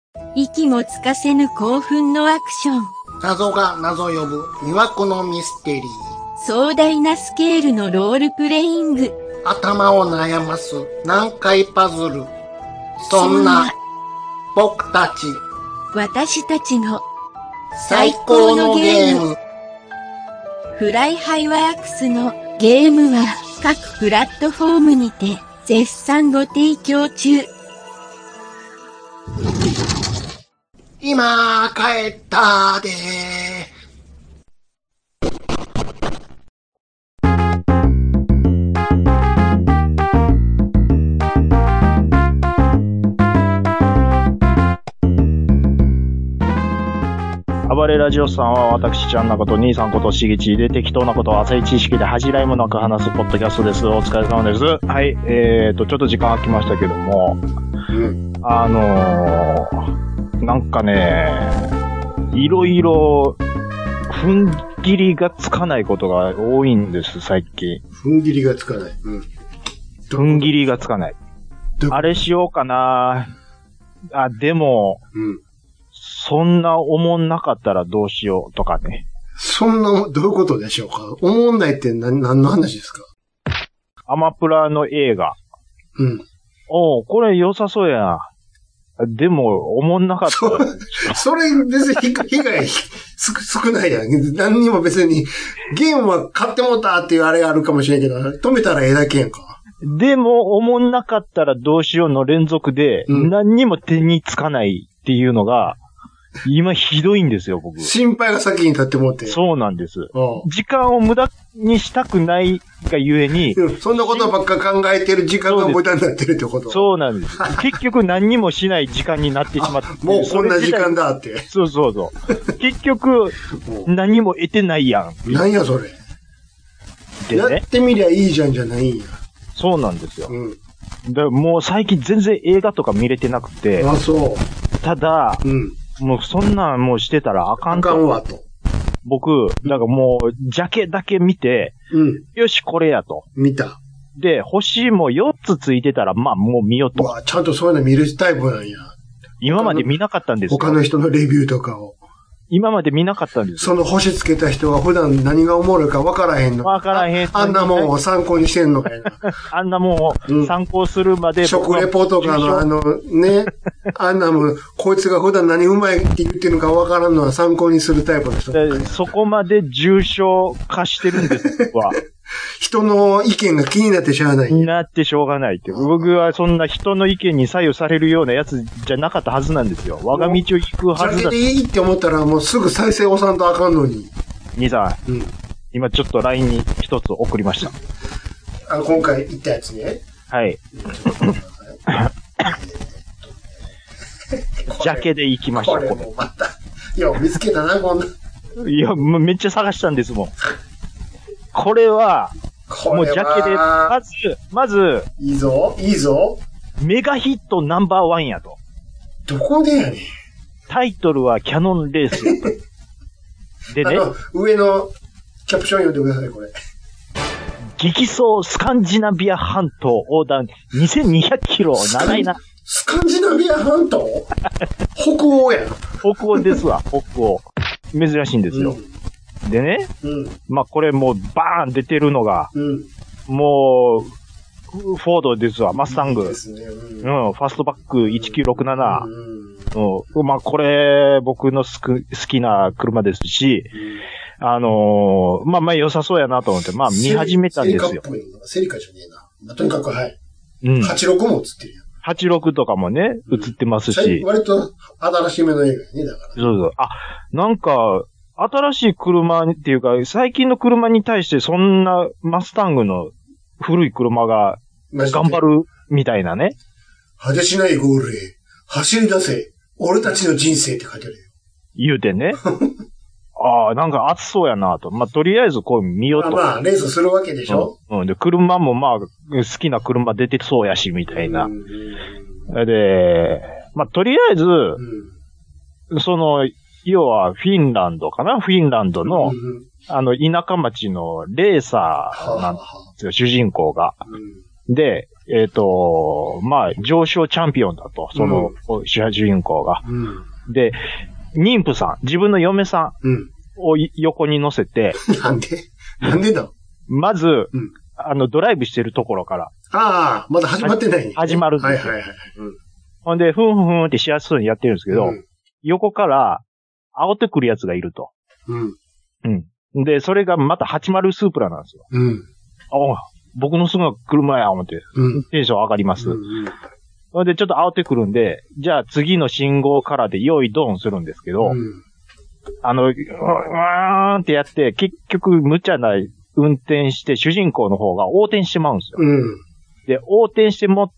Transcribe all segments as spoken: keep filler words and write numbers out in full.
息もつかせぬ興奮のアクション。 謎が謎呼ぶ魅惑のミステリー。 壮大なスケールのロールプレイング。 頭を悩ます難解パズル。そんな僕たち、 私たちの最高のゲーム。 フライハイワークスのゲームは各プラットフォームにて絶賛ご提供中。 今帰ったで。 暴れラジオさんは私ちゃんなこと兄さんことしげちで適当なことを浅い知識で恥じらいもなく話すポッドキャストです。お疲れ様です。はい、えーと、ちょっと時間空きましたけども、うん、あのー、なんかね、いろいろ、踏ん切りがつかないことが多いんです、最近。 踏ん切りがつかない。うん。 踏ん切りがつかない。あれしようかな。あ、でも、うん。そんな思んなかったらどうしようとかね。 そんな、どういうことでしょうか。思んないって何、何の話ですか。 アマプラの映画。 うん。 おう、これ良さそうやな。でも、思んなかった。 そ, それ別に被害少ないやん。何にも別に、ゲームは買ってもったっていうあれがあるかもしれんけど、止めたらええだけやんか。 でも、思んなかったらどうしようの連続で、うん、何にも手につかないっていうのが、今ひどいんですよ、僕。 心配が先に立ってもって。 そうなんです。時間を無駄にしたくないがゆえに。 そんなことばっか考えてる時間が無駄になってるってこと。 そうなんです。結局何にもしない時間になってしまって。 もうこんな時間だって。 そうそうそう。結局、何も得てないやん。 なんやそれ。でね。やってみりゃいいじゃんじゃないんや。 そうなんですよ。うん。だもう最近全然映画とか見れてなくて。 あ、そう。 ただ、うん。もうそんなんもうしてたらあかんと。 あかんわと。 僕、なんかもう、ジャケだけ見て、うん。よし、これやと。 見た。 で、星もよっつついてたら、まあもう見ようと。 うわ、ちゃんとそういうの見るタイプなんや。 今まで見なかったんですよ。 他の人のレビューとかを。 今まで見なかったんですよ。その星つけた人は普段何がおもろいか分からへんの。 分からへん。 あ, あんなもんを参考にしてんのかいな。 あんなもんを参考するまで、 うん。食レポとかのあの、ね。あんなもん、こいつが普段何うまいって言ってるのか分からんのは参考にするタイプの人。 そこまで重症化してるんですわ。 人の意見が気になってしょうがない。 になってしょうがないって。僕はそんな人の意見に左右されるようなやつじゃなかったはずなんですよ。我が道を行くはずだ。 それでいいって思ったらもうすぐ再生押さんとあかんのに。 兄さん、うん、今ちょっと ライン に一つ送りました。 あの今回言ったやつね。 はい。ジャケで行きました。 これもまた。いや、見つけたな、こんな。 いや、めっちゃ探したんですもん。これは、これはもうジャケで、まず、まず、 いいぞ、いいぞ。 メガヒットナンバーワンやと。 どこでやねん。 タイトルはキャノンレース。でね。 上のキャプション読んでください、これ。 激走スカンジナビア半島横断にせんにひゃくキロ、長いな。 スカンジナビア半島北欧やん。 北欧ですわ、北欧。珍しいんですよ。うん、でね、うん、まあ、これもうバーン出てるのが、うん、もう、フォードですわ、マスタング。ですね、うん、うん。ファストバックいちきゅうろくなな。うんうん、まあ、これ、僕のすく好きな車ですし、うん、あのー、まあ、まあ、良さそうやなと思って、まあ、見始めたんですよ。 セリカっぽいのセリカじゃねえな。まあ、とにかく、はい。うん。はちじゅうろくも映ってるやん。 はちじゅうろくとかもね、映ってますし。 うん、割と新しめの映画やね、だから。 そうそう。あ、なんか、新しい車っていうか、最近の車に対してそんなマスタングの古い車が頑張るみたいなね。 果てしないゴールへ走り出せ、俺たちの人生って書いてあるよ。 言うてね。ああ、なんか熱そうやなと。まあ、とりあえずこう見ようと。 まあまあ、レースするわけでしょ、 うん、うん。で、車もまあ、好きな車出てそうやし、みたいな。で、まあ、とりあえず、うん、その、要はフィンランドかなフィンランドの、うん、あの、田舎町のレーサーなんですよ、主人公が。うん、で、 えっ、ー、と、まあ、上昇チャンピオンだと、その、うん、主人公が、うん。で、妊婦さん、自分の嫁さんを横に乗せて、 うん、なんでなんでだまず、うん、あの、ドライブしてるところから。 ああ、まだ始まってない、ね。 始まるんですよ。 はいはいはい。うん、 ほんで、ふんふんってしやすそうにやってるんですけど、うん、横から、煽ってくるやつがいると。うん。うん。で、それがまたはちじゅうスープラなんですよ。うん。ああ、僕のすぐ車や、思って。うん。テンション上がります。うん、うん。ほんで、ちょっと煽ってくるんで、じゃあ次の信号からで用意ドンするんですけど、うん、あの、うーんってやって、結局無茶な運転して、主人公の方が横転してまうんですよ。うん。で、横転して持って、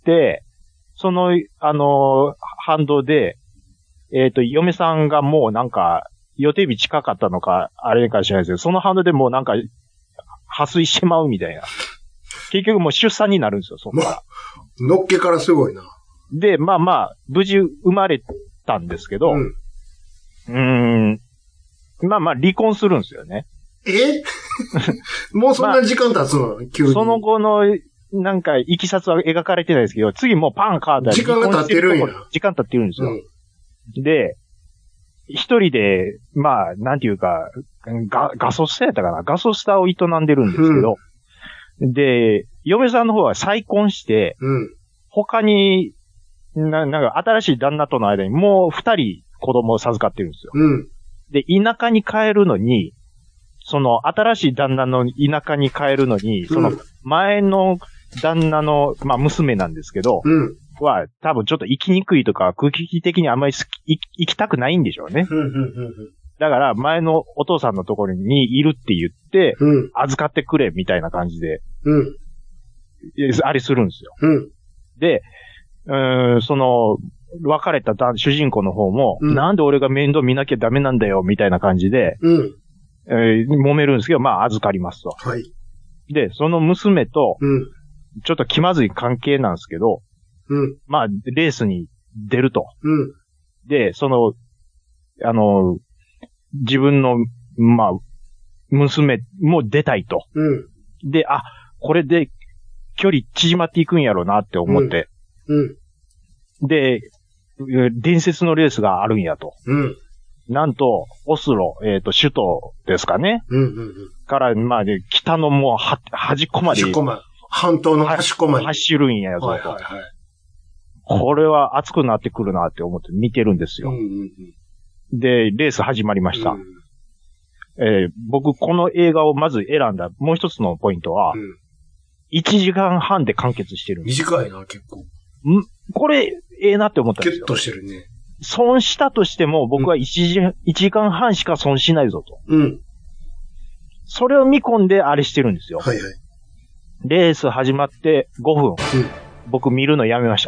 その、あの、反動で、えっと、嫁さんがもうなんか、予定日近かったのか、あれかもしれないですけど、その反動でもうなんか、破水してまうみたいな。結局もう出産になるんですよ、そこから。 のっけからすごいな。 で、まあまあ、無事生まれたんですけど、うん、うーん、まあまあ離婚するんですよね。 えもうそんな時間経つの、まあ、急に。 その後の、なんか、いきさつは描かれてないですけど、次もうパンカーだ時間が経ってるんや。 時間経ってるんですよ。うん、で、一人で、まあ、なんていうか、ガ、ガソスタやったかなガソスタを営んでるんですけど、うん、で、嫁さんの方は再婚して、うん、他にな、なんか新しい旦那との間にもう二人子供を授かってるんですよ。うん、で、田舎に帰るのに、その新しい旦那の田舎に帰るのに、その前の旦那の、まあ娘なんですけど、うん、は多分ちょっと生きにくいとか空気的にあんまり生きたくないんでしょうね。だから前のお父さんのところにいるって言って、うん、預かってくれみたいな感じで、うん、あれするんですよ。うん、で、うーん、その、別れた主人公の方も、うん、なんで俺が面倒見なきゃダメなんだよみたいな感じで、うんえー、揉めるんですけど、まあ預かりますと。はい。で、その娘と、うん、ちょっと気まずい関係なんですけど、うん、まあ、レースに出ると。うん、で、その、あの、自分の、まあ、娘も出たいと。うん、で、あ、これで距離縮まっていくんやろうなって思って。うんうん、で、伝説のレースがあるんやと。うんなんと、オスロ、えっ、ー、と、首都ですかね。うんうんうん。から、まあ、ね、北のもう、は、端っこまで。 端っこまで。半島の端っこまで。 走るんやぞ、と。はいはいはい。これは熱くなってくるなって思って見てるんですよ。うんうんうん、で、レース始まりました。うんえー、僕、この映画をまず選んだ、もう一つのポイントは、うん、いちじかんはんで完結してるんです。 短いな、結構。 んこれ、ええー、なって思ったんですよ。 キュッとしてるね。 損したとしても、僕はいちじ、うん、いちじかんはんしか損しないぞと。うん。それを見込んであれしてるんですよ。はいはい。レース始まってごふん。うん。僕見るのやめました。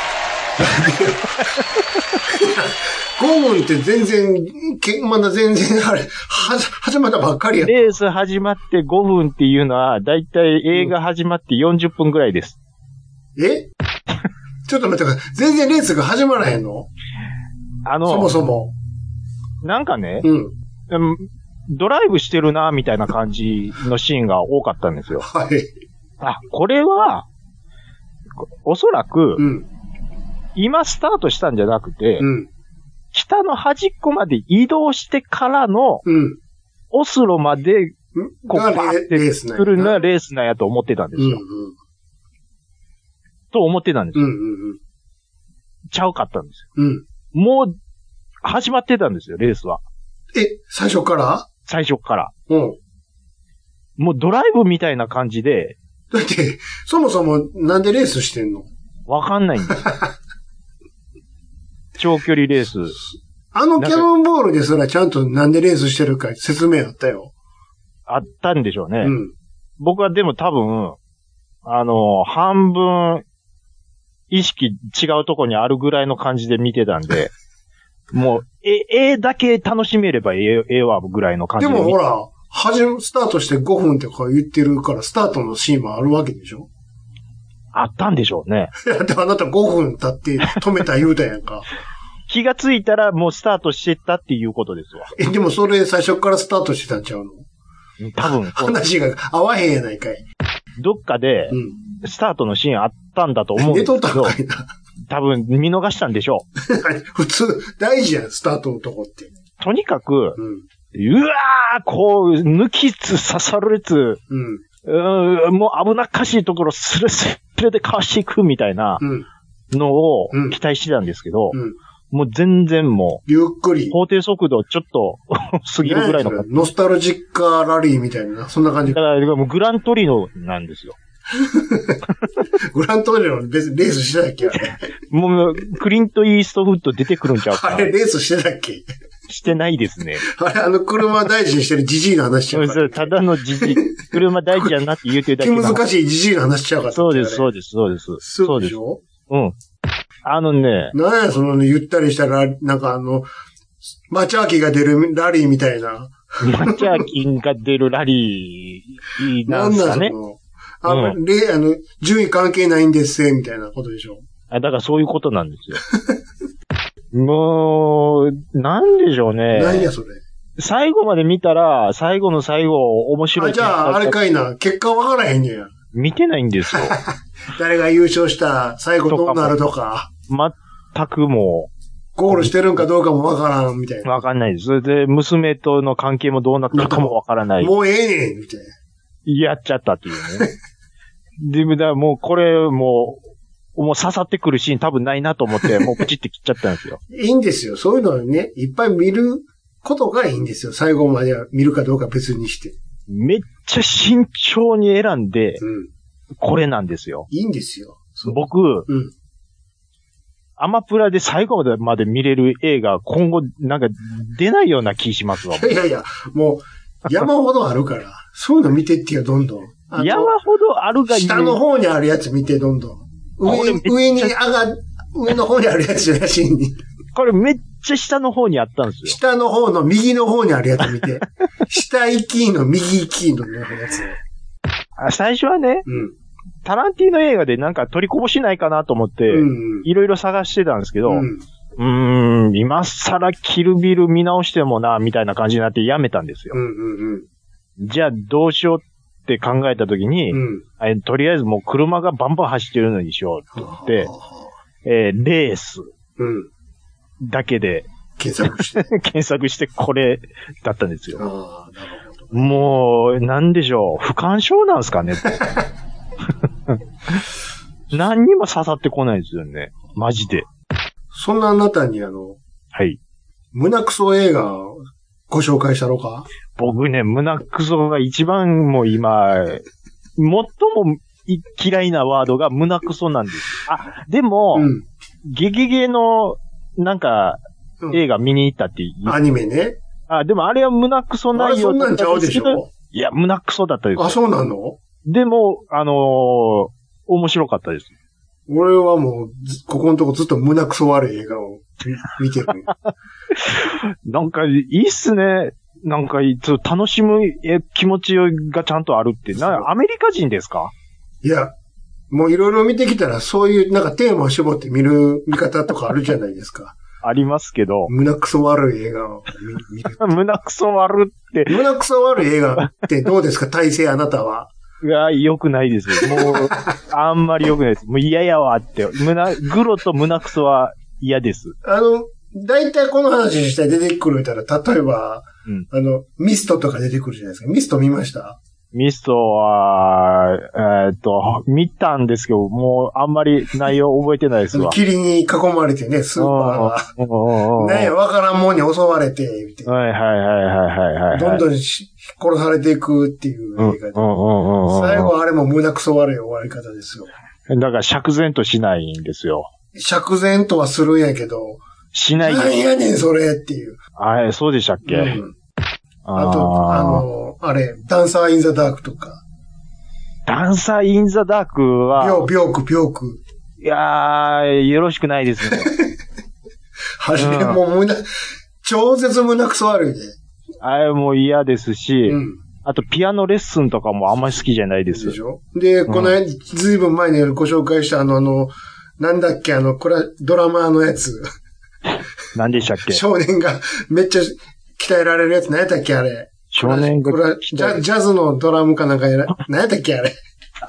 ごふんって全然、けまだ全然あれ、は、始まったばっかりや。 レース始まってごふんっていうのは、だいたい映画始まってよんじゅっぷんぐらいです。 うん、えちょっと待ってください。全然レースが始まらへんのあの、 そもそも。 なんかね、うん。ドライブしてるな、みたいな感じのシーンが多かったんですよ。はい。あ、これは、おそらく、うん、今スタートしたんじゃなくて、うん、北の端っこまで移動してからの、うん、オスロまで、こう、バーって来るのはレースなんやと思ってたんですよ。うんうんと思ってたんですよ。うんうんうん。ちゃうかったんですよ。うん。もう、始まってたんですよ、レースは。 え、最初から最初から。うん。もうドライブみたいな感じで。 だって、そもそもなんでレースしてんのわかんないんですよ。長距離レース。 あのキャノンボールですらちゃんとなんでレースしてるか説明あったよ。 あったんでしょうね。うん。僕はでも多分、あの、半分、意識違うとこにあるぐらいの感じで見てたんで、もう、え、絵だけ楽しめればええ、ええわぐらいの感じで。でもほら、はじめ、スタートしてごふんってこう言ってるから、スタートのシーンもあるわけでしょあったんでしょうね。 いや、でもあなたごふん経って止めた言うたやんか。 気がついたらもうスタートしてたっていうことですわ。 え、でもそれ最初からスタートしてたんちゃうの多分。 話が合わへんやないかい。 どっかで、スタートのシーンあったんだと思うんですけど、寝とったんかいな。多分見逃したんでしょう。 普通、大事やん、スタートのとこって。 とにかく、うん、うわー、こう、抜きつ刺さるつ、うん、うもう危なっかしいところスレスレでかわしていくみたいなのを期待してたんですけど、うんうん、もう全然もう、 ゆっくり。 法定速度ちょっと過ぎるぐらいの。 ノスタルジッカーラリーみたいな、そんな感じ。 だからもうグラントリノなんですよ。 グラントリノ別にレースしてたっけあれ。 もう、クリント・イーストウッド出てくるんちゃうか。 あれレースしてたっけしてないですね。 あれ、あの車大事にしてるジジイの話しちゃうから。ただのジジイ。車大事やなって言うてるだけ。 難しいジジイの話しちゃうかった。 そうです、そうです、そうです。 そうでしょうん。あのね。 なんや、そのね、ゆったりしたら、なんかあの、マチャーキが出るラリーみたいな。 マチャーキが出るラリーなんですかね。 あの、うん、例、あの、順位関係ないんですみたいなことでしょ。 あ、だからそういうことなんですよ。もう、なんでしょうね。 何やそれ。 最後まで見たら、最後の最後、面白い。 あ、じゃあ、あれかいな。結果わからへんねや。 見てないんですよ。 誰が優勝した、最後どうなるとか。 全くもう。 ゴールしてるんかどうかもわからん、みたいな。 わかんないです。それで、娘との関係もどうなったかもわからない。 もうええねん、みたいな。 やっちゃったっていうね。で、だからもうこれ、もう、もう刺さってくるシーン多分ないなと思って、もうプチって切っちゃったんですよ。 いいんですよ。そういうのはね、いっぱい見ることがいいんですよ。最後までは見るかどうか別にして。 めっちゃ慎重に選んで、うん、これなんですよ。 いいんですよ。 僕、うん、アマプラで最後まで見れる映画、今後なんか出ないような気しますわ。 いやいや、もう山ほどあるから、そういうの見てってよ、どんどん。 山ほどあるが下の方にあるやつ見て、どんどん。上、上に上が、上の方にあるやつじゃなしに。 これめっちゃ下の方にあったんですよ。 下の方の右の方にあるやつ見て。下行きの右行きのやつ。 最初はね、うん、タランティーノ映画でなんか取りこぼしないかなと思って、いろいろ探してたんですけど、うん、うーん、今更キルビル見直してもな、みたいな感じになってやめたんですよ。うんうんうん、じゃあどうしようって考えたときに、うん、とりあえずもう車がバンバン走ってるのにしようって言って、えー、レースだけで、 検索して。 検索してこれだったんですよ。あ、なるほどね、もう、なんでしょう。不干渉なんですかね。何にも刺さってこないですよね。マジで。 そんなあなたにあの、 はい。 胸クソ映画をご紹介したろうか？ 僕ね、胸クソが一番もう今、最も嫌いなワードが胸クソなんです。あ、でも、うん、ゲゲゲの、なんか、映画見に行ったって言う、 うん、アニメね。 あ、でもあれは胸クソ内容だったんですけど。あれそんなんちゃうでしょ？いや、胸クソだったです。 あ、そうなの？ でも、あのー、面白かったです。 俺はもう、ここのとこずっと胸クソ悪い映画を見てる。 なんか、いいっすね。なんか、楽しむ気持ちがちゃんとあるって。な、アメリカ人ですか？ いや、もういろいろ見てきたら、そういうなんかテーマを絞って見る見方とかあるじゃないですか。 ありますけど。 胸クソ悪い映画を見る。 胸クソ悪って。 胸クソ悪い映画ってどうですか？体制あなたは。 いや、良くないですよ。もう、あんまり良くないです。もう嫌やわって。胸、グロと胸クソは嫌です。 あの、だいたいこの話して出てくるたら、例えば、うん、あの、ミストとか出てくるじゃないですか。ミスト見ました？ ミストは、えー、っと、見たんですけど、もうあんまり内容覚えてないですわ。 霧に囲まれてね、スーパーが。ねえ、わからんもんに襲われて、みたいな。 はいはいはいはいはい。 どんどん殺されていくっていう映画で。最後あれも胸クソ悪い終わり方ですよ。 だから釈然としないんですよ。 釈然とはするんやけど。 しない。 何やねんそれっていう。 あれ、そうでしたっけ？うん、 あと、あの、あれ、ダンサーインザダークとか。 ダンサーインザダークは、 ビョーク、ビョーク。 いやー、よろしくないですね。 はじめ、もう胸、超絶胸クソ悪いね。 あれも嫌ですし、うん、あとピアノレッスンとかもあんまり好きじゃないです。 でしょ？で、この間、ずいぶん前にご紹介したあの、あの、なんだっけ、あの、これ、ドラマーのやつ。 何でしたっけ？ 少年がめっちゃ鍛えられるやつ、何やったっけあれ。 少年がこれジャ、ジャズのドラムかなんかやら、何やったっけあれ。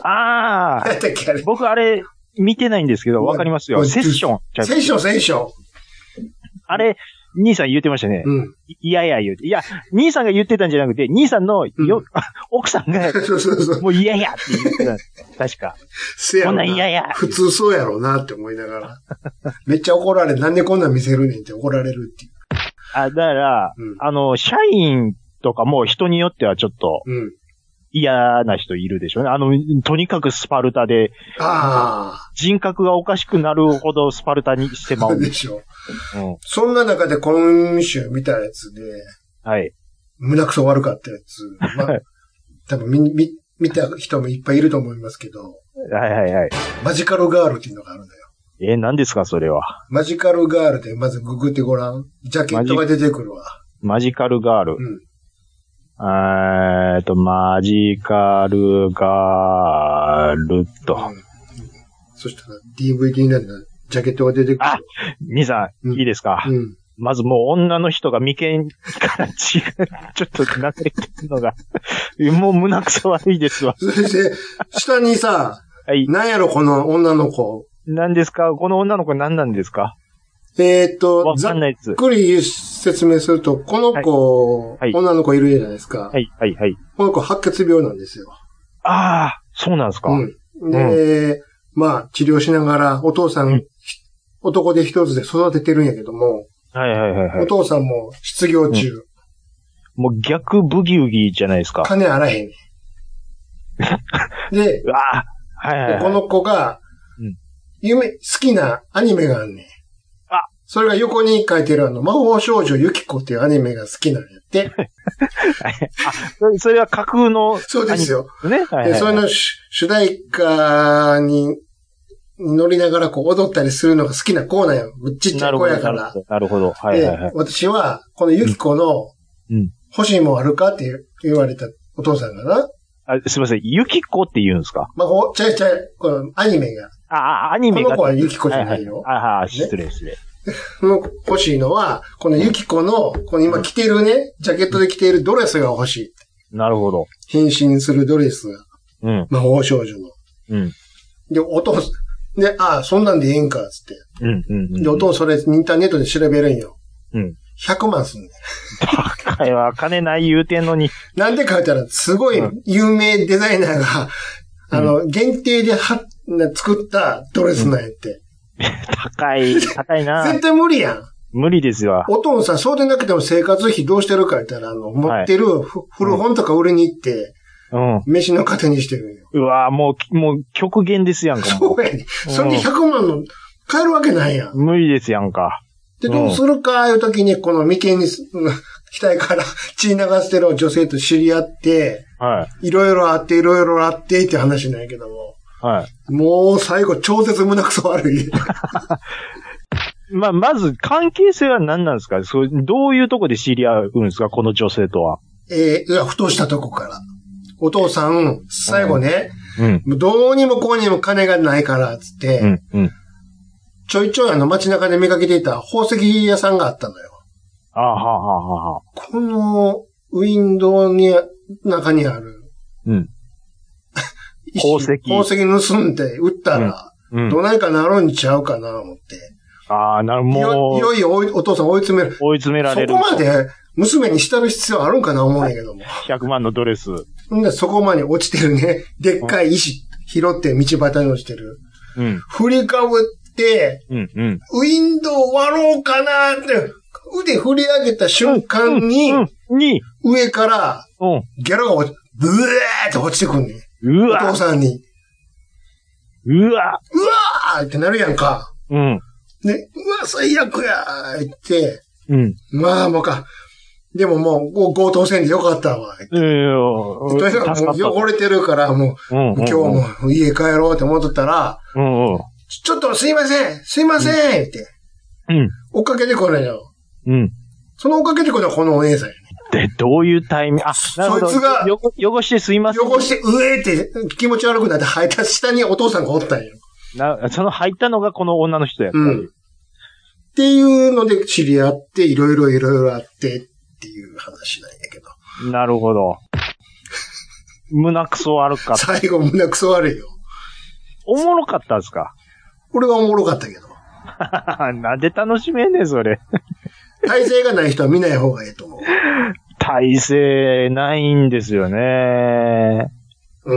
ああ。 やったっけあれ。 僕あれ、見てないんですけど、わかりますよ。セッション。 セッション、セッション。 あれ、兄さん言ってましたね。 うん。 いやいや言うて。いや、兄さんが言ってたんじゃなくて、兄さんのよ、うん、奥さんが、 そうそうそう。 もう嫌やって言ってた。確か。 せやろな。 こんなん嫌や。 普通そうやろうなって思いながら。めっちゃ怒られ、なんでこんなん見せるねんって怒られるっていう。 あ、だから、うん、あの、社員とかも人によってはちょっと、嫌な人いるでしょうね。あの、とにかくスパルタで、 あ人格がおかしくなるほどスパルタにしてまう。 そうでしょ。うん、そんな中で今週見たやつで、 はい。 胸くそ悪かったやつ。まあ、多分見、見、見た人もいっぱいいると思いますけど。 はいはいはい。 マジカルガールっていうのがあるんだよ。 えー、何ですかそれは。 マジカルガールでまずググってごらん。ジャケットが出てくるわ。 マジカルガール。うん。えーと、マジカルガールと。うん、 そしたら ディーブイディー になるな。ジャケットが出てくる。 あ、兄さん、うん、いいですか、うん、まずもう女の人が眉間から血がちょっと流れてるのが、もう胸くそ悪いですわ。 そして、下にさ、はい、何やろこの女の子。 何ですかこの女の子何なんですかえーっと、ざっくり説明すると、この子、はいはい、女の子いるじゃないですか。 はい、はい、はい。 この子白血病なんですよ。 ああ、そうなんですか。 うん。で、うん、まあ、治療しながら、お父さん、うん、男で一つで育ててるんやけども、 はいはいはい、はい。 お父さんも失業中。うん、 もう逆ブギウギじゃないですか。 金あらへん。で、 うわはいはいはい、 この子が、うん、夢、好きなアニメがあんねん。 あ、 それが横に書いてるあの、魔法少女ユキコっていうアニメが好きなんやって。 あ、それは架空の。 そうですよ。 ね。はいはいはい、 で、それの主題歌に乗りながらこう踊ったりするのが好きな子なんや。ちっちゃい子やから。 なるほど。はいはいはい。 私は、このユキコの、欲しいもんあるかって言われたお父さんがな。 あ、すみません。ユキコって言うんですか？ まあ、ちゃいちゃい、このアニメが。 あ、アニメが。 この子はユキコじゃないよ。 あ、はいはい、失礼失礼。 欲しいのは、このユキコの、この今着てるね、ジャケットで着ているドレスが欲しい。 なるほど。 変身するドレスが。 うん。 魔法少女の。 うん。 で、お父さん、で、ああ、そんなんでええんか、つって。 うん、うん、うん。 で、お父さんそれインターネットで調べるんよ。 うん。 ひゃくまんすんねん。 高いわ、金ない言うてんのに。 なんで書いたら、すごい有名デザイナーが、うん、あの、限定では、作ったドレスなんやって。 うん、高い、高いな。 絶対無理やん。 無理ですよ。 お父さん、そうでなくても生活費どうしてるか言ったら、あの、持ってる古本とか売りに行って、うん。飯の糧にしてるんよ。 うわぁ、もう、もう極限ですやんか。 そうやね。それでひゃくまんの買えるわけないやん。 無理ですやんか。 で、どうするか、いう時に、この眉間に、額から血流してる女性と知り合って、 はい。 いろいろあって、いろいろあってって話なんやけども。 はい。 もう最後、超絶胸くそ悪い。 まあ、まず、関係性は何なんですか？そう、どういうとこで知り合うんですか？この女性とは。 えー、いや、ふとしたとこから。お父さん、最後ね、 うん、 どうにもこうにも金がないから、つって、 うんうん、 ちょいちょいあの街中で見かけていた宝石屋さんがあったのよ。 ああ、はあ、はあ、はあ。 このウィンドウに、中にある。 うん。宝石。 宝石盗んで売ったら、うんうん、どないかなるんちゃうかな、思って。 ああ、なるほど。 いよいよお父さん追い詰める。 追い詰められる。 そこまで娘にしたる必要あるんかな、思うんやけども。 ひゃくまんのドレス。 んで、そこまで落ちてるね、でっかい石、拾って道端に落ちてる。 うん。 振りかぶって、 うんうん。 ウィンドウ割ろうかなって、腕振り上げた瞬間に、 うんうん、に、 上から、 うん、 ギャラが落ち、ブーって落ちてくんねん。 うわお父さんに。 うわうわーってなるやんか。 うん。 で、うわ、最悪やーって、 うん。 まあもうか。でももう、強盗せんでよかったわ。 ええー、 とにかくもう汚れてるから、もう、うんうんうん、今日も家帰ろうって思っとったら、 うんうん、 ちょっとすいません、すいませんって、 うん。 追っかけてこるよ。 うん。 その追っかけてくるのはこのお姉さんやね。 で、どういうタイミング、あ、なるほど。そいつが、汚してすいません。 汚して、うえーって気持ち悪くなって吐いた下にお父さんがおったんよ。 な、その入ったのがこの女の人やったり。うん。 っていうので知り合って、いろいろいろいろあってっていう話なんやけど。 なるほど。 胸くそ悪かった。 最後胸くそ悪いよ。 おもろかったんですか？ 俺はおもろかったけど。 なんで楽しめんねん、それ。 体勢がない人は見ない方がいいと思う。 体勢ないんですよね。 うん。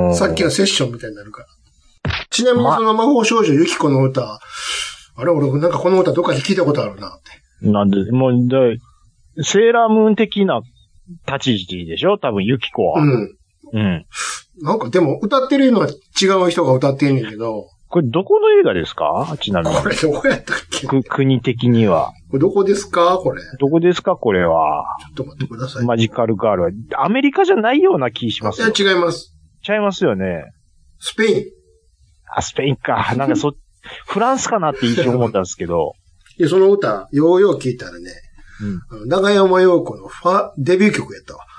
うん、さっきのセッションみたいになるから。ちなみにその魔法少女ユキコの歌、ま、あれ俺なんかこの歌どっかで聞いたことあるなって。なんで、もう、でセーラームーン的な立ち位置でしょ多分ユキコは。うん。うん。 なんかでも歌ってるのは違う人が歌ってんねんけど。 これどこの映画ですか？ちなみに。 これどこやったっけ？ く、国的には。 これどこですか？これ。 どこですか？これは。 ちょっと待ってください。 マジカルガールは。アメリカじゃないような気しますよ。 いや、違います。 違いますよね。 スペイン。 あ、スペインか。なんかそ、フランスかなって一瞬思ったんですけど。 いや、その歌、ようよう聞いたらね、うん、長山陽子のファ、デビュー曲やったわ。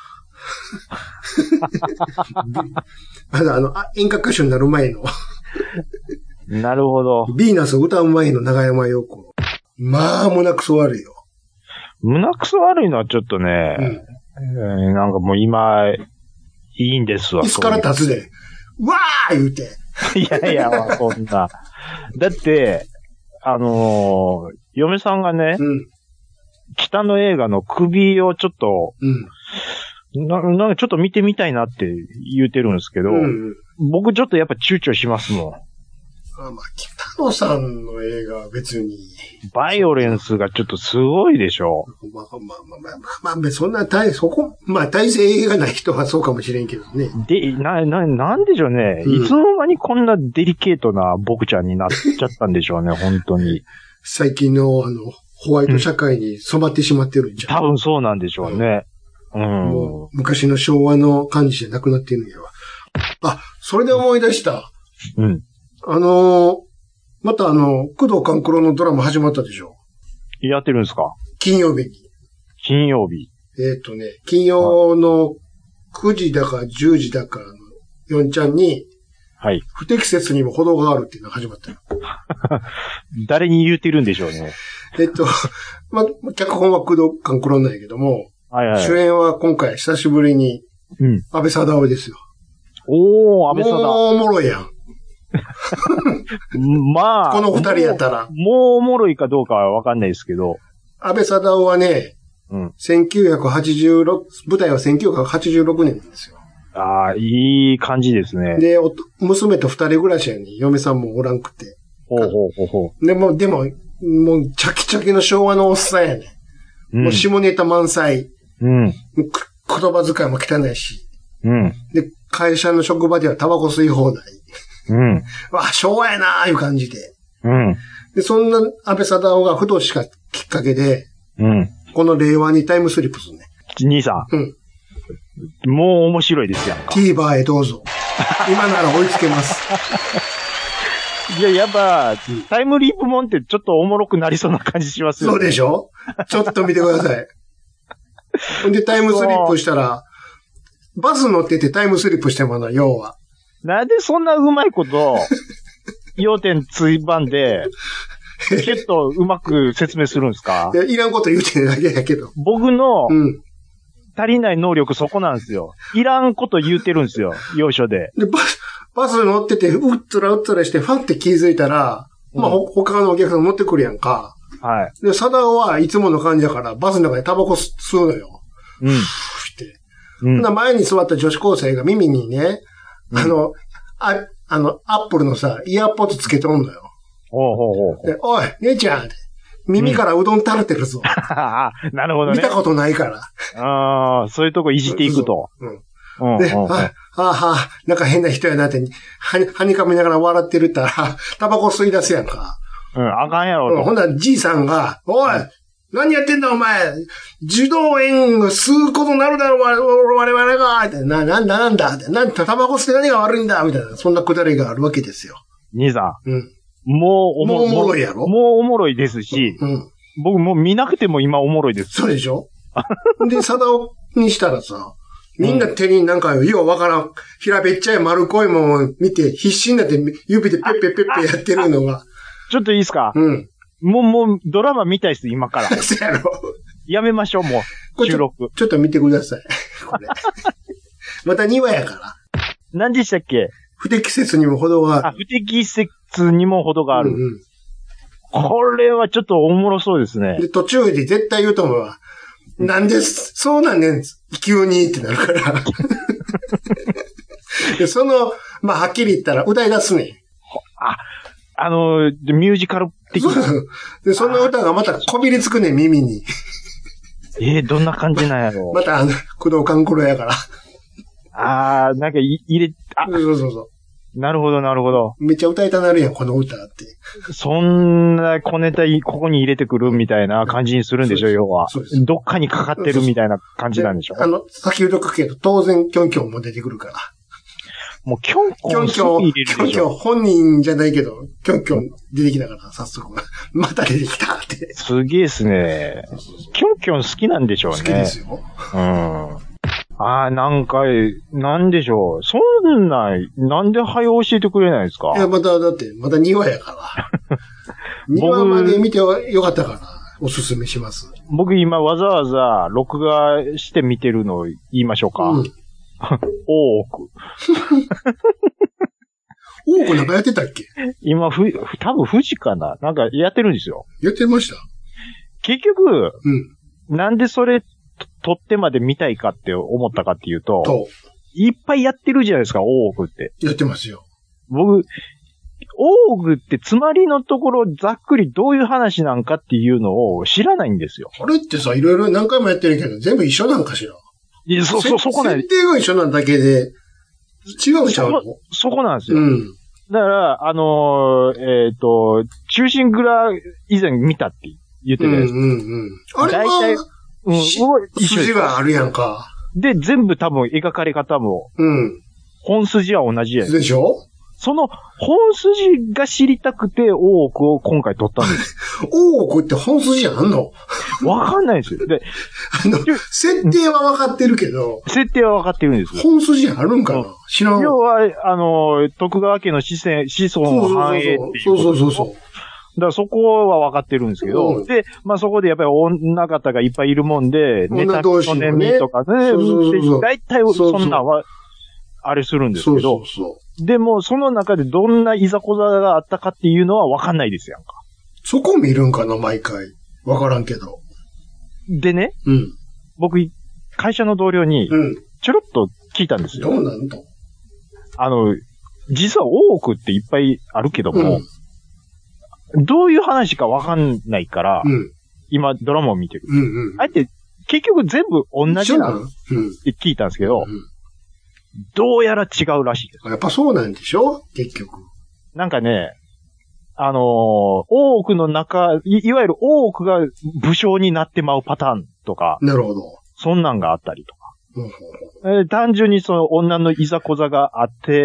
まだあの、演歌歌手になる前の。 なるほど。 ビーナスを歌う前の長山陽子。まあ、胸くそ悪いよ。 胸くそ悪いのはちょっとね、うんえー、なんかもう今、いいんですわ。 椅子から立つで、わー言うて。 いやいや、まあ、そんな。だって、あのー、嫁さんがね、うん、北の映画の首をちょっと、うん、な、なんかちょっと見てみたいなって言うてるんですけど、うん、僕ちょっとやっぱ躊躇しますもん。 あまあ、北野さんの映画は別に。 バイオレンスがちょっとすごいでしょ。 まあまあまあまあまあ、まあ、そんな大、そこ、まあ大勢がない人はそうかもしれんけどね。 で、な、な、なんでしょうね、うん。いつの間にこんなデリケートな僕ちゃんになっちゃったんでしょうね、本当に。 最近のあの、ホワイト社会に染まってしまってるんじゃん。 多分そうなんでしょうね。うん。 もう昔の昭和の感じじゃなくなってるんやわ。あ、それで思い出した。うん。あのー、またあの、工藤官九郎のドラマ始まったでしょ？ やってるんですか？ 金曜日に。 金曜日。 えっとね、金曜のくじだかじゅうじだかのよんちゃんに、はい。不適切にも程があるっていうのが始まったよ。 誰に言うてるんでしょうね。 えっと、ま、脚本は工藤官九郎なんやけども、はいはい。主演は今回久しぶりに、うん。安倍貞夫ですよ。 おー、安倍貞夫。 もうおもろいやん。 まあ。 この二人やったら。 もう、もうおもろいかどうかはわかんないですけど。 安倍貞夫はね、うん。せんきゅうひゃくはちじゅうろく、舞台はせんきゅうひゃくはちじゅうろくねんなんですよ。 ああ、いい感じですね。 で、お娘と二人暮らしやに、嫁さんもおらんくて。 ほうほうほうほう。 でも、でも、もう、チャキチャキの昭和のおっさんやね、うん。もう下ネタ満載。うん。言葉遣いも汚いし。うん。で、会社の職場ではタバコ吸い放題。うん。わあ、昭和やなーいう感じで。うん。で、そんな安倍貞夫がふとしかきっかけで、うん。この令和にタイムスリップするね。 兄さん。うん。もう面白いですやんか。 TVer へどうぞ。今なら追いつけます。 いや、やっぱ、タイムリープもんってちょっとおもろくなりそうな感じしますよね。 そうでしょ？ちょっと見てください。で、タイムスリップしたら、バス乗っててタイムスリップしてもらうの、要は。 なんでそんなうまいこと、要点ついばんで、キュッとうまく説明するんですか？ いや、いらんこと言うてるだけやけど。 僕の、うん。足りない能力そこなんですよ。いらんこと言うてるんですよ。要所で。 で、バス、バス乗ってて、うっつらうっつらして、ファって気づいたら、うん、まあ、ほ、他のお客さん乗ってくるやんか。はい。で、サダオはいつもの感じだから、バスの中でタバコ吸うのよ。うん。ふって。うん。な前に座った女子高生が耳にね、うん、あの、あ、あの、アップルのさ、イヤーポッドつけとんのよ。 ほうほうほうほう。 で、おい、姉ちゃんって。耳からうどん垂れてるぞ。 うん、なるほどね。 見たことないから。 ああ、そういうとこいじっていくと。 うん。で、はあ、はあ、はあ、なんか変な人やなって、はに、はにかみながら笑ってるったら、タバコ吸い出すやんか。 うん、あかんやろと。 うん、ほんならじいさんが、おい、うん、何やってんだお前、受動円が吸うことになるだろ、我々が、って、な、なんだなんだって、なんタバコ吸って何が悪いんだみたいな、そんなくだりがあるわけですよ。 兄さん。うん。もうおも、 もうおもろいやろ？ もうおもろいですし、うん、僕もう見なくても今おもろいです。 そうでしょ？で、サダオにしたらさ、みんな手になんかようわからん、平べっちゃい丸っこいもんを見て、必死になって指でペッペッペッペやってるのが。 ちょっといいですか？うん。もう、もう、ドラマ見たいです、今から。 そうやろ？ やめましょう、もう。収録ちょ。ちょっと見てください。これまたにわやから。 何でしたっけ？ 不適切にも程がある。 あ、不適切にも程がある。うんうん、これはちょっとおもろそうですね。 で、途中で絶対言うと思うわ。なんで、そうなんねん、急にってなるから。で、その、まあ、はっきり言ったら歌い出すねん。 あ、あの、ミュージカル的な。 そうそう。で、その歌がまたこびりつくねん、耳に。 えー、どんな感じなんやろう。 また、あの、工藤官九郎やから。 あー、なんかい入れ、あ、 そうそうそう。 なるほど、なるほど。 めっちゃ歌いたなるやん、この歌って。 そんな小ネタここに入れてくるみたいな感じにするんでしょ、要は。そうです。どっかにかかってるみたいな感じなんでしょ。 あの、先言うとくけど、当然、キョンキョンも出てくるから。 もう、キョンキョン、 キョンキョン、キョンキョン、本人じゃないけど、キョンキョン出てきたから、早速。また出てきたって。 すげえっすね。キョンキョン好きなんでしょうね。 好きですよ。 うん。ああ、なんか、なんでしょう。そんな、なんで早教えてくれないですか？ いや、また、だって、またにわやから。にわまで見てよかったから、おすすめします。 僕今わざわざ録画して見てるのを言いましょうか。うん。大奥。 大奥なんかやってたっけ？ 今、ふ、多分富士かな？なんかやってるんですよ。 やってました？ 結局、 うん。 なんでそれ、撮ってまで見たいかって思ったかっていうと、 といっぱいやってるじゃないですか、大奥って。 やってますよ。 僕、大奥ってつまりのところざっくりどういう話なんかっていうのを知らないんですよ。 あれってさ、いろいろ何回もやってるけど、全部一緒なんかしら？ いや、そ、そ、そこなんです。 設定が一緒なだけで、違うちゃうの？ そこ、そこなんですよ。 うん。 だから、あのー、えっ、ー、と、忠臣蔵以前見たって言ってるやつ。 うんうんうん。あれは、大体、うん、筋があるやんか。 で、全部多分描かれ方も、 うん。 本筋は同じやん。 でしょ？その本筋が知りたくて大奥を今回撮ったんです。 大奥って本筋あんの？ わかんないですよ。で、 あの、設定はわかってるけど。 設定はわかってるんですよ。 本筋あるんかな？知らん。 要は、あの、徳川家の子孫、子孫繁栄っていう。 そうそうそうそう。 だからそこは分かってるんですけど、うん、で、まあそこでやっぱり女方がいっぱいいるもんで、ネタの念味とかね、大体そんなんは、あれするんですけど、そうそうそう、でもその中でどんないざこざがあったかっていうのは分かんないですやんか。 そこ見るんかな、毎回。分からんけど。 でね、 うん、 僕、会社の同僚に、ちょろっと聞いたんですよ。 どうなんと。 あの、実は大奥っていっぱいあるけども、うん、どういう話かわかんないから、うん、今ドラマを見てる。 うんうん、 あえて結局全部同じなのって聞いたんですけど、うんうん、どうやら違うらしいです。 やっぱそうなんでしょ結局。 なんかね、あのー、大奥の中い、いわゆる大奥が武将になってまうパターンとか、 なるほど。 そんなんがあったりとか。 うんえー、単純にその女のいざこざがあって、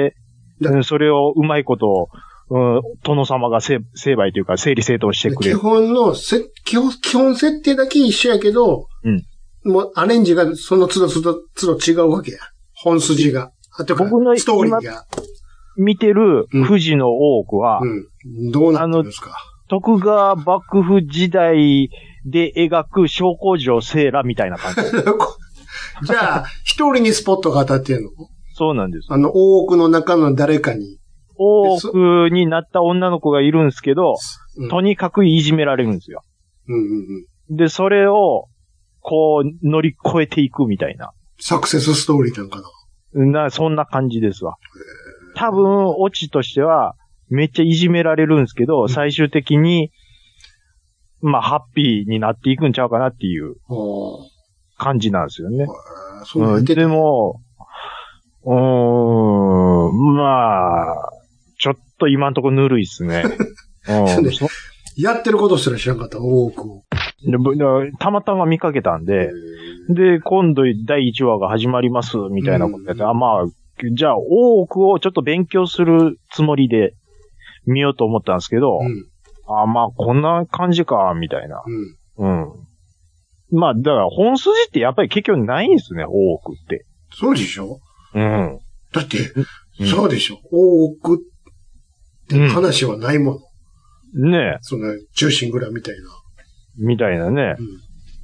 それをうまいことうん、殿様が成敗というか整理整頓してくれる。 基本のせ基本、基本設定だけ一緒やけど、 うん。 もうアレンジがその都度都度都度違うわけや。本筋が。あと僕のストーリーが。 見てる富士の大奥は、 うんうん、どうなってるんですか？ 徳川幕府時代で描く小工場セーラみたいな感じ。 じゃあ、一人にスポットが当たってるの？ そうなんです。 あの、大奥の中の誰かに。 大奥になった女の子がいるんですけど、うん、とにかくいじめられるんですよ。 うんうんうん、 で、それを、こう、乗り越えていくみたいな。 サクセスストーリーなんかな？ な、そんな感じですわ。多分、オチとしては、めっちゃいじめられるんですけど、うん、最終的に、まあ、ハッピーになっていくんちゃうかなっていう感じなんですよね。 うん、 でも、うーん、まあ、ちょっと今んとこぬるいっすね。うん、 やってることすら知らんかった、大奥を。 たまたま見かけたんで、で、今度だいいちわが始まります、みたいなことやって、うん、あ、まあ、じゃあ、大奥をちょっと勉強するつもりで見ようと思ったんですけど、うん、あ、まあ、こんな感じか、みたいな。うん。うん。まあ、だから本筋ってやっぱり結局ないんですね、大奥って。 そうでしょ？ うん。 だって、うん、そうでしょ。大奥って話はないもの。 うん、ねえ。 その、忠臣蔵みたいな。 みたいなね。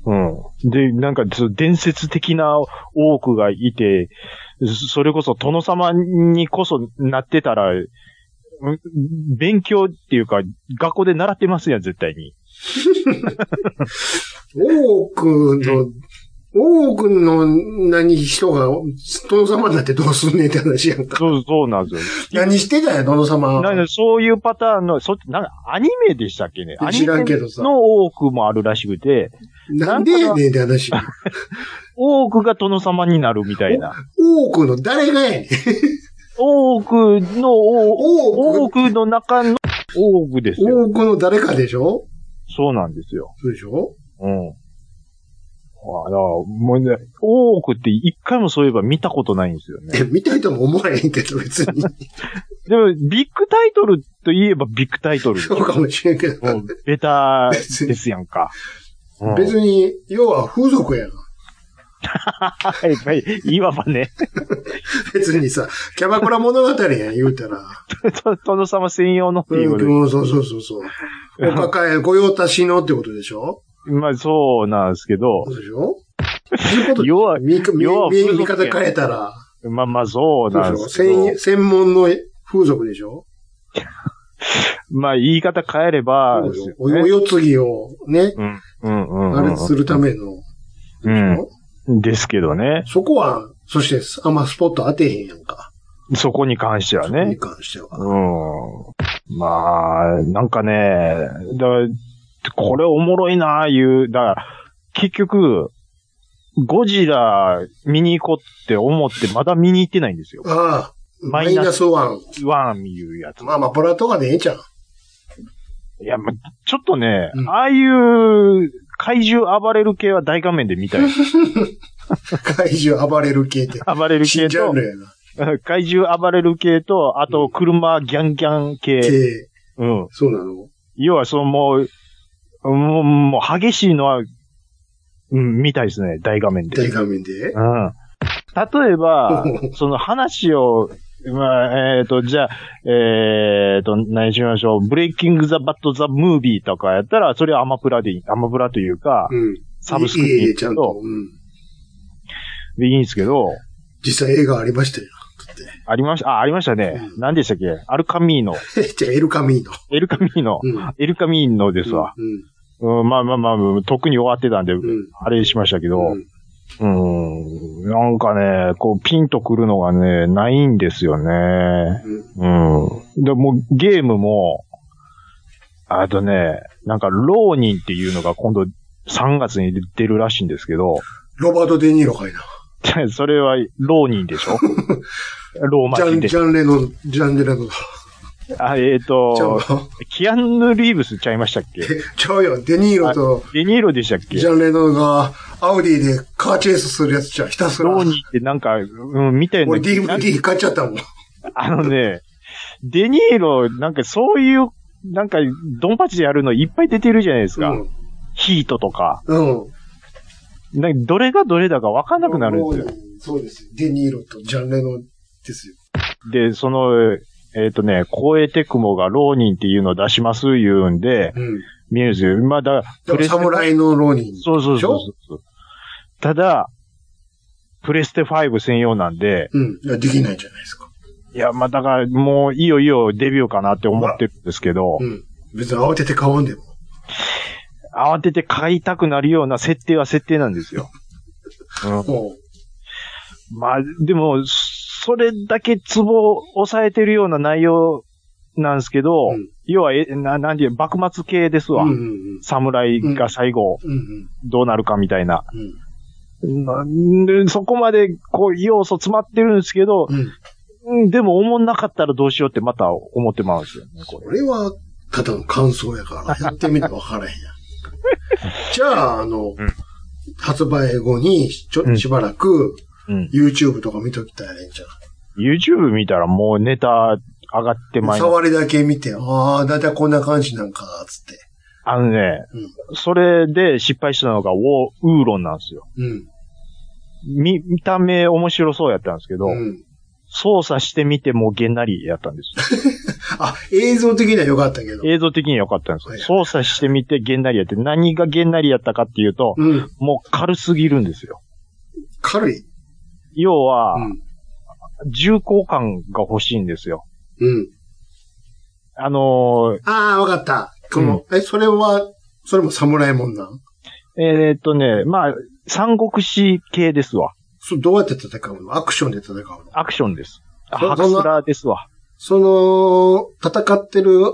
うん。で、なんか、伝説的なオークがいて、それこそ殿様にこそなってたら、勉強っていうか、学校で習ってますやん、絶対に。 オークの、オークの何人が、殿様になってどうすんねんって話やんか。 そう、そうなんですよ。 何してたんや、殿様。 なんかそういうパターンの、そ、なんかアニメでしたっけね。 知らんけどさ。 アニメのオークもあるらしくて。 なんでやねんって話。 オークが殿様になるみたいな。 オークの誰がやねん。 オークの、オークの中のオークですよ。 オークの誰かでしょ？ そうなんですよ。 そうでしょ？ うん。あだからもうね、オークって一回もそういえば見たことないんですよね。 見たいとも思わへんけど、別に。 でも、ビッグタイトルといえばビッグタイトル。 そうかもしれんけど。 もうベタですやんか。 うん、別に、要は風俗やん。 はいはい、いわばね。 別にさ、キャバクラ物語やん、言うたら。 殿様専用のっていうことで。 うん、そうそうそうそう。お抱え、御用達のってことでしょ？ まあ、そうなんですけど。 そうでしょ？そういうこと要は、 見、見、見方変えたら。 まあまあ、そうなんですけど。 専、専門の風俗でしょ？ まあ、言い方変えれば、 ね、お世継ぎをね、 うん、うん、うん。 あれするための。 うん。ですけどね。 そこは、そして、あんまスポット当てへんやんか。 そこに関してはね。 そこに関しては。 うん。まあ、なんかね、だこれおもろいなあいう、だから、結局、ゴジラ見に行こうって思ってまだ見に行ってないんですよ。 ああ。マイナスワン。 ワンいうやつ。 まあまあ、ボラとかでええじゃん。 いや、まあ、ちょっとね、 うん、 ああいう怪獣暴れる系は大画面で見たい。 怪獣暴れる系って。 暴れる系と。 ジャンルやな。 怪獣暴れる系と、あと車ギャンギャン系。 系。 うん。 そうなの？ 要はそのもう、もう、もう激しいのは、うん、見たいですね、大画面で。 大画面で？ うん。例えば、その話を、まあ、えっ、ー、と、じゃあ、えっ、ー、と、何しましょう。ブレイキング・ザ・バット・ザ・ムービーとかやったら、それはアマプラでいい。アマプラというか、 うん、 サブスクでいいんですけど、うん、でいいんですけど、 実際映画ありましたよ。 ありました、あ、ありましたね。うん、何でしたっけ？アルカミーノ。 じゃあ、エルカミーノ。 エルカミーノ。うん、エルカミーノですわ。 うんうん、まあまあまあ、特に終わってたんで、うん、あれしましたけど、うんうん、なんかね、こう、ピンとくるのがね、ないんですよね。うん。うん、でもう、ゲームも、あとね、なんか、ローニンっていうのが今度さんがつに出るらしいんですけど。 ロバート・デ・ニーロかいな。 それは、ローニンでしょローマ字で。 ジャン、ジャンレノン、ジャンレノン。 あ、えっ、ー、と、キアヌ・リーブスちゃいましたっけ？ ちゃうよ。デニーロと、 デニーロでしたっけ？ ジャン・レノンが、アウディでカーチェイスするやつじゃん、ひたすら。 ローニーってなんか、うん、見たよね。 俺 ディーブイディー 買っちゃったもん。 あのね、デニーロ、なんかそういう、なんか、ドンパチでやるのいっぱい出てるじゃないですか。うん、ヒートとか。 うん。 なんかどれがどれだかわかんなくなるんですよ。 そうですよ。デニーロとジャン・レノンですよ。 で、その、えっ、ー、とね、光栄テクモがローニンっていうのを出します言うんで、うん、見えるんですよ。まだ、 プレステ。侍のローニン。 そうそうそうそう。ただ、プレステファイブ専用なんで。 うん。いや、できないじゃないですか。 いや、まあ、だから、もう、いいよいいよ、デビューかなって思ってるんですけど。 まあ、うん。別に慌てて買わんでも。 慌てて買いたくなるような設定は設定なんですよ。うん。まあ、でも、それだけツボを抑えてるような内容なんですけど、うん、要は、え、な、なんていう、幕末系ですわ。うんうんうん、侍が最後、うんうん、どうなるかみたいな。うん、なんでそこまで、こう、要素詰まってるんですけど、うん、でも、思んなかったらどうしようってまた思ってまうんですよね、これ。 これは、ただの感想やから、やってみて分からへんやん。じゃあ、あの、うん、発売後に、ちょ、しばらく、うん、YouTube とか見ときたらいいんじゃん。 YouTube 見たらもうネタ上がってまいります。 触りだけ見て、ああ、だいたいこんな感じなんか、つって。 あのね、うん、それで失敗したのがウォー、ウーロンなんですよ。うん。見、見た目面白そうやったんですけど、うん、 操作してみてもげんなりやったんです。 あ、映像的には良かったけど。 映像的には良かったんですよ。操作してみてげんなりやって、何がげんなりやったかっていうと、うん、もう軽すぎるんですよ。軽い？要は、うん、重厚感が欲しいんですよ。うん。あのー、 ああ、わかった。この、うん、え、それは、それも侍もんなん？ えー、っとね、まあ、三国志系ですわ。 そどうやって戦うの？アクションで戦うの？ アクションです。ハクスラーですわ。 その、戦ってる、うん、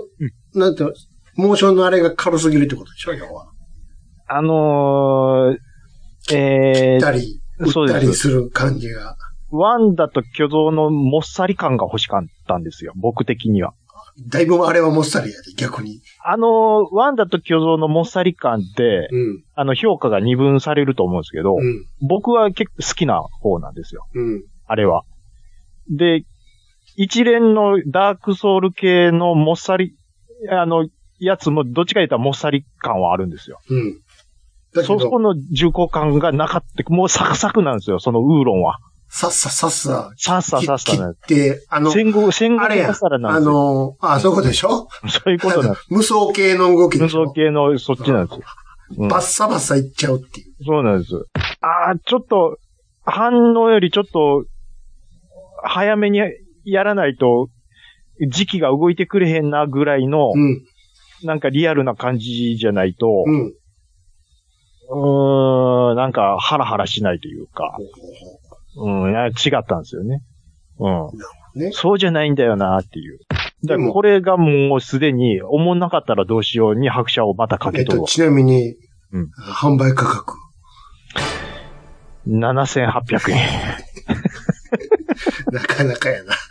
なんていうの、モーションのあれが軽すぎるってことでしょ、要は。 あのー、えー、 切ったり、打ったりする感じが。 ワンダと巨像のもっさり感が欲しかったんですよ、僕的には。 だいぶあれはもっさりやで、逆に。 あの、ワンダと巨像のもっさり感って、うん、あの、評価が二分されると思うんですけど、うん、僕は結構好きな方なんですよ。うん、あれは。で、一連のダークソウル系のもっさり、あの、やつもどっちか言ったらもっさり感はあるんですよ。うん。だけどそこの重厚感がなかった。もうサクサクなんですよ、そのウーロンは。 さっささっさ。 さっささっさ。 切って、あの、 戦後、戦後のサラなんですよ。 あの、あ、そういうことでしょ？ そういうことなんです。 無双系の動きでしょ？ 無双系のそっちなんですよ。 うん、バッサバッサいっちゃうっていう。 そうなんです。ああ、ちょっと、反応よりちょっと、早めにやらないと、時期が動いてくれへんなぐらいの、うん、なんかリアルな感じじゃないと、うん、うーん、なんかハラハラしないというか、うん、違ったんですよね。うん。ね、そうじゃないんだよなっていう。だからこれがもうすでに、思んなかったらどうしように拍車をまたかけとる。えっと、 ちなみに、うん、販売価格。 ななせんはっぴゃくえん。 なかなかやな。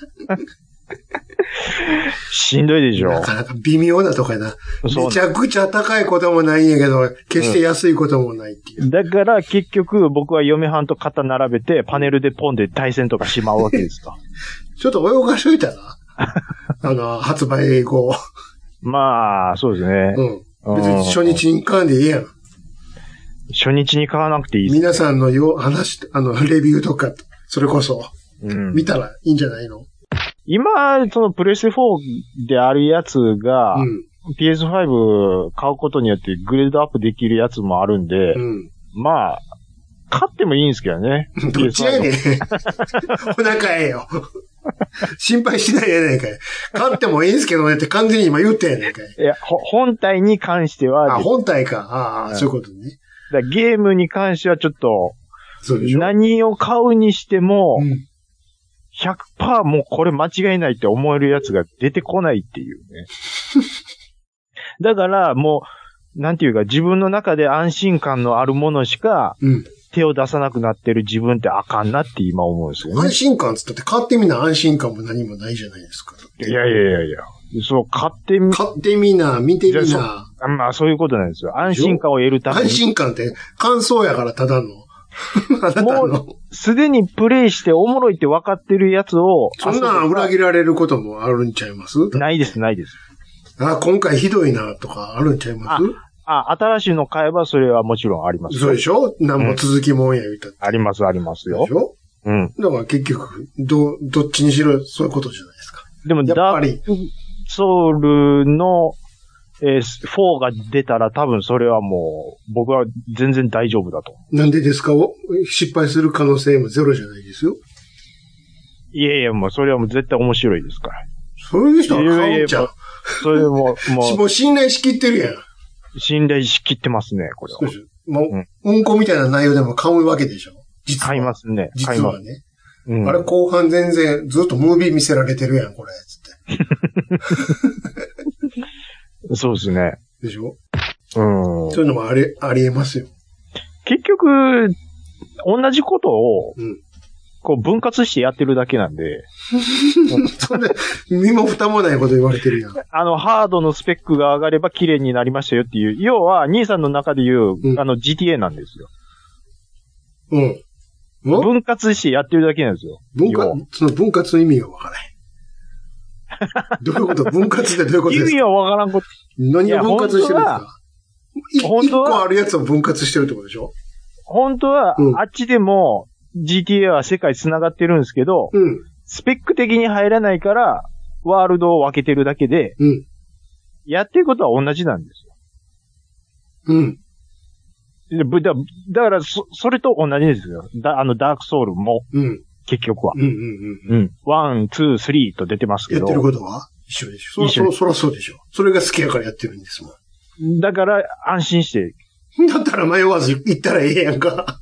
しんどいでしょ。 なかなか微妙なとこやな。めちゃくちゃ高いこともないんやけど、決して安いこともないっていう。うん、 だから結局僕は嫁はんと肩並べてパネルでポンで対戦とかしまうわけですか。 ちょっと泳がしといたらあの、発売後。 まあ、そうですね。 うん。別に初日に買わんでいいやん。 初日に買わなくていい。 皆さんのよ話、あの、レビューとか、それこそ、うん、見たらいいんじゃないの？ 今、そのプレステフォーであるやつが、うん、ピーエスファイブ 買うことによってグレードアップできるやつもあるんで、うん、まあ、買ってもいいんですけどね。 どっちやねん。お腹ええよ。心配しないやないかい。買ってもいいんすけどねって完全に今言ってやないかい。 いや、本体に関しては。 あ、本体か。ああ、うん、そういうことね。 だゲームに関してはちょっと、そうでしょ？何を買うにしても、うん、ひゃくパーセント もうこれ間違いないって思えるやつが出てこないっていうね。だからもう、なんていうか自分の中で安心感のあるものしか、手を出さなくなってる自分ってあかんなって今思うんですよね。 安心感つったって買ってみな安心感も何もないじゃないですか。 いやいやいやいや。そう、買ってみ、 買ってみな、見てみな。 まあそういうことなんですよ。安心感を得るために。 安心感って感想やからただの。 もう、すでにプレイしておもろいって分かってるやつを。 そんな裏切られることもあるんちゃいます？ ないです、ないです。 あ、今回ひどいなとかあるんちゃいます？ あ、あ新しいの買えばそれはもちろんあります。 そうでしょ？なんも続きもんや言うたって、 うん。あります、ありますよ。 でしょ？うん。だから結局、ど、どっちにしろそういうことじゃないですか。 でも、ダークソウルの、えー、フォーが出たら多分それはもう、僕は全然大丈夫だと。 なんでですか？失敗する可能性もゼロじゃないですよ。 いやいや、もうそれはもう絶対面白いですから。 そういう人は買うんちゃう。 それも、もう。 もう信頼しきってるやん。 信頼しきってますね、これは。 もう、うん、うんこみたいな内容でも買うわけでしょ。実は。 買いますね。 実はね。うん、あれ後半全然ずっとムービー見せられてるやん、これ。つって。 そうですね。 でしょ？うん。そういうのもあり、ありえますよ。 結局、同じことを、うん、こう分割してやってるだけなんで。 そんな、身も蓋もないこと言われてるやん。 あの、ハードのスペックが上がれば綺麗になりましたよっていう。要は、兄さんの中で言う、うん、あの、ジーティーエー なんですよ。うん。分割してやってるだけなんですよ。 分割、その分割の意味がわからない。どういうこと分割ってどういうことですか？ 意味はわからんこと。 何を分割してるんですか？一個あるやつを分割してるってことでしょ？ 本当は、うん、あっちでも ジーティーエー は世界繋がってるんですけど、うん、 スペック的に入らないから、ワールドを分けてるだけで、 うん。 やってることは同じなんですよ。 うん。 だ, だからそ、それと同じですよ。だあの、ダークソウルも、うん、結局は。 うんうんうん。うん。 ワン、ツー、スリーと出てますけど。 やってることは一緒でしょ。一緒そ、そらそうでしょ。それが好きやからやってるんですもん。だから、安心して。 だったら迷わず行ったらええやんか。 だから、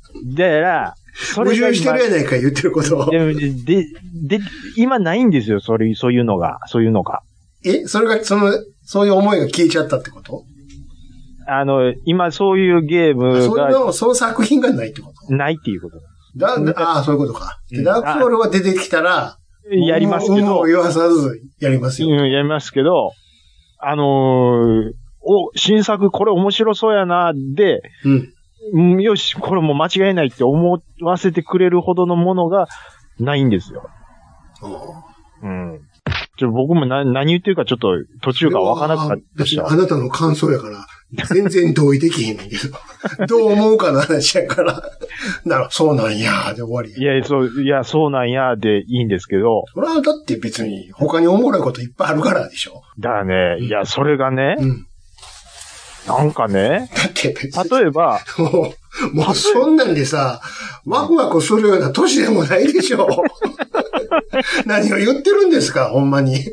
それ矛盾してるやないか言ってることは。 で、で、で、今ないんですよ、それ、そういうのが、そういうのが。 えそれが、その、そういう思いが消えちゃったってこと？ あの、今そういうゲームが。 そういうの、その作品がないってこと？ ないっていうこと。 だ、ああ、そういうことか。で、ダークソウルは出てきたら、 やりますけど。 もう言わさずやりますよ。 うん、やりますけど、あのー、お、新作これ面白そうやな、で、うん、よし、これもう間違いないって思わせてくれるほどのものがないんですよ。うん。ちょ僕もな何言ってるかちょっと途中からわからなかったし。 あなたの感想やから、全然同意できへんねんけど。どう思うかの話やから。なるそうなんや、で終わりや。いや、そう、いや、そうなんや、でいいんですけど。 それはだって別に他におもろいこといっぱいあるからでしょ。 だからね、うん、いや、それがね、うん、なんかね、 だって別に例えば、 もう、もうそんなんでさ、ワクワクするような年でもないでしょ。何を言ってるんですか、ほんまに。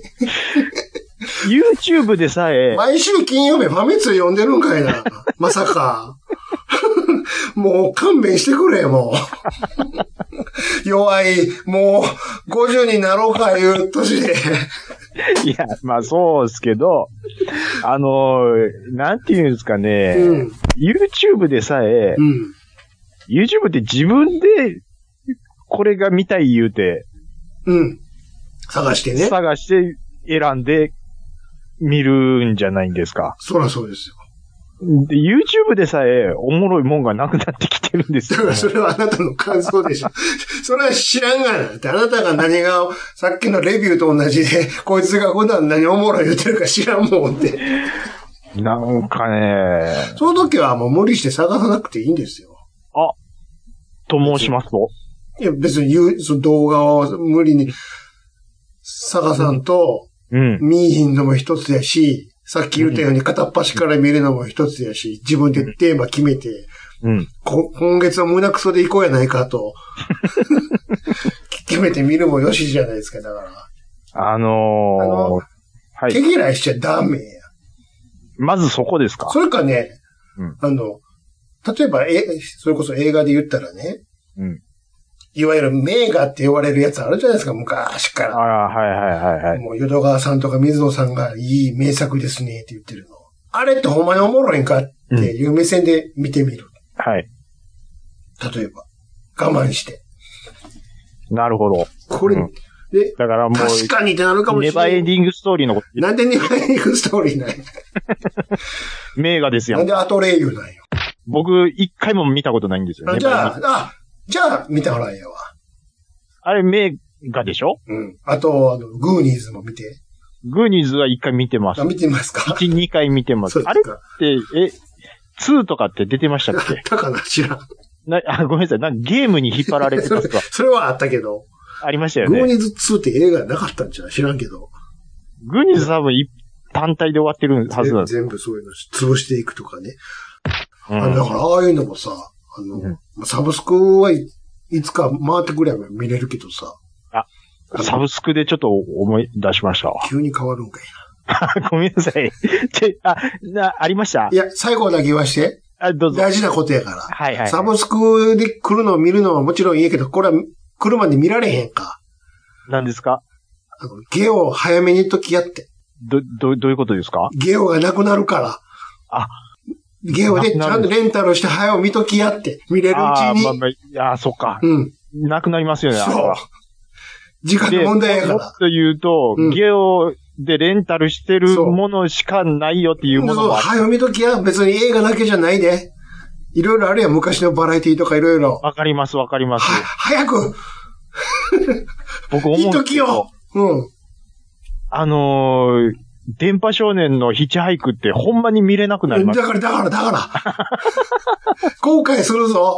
YouTube でさえ。 毎週金曜日ファミ通読んでるんかいな。まさか。もう勘弁してくれ、もう。弱い、もう、ごじゅうになろうかいう年で。 いや、まあそうですけど、あの、なんていうんですかね、うん、YouTube でさえ、うん、YouTube って自分でこれが見たい言うて、 うん。探してね。 探して選んで見るんじゃないんですか。 そらそうですよ。 で、YouTube でさえおもろいもんがなくなってきてるんですよ、 ね。だからそれはあなたの感想でしょ。それは知らんがなって。あなたが何が、さっきのレビューと同じで、こいつが普段何おもろい言ってるか知らんもんって。 なんかね。 その時はもう無理して探さなくていいんですよ。 あ、と申しますと？ いや、別に言う、その動画を無理に探さんと、うん、見えひんのも一つやし、さっき言ったように片っ端から見るのも一つやし、自分でテーマ決めて、うん、こ今月は胸クソで行こうやないかと、決めて見るもよしじゃないですか、だから。 あのー、あの、 はい。毛嫌いしちゃダメや。 まずそこですか。 それかね、うん、あの、例えば、え、それこそ映画で言ったらね、うん、いわゆる名画って言われるやつあるじゃないですか、昔から。 ああ、はいはいはいはい。 もう、淀川さんとか水野さんがいい名作ですねって言ってるの。あれってほんまにおもろいんかっていう目線で見てみる。 うん、はい。 例えば、我慢して。 なるほど。 これ、うん、で、 だからもう、 確かにってなるかもしれない。 ネバーエンディングストーリーのこと。 なんでネバーエンディングストーリーない名画ですよ。 なんでアトレイユなんよ。 僕、一回も見たことないんですよ。 あじゃあ、あ、じゃあ、見たほらんやわ。 あれ、名画でしょ？ うん。あと、あの、グーニーズも見て。 グーニーズは一回見てます。 あ、見てますか？ 一、二回見てます。あれって、え、ツーとかって出てましたっけ？ だかな、知らん。 なあ、ごめんなさい。なんかゲームに引っ張られてたか。 それはあったけど。 ありましたよね。 グーニーズツーって映画なかったんじゃ知らんけど。 グーニーズ多分単体で終わってるはずなんです。 全部そういうの潰していくとかね。うん、あだから、ああいうのもさ、あの、うん、サブスクはいいつか回ってくれば見れるけどさ。 あ、サブスクでちょっと思い出しましたわ。 急に変わるんかいな。ごめんなさい。ちあ、な、ありました？ いや、最後だけ言わして。 あ、どうぞ。 大事なことやから。 はいはい、はい。 サブスクで来るのを見るのはもちろんいいけど、これは来るまで見られへんか。 何ですか？ あの、ゲオを早めにときやって。 ど、ど、どういうことですか？ ゲオがなくなるから。 あ、 ゲオでちゃんとレンタルして早を見ときやって。見れるうちに。ああ、まあまあ、いや、そっか。 うん。 なくなりますよね。 そう。時間の問題やから。 もっと言うと、うん、ゲオでレンタルしてるものしかないよっていうものもある。 そう、早見ときや。別に映画だけじゃないで。いろいろあるやん。昔のバラエティとかいろいろ。 わかります、わかります。 は、早く僕思うんですけど。いいときよ。 うん。 あのー、電波少年のヒッチハイクってほんまに見れなくなります。 だから、だから、だから。後悔するぞ。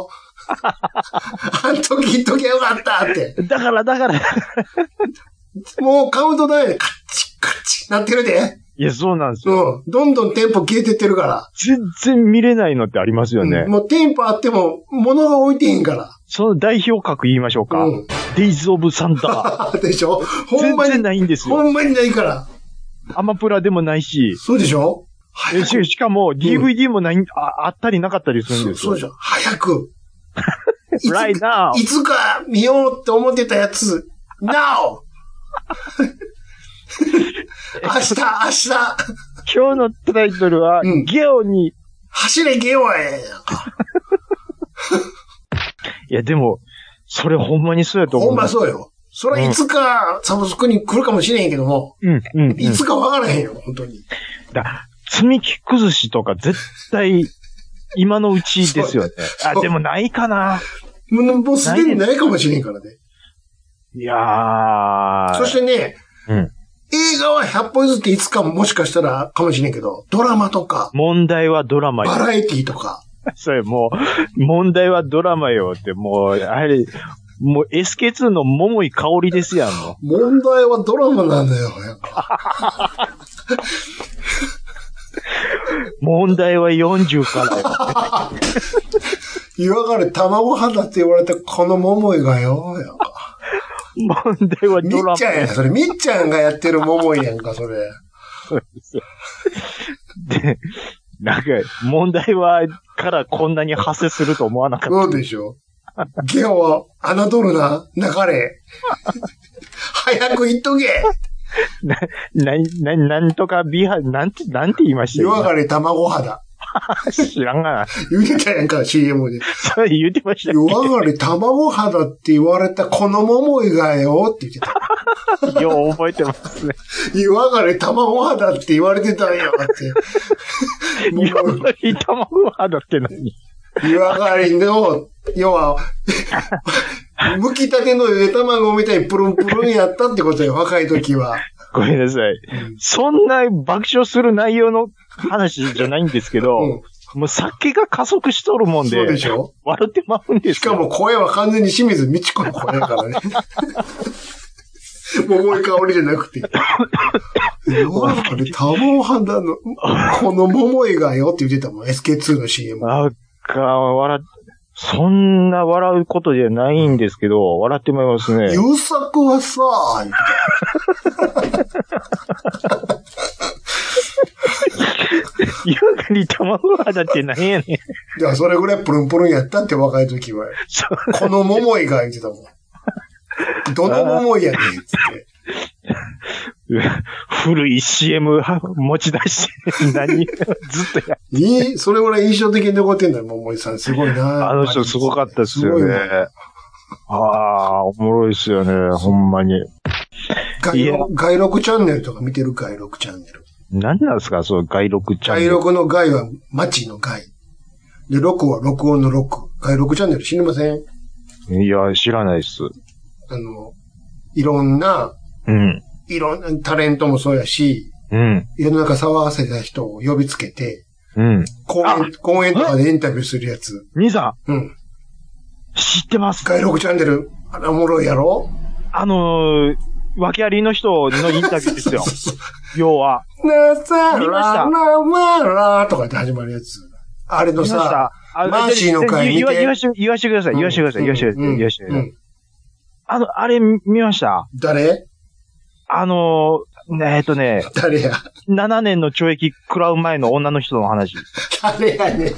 あの時言っときゃよかったって。 だから、だから。 もうカウントダウンでカッチカッチなってるで。 いや、そうなんですよ。 うん。どんどんテンポ消えてってるから。 全然見れないのってありますよね。 うん、もうテンポあっても、物が置いてへんから。 その代表格言いましょうか。うん、デイズ・オブ・サンダー。 でしょほんまに。 全然ないんですよ。 ほんまにないから。 アマプラでもないし。 そうでしょし, しかも ディーブイディー もない、うん、あ、あったりなかったりするんですよ。 そうでしょ早く。 right now. いつか見ようって思ってたやつ。now! 明日、明日。 今日のタイトルは、うん、ゲオに。 走れゲオへ。 いや、でも、それほんまにそうやと思う。 ほんまそうよ。それいつかサブスクに来るかもしれへんけども。 うん、うん、うん。 いつかわからへんよ、本当に。 だ積み木崩しとか絶対、今のうちですよね。あ、でもないかな。 もうすでにないかもしれんからね。 いやー。 そしてね、 うん、 映画はひゃっぽ譲っていつかもしかしたらかもしれんけど、ドラマとか。 問題はドラマよ。 バラエティとか。 それもう、問題はドラマよって、もう、あれ、もう エスケーツー の桃井香りですやんの。 問題はドラマなんだよ。 問題はよんじゅうからよ。 言わがれ卵肌って言われたこの桃井がよ。 問題はドラマ。 みっちゃんやん。それみっちゃんがやってる桃井やんか、それ。 そうですよ。で、なんか、問題はからこんなに発生すると思わなかった。 そうでしょ。ゲオは侮るな、流れ。早く言っとけ。 な、な、な、なんとかビハ、なんて、なんて言いましたよ。 湯上がれ卵肌。 知らんがな。 言ってたやんか、シーエム で。 それ言ってましたよ。湯上がれ卵肌って言われたこの桃井がよって言ってた。よう覚えてますね。 湯上がれ卵肌って言われてたんやって。 湯上がれ卵肌って何？ 湯上がりの、要は、剥きたてのゆで卵みたいにプルンプルンやったってことよ、若い時は。 ごめんなさい。うん、そんな爆笑する内容の話じゃないんですけど、うん、もう酒が加速しとるもんで、 そうでしょ？ 笑ってまうんですよ。 しかも声は完全に清水美智子の声だからね。桃井香りじゃなくて。うわ、あれ、卵肌の、この桃井がよって言ってたもん、エスケーツー の シーエム。 あか、笑っ、そんな笑うことじゃないんですけど、笑ってもらいますね。 優作はさ、 湯上がり卵肌って何やねん。いや、それぐらいプルンプルンやったって若い時は。この桃井が言ってたもん。どの桃井やねん、つって。 古い シーエム 持ち出して、何ずっとやいい、それぐらい印象的に残ってんだよ、桃井さん。すごいな。 あの人すごかったですよね。ああ、おもろいですよね、ほんまに。 外録、外録チャンネルとか見てる外録チャンネル。 何なんですか、そう、外録チャンネル。 外録の外は街の外。で、録は録音の録。外録チャンネル知りません？ いや、知らないです。 あの、いろんな、 うん。 いろんなタレントもそうやし、 うん。 世の中騒がせた人を呼びつけて、 うん。 公演、公演とかでインタビューするやつ。 兄さん。うん。 知ってます。 外録チャンネル、あれおもろいやろ？ あのー、訳ありの人のインタビューですよ。そうそうそう要は。 なさらなまらとかって始まるやつ。あれのさ、マーシーの会見て。 言わして、言わしてください、言わしてください、言わしてください、言わしてください。あの、あれ見ました？ 誰？ あのー、えっとね。 誰や？ ななねんの懲役食らう前の女の人の話。 誰やねん。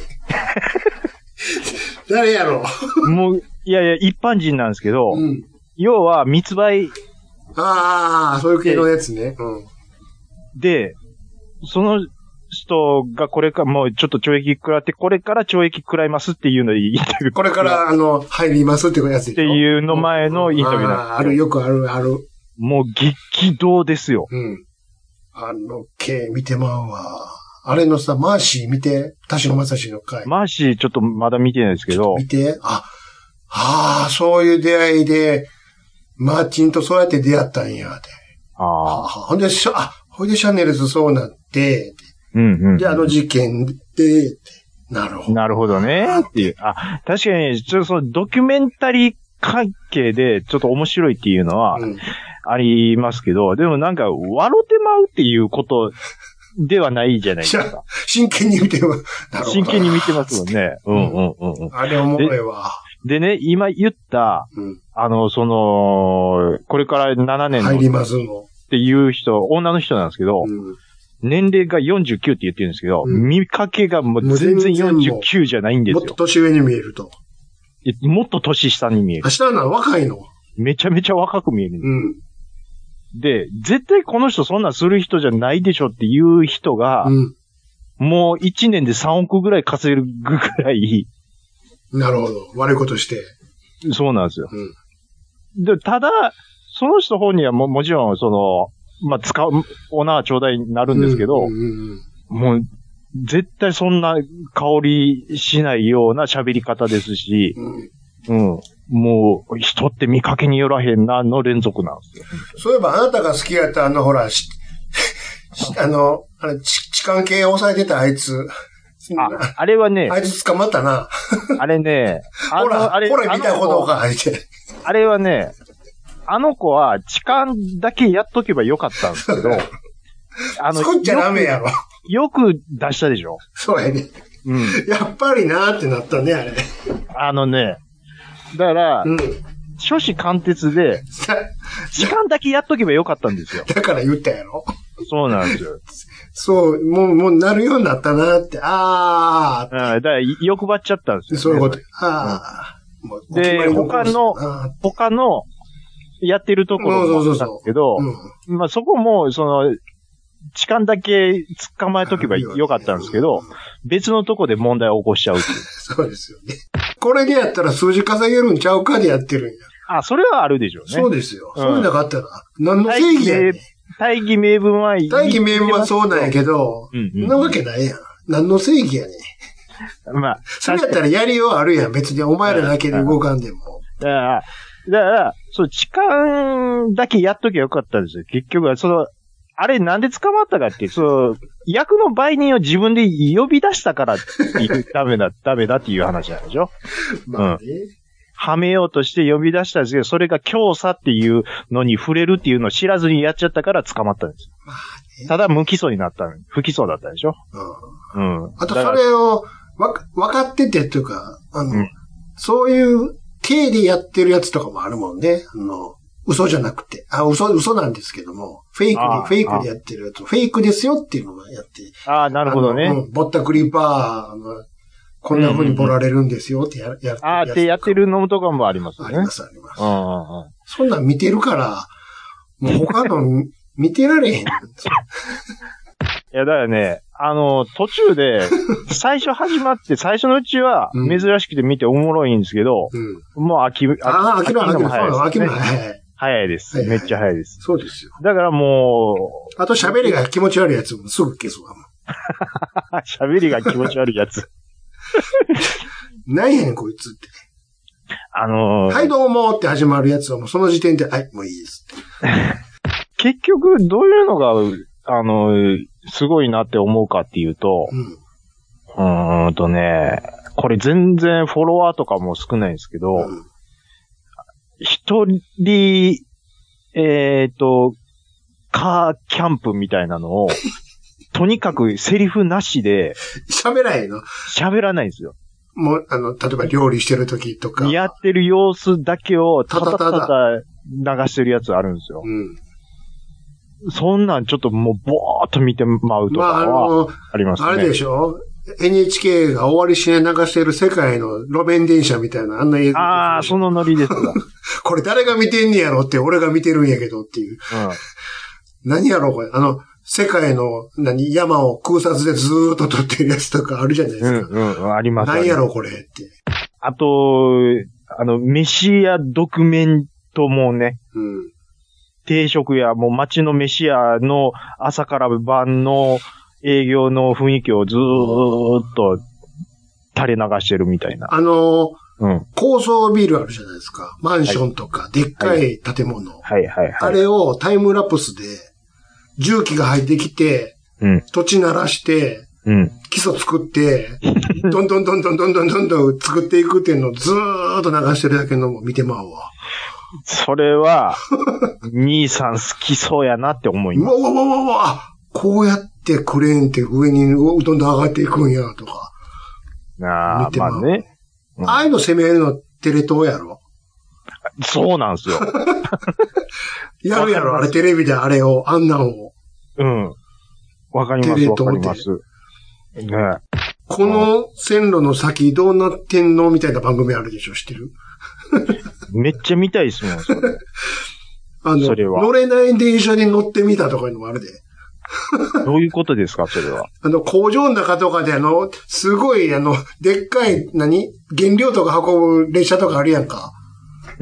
誰やろ？ もう、いやいや、一般人なんですけど、うん、要は密売。 ああ、そういう系のやつね。うん。 で、その人がこれからもうちょっと懲役食らって、これから懲役食らいますっていうのでインタビュー。 これからあの、入りますっていうやつでしょっていうの前のインタビューなんですよ。 ああ、ある、よくある、ある。 もう激動ですよ。 うん。あの系見てまうわ。あれのさ、マーシー見て、田代正史の回。 マーシーちょっとまだ見てないですけど。 見て、あ、ああ、そういう出会いで、マーチンとそうやって出会ったんや、って。 ああ。 ほんで、あ、ほんでシャネルズそうなって、 うんうん。 で、あの事件で、 なるほど。 なるほどね。っていう。あ、確かに、ちょっとそのドキュメンタリー関係でちょっと面白いっていうのはありますけど、うん、でもなんか笑ってまうっていうことではないじゃないですか。 真剣に見てます。 真剣に見てますもんね。うんうんうんうん。 あれおもろいわ。 でね、今言った、うん、あの、その、これからななねんの。 入りますの。 っていう人、女の人なんですけど、うん、年齢がよんじゅうきゅうって言ってるんですけど、うん、見かけがもう全然よんじゅうきゅうじゃないんですよ。 もっと年上に見えると。 もっと年下に見える。 下なの若いの？ めちゃめちゃ若く見える。 うん。 で、絶対この人そんなんする人じゃないでしょっていう人が、うん、もういちねんでさんおくぐらい稼ぐぐらい。 なるほど。悪いことして。 そうなんですよ。うん、で、ただ、その人本人はも、もちろん、その、まあ、使う、おなはちょうだいになるんですけど、うんうんうんうん、もう、絶対そんな香りしないような喋り方ですし、うん、うん。もう、人って見かけによらへんなの連続なんですよ。 そういえば、あなたが好きやったあの、ほら、しあの、あれ、痴漢系を抑えてたあいつ。 あ、あれはね。 あいつ捕まったな。 あれね。 あほら、あれほら見たことか、あいつ。 あれはね、あの子は痴漢だけやっとけばよかったんですけど、 あの、作っちゃダメやろ。 よく出したでしょ？ そうやね。うん。やっぱりなーってなったね、あれ。 あのね、だから、うん、初子貫徹で、痴漢だけやっとけばよかったんですよ。 だから言ったやろ。 そうなんですよ。 そう、もう、もうなるようになったなーって、あーって。 あだから欲張っちゃったんですよ、ね。 そういうこと。あー。うん、で、他の、他の、やってるところもあったんですけど、うん、まあそこも、その、痴漢だけ捕まえとけばよかったんですけど、別のとこで問題を起こしちゃうっていう。 そうですよね。これでやったら数字稼げるんちゃうかでやってるんや。 あ、それはあるでしょうね。 そうですよ。うん、そういうなかったら、何の正義やねん。 大義名分は、 大義名分はそうなんやけど、うんうん、そんなわけないやん。何の正義やねん。まあ。それやったらやりようあるやん。別にお前らだけで動かんでも。 だから、だから、そう、痴漢だけやっときゃよかったんですよ。結局は、その、あれなんで捕まったかって、そう、役の売人を自分で呼び出したからっていう、ダメだ、ダメだっていう話なんでしょ？まあね。うん。はめようとして呼び出したんですけど、それが教唆っていうのに触れるっていうのを知らずにやっちゃったから捕まったんですよ。まあね。ただ無起訴になった、不起訴だったでしょ？うん。うん。 あとそれを、わ、分かっててっていうか、あの、うん、そういう体でやってるやつとかもあるもんね。あの、嘘じゃなくて。あ、嘘、嘘なんですけども、フェイクで、フェイクでやってるやつ、フェイクですよっていうのをやって。 ああ、なるほどね。 うん、ぼったくりバー、あの、こんな風にボられるんですよってや、やってる。 ああ、ってやってるのとかもありますね。 あります、あります。うんうんうん。そんなん見てるから、もう他の見てられへん。いや、だからね、あの、途中で、最初始まって、最初のうちは、珍しくて見ておもろいんですけど、うん、もう飽き、飽き、 ああ、飽きる、飽きる、飽きる、早い。 早いです。めっちゃ早いです。 そうですよ。 だからもう、あと喋りが気持ち悪いやつもすぐ消すわ。 喋りが気持ち悪いやつ。 何やねん、こいつって。 あのー、 はい、どうもって始まるやつはもうその時点で、はい、もういいですって。 結局、どういうのが、あのー、すごいなって思うかっていうと、うん、うーんとね、これ全然フォロワーとかも少ないんですけど、一、うん、人、えっ、ー、と、カーキャンプみたいなのを、とにかくセリフなしで、 喋らないの？喋らないんですよ。 もう、あの、例えば料理してる時とか。 やってる様子だけをただただ流してるやつあるんですよ。うん。そんなんちょっともうぼーっと見てまうとかはありますね。まあ、あの、 あれでしょ？ エヌエイチケー が終わりしない流してる世界の路面電車みたいな、あんな映像。 ああ、そのノリですわ。 これ誰が見てんねやろって、俺が見てるんやけどっていう。うん、何やろこれ。あの、世界の、何、山を空撮でずーっと撮ってるやつとかあるじゃないですか。うんうん、あります。何やろこれって。 あと、あの、飯屋ドキュメントもね。うん。定食屋、もう街の飯屋の朝から晩の営業の雰囲気をずーっと垂れ流してるみたいな。 あの、うん、高層ビルあるじゃないですか。マンションとか、はい、でっかい建物。はいはいはい。あれをタイムラプスで、重機が入ってきて、うん、土地鳴らして、 うん。 基礎作って、どんどんどんどんどんどんどんどん作っていくっていうのをずーっと流してるだけのも見てまうわ。 それは、兄さん好きそうやなって思います。 うわわわわわこうやってクレーンって上にどんどん上がっていくんや、とか。 ああ、まあね。 うん、ああいうの攻めるのテレ東やろ？ そうなんですよ。 やるやろ、あれテレビであれを、あんなんを。 うん。わかります、わかります。ね、 この線路の先どうなってんのみたいな番組あるでしょ、知ってる？ めっちゃ見たいですもん、それ。 あの、それは乗れない電車に乗ってみたとかいうのもあるで。 どういうことですか、それは。 あの、工場の中とかであの、すごいあの、でっかい、何原料とか運ぶ列車とかあるやんか。 うん。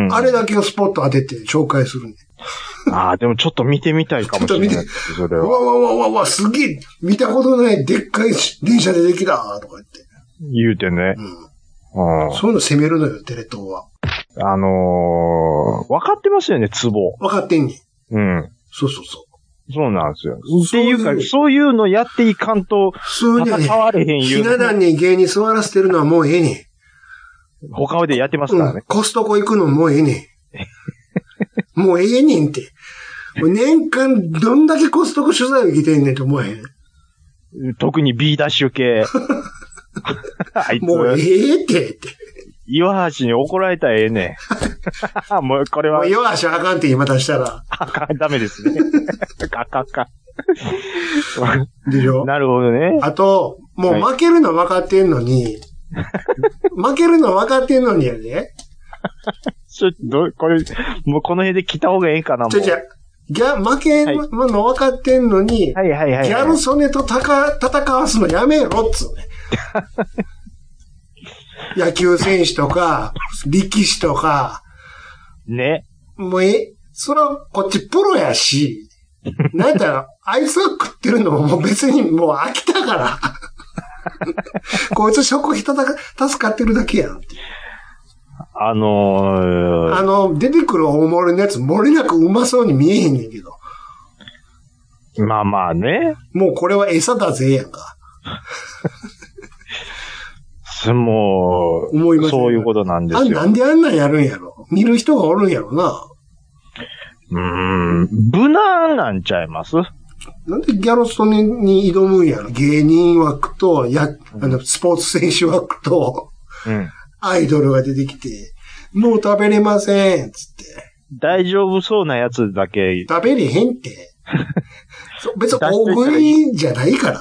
あれだけをスポット当てて紹介するね。 ああ、でもちょっと見てみたいかもしれない。ちょっと見て。 それは。うわわわわわ、すげえ、見たことないでっかい電車でできたとか言って。 言うてね。 うん。そういうの攻めるのよ、テレ東は。 あのー、分かってますよね、ツボ。 分かってんねん。うん。 そうそうそう。 そうなんですよ。っていうか、そういうのやっていかんと、戦われへん言う。 ひな壇に芸人座らせてるのはもうええねん。他でやってますからね。 うん、コストコ行くのもうええねん。もうええねんって。年間どんだけコストコ取材を受けてんねんと思わへん。 特に B ダッシュ系。あいつ。 もうええって、って。 岩橋に怒られたらええねん。もうこれは。 もう岩橋あかんって今出したら。 あかん、ダメですね。あかんかん。 でしょ？ なるほどね。 あと、もう負けるの分かってんのに、はい、負けるの分かってんのにやで。 ちょっと、ど、これ、もうこの辺で来た方がええかな、もう。 ちょちょ、ギャ、負けるの分かってんのに、 はいはいはいはい、 ギャル曽根とたか戦わすのやめろっつうね。野球選手とか、力士とか。 ね。 もうえ、そら、こっちプロやし、なんだろ、あいつが食ってるのももう別にもう飽きたから。こいつ食費たた助かってるだけやん。 あのー、 あの、出てくる大盛りのやつ、漏れなくうまそうに見えへんねんけど。 まあまあね。 もうこれは餌だぜやんか。 もう、思いますね、そういうことなんですよ。 あ、なんであんなんやるんやろ。見る人がおるんやろな。 うーん、無難なんちゃいます？ なんでギャル曽根に挑むんやろ。芸人枠と、や、あの、スポーツ選手枠と、うん、アイドルが出てきて、もう食べれません、つって。 大丈夫そうなやつだけ。 食べれへんって。別に大食いじゃないから。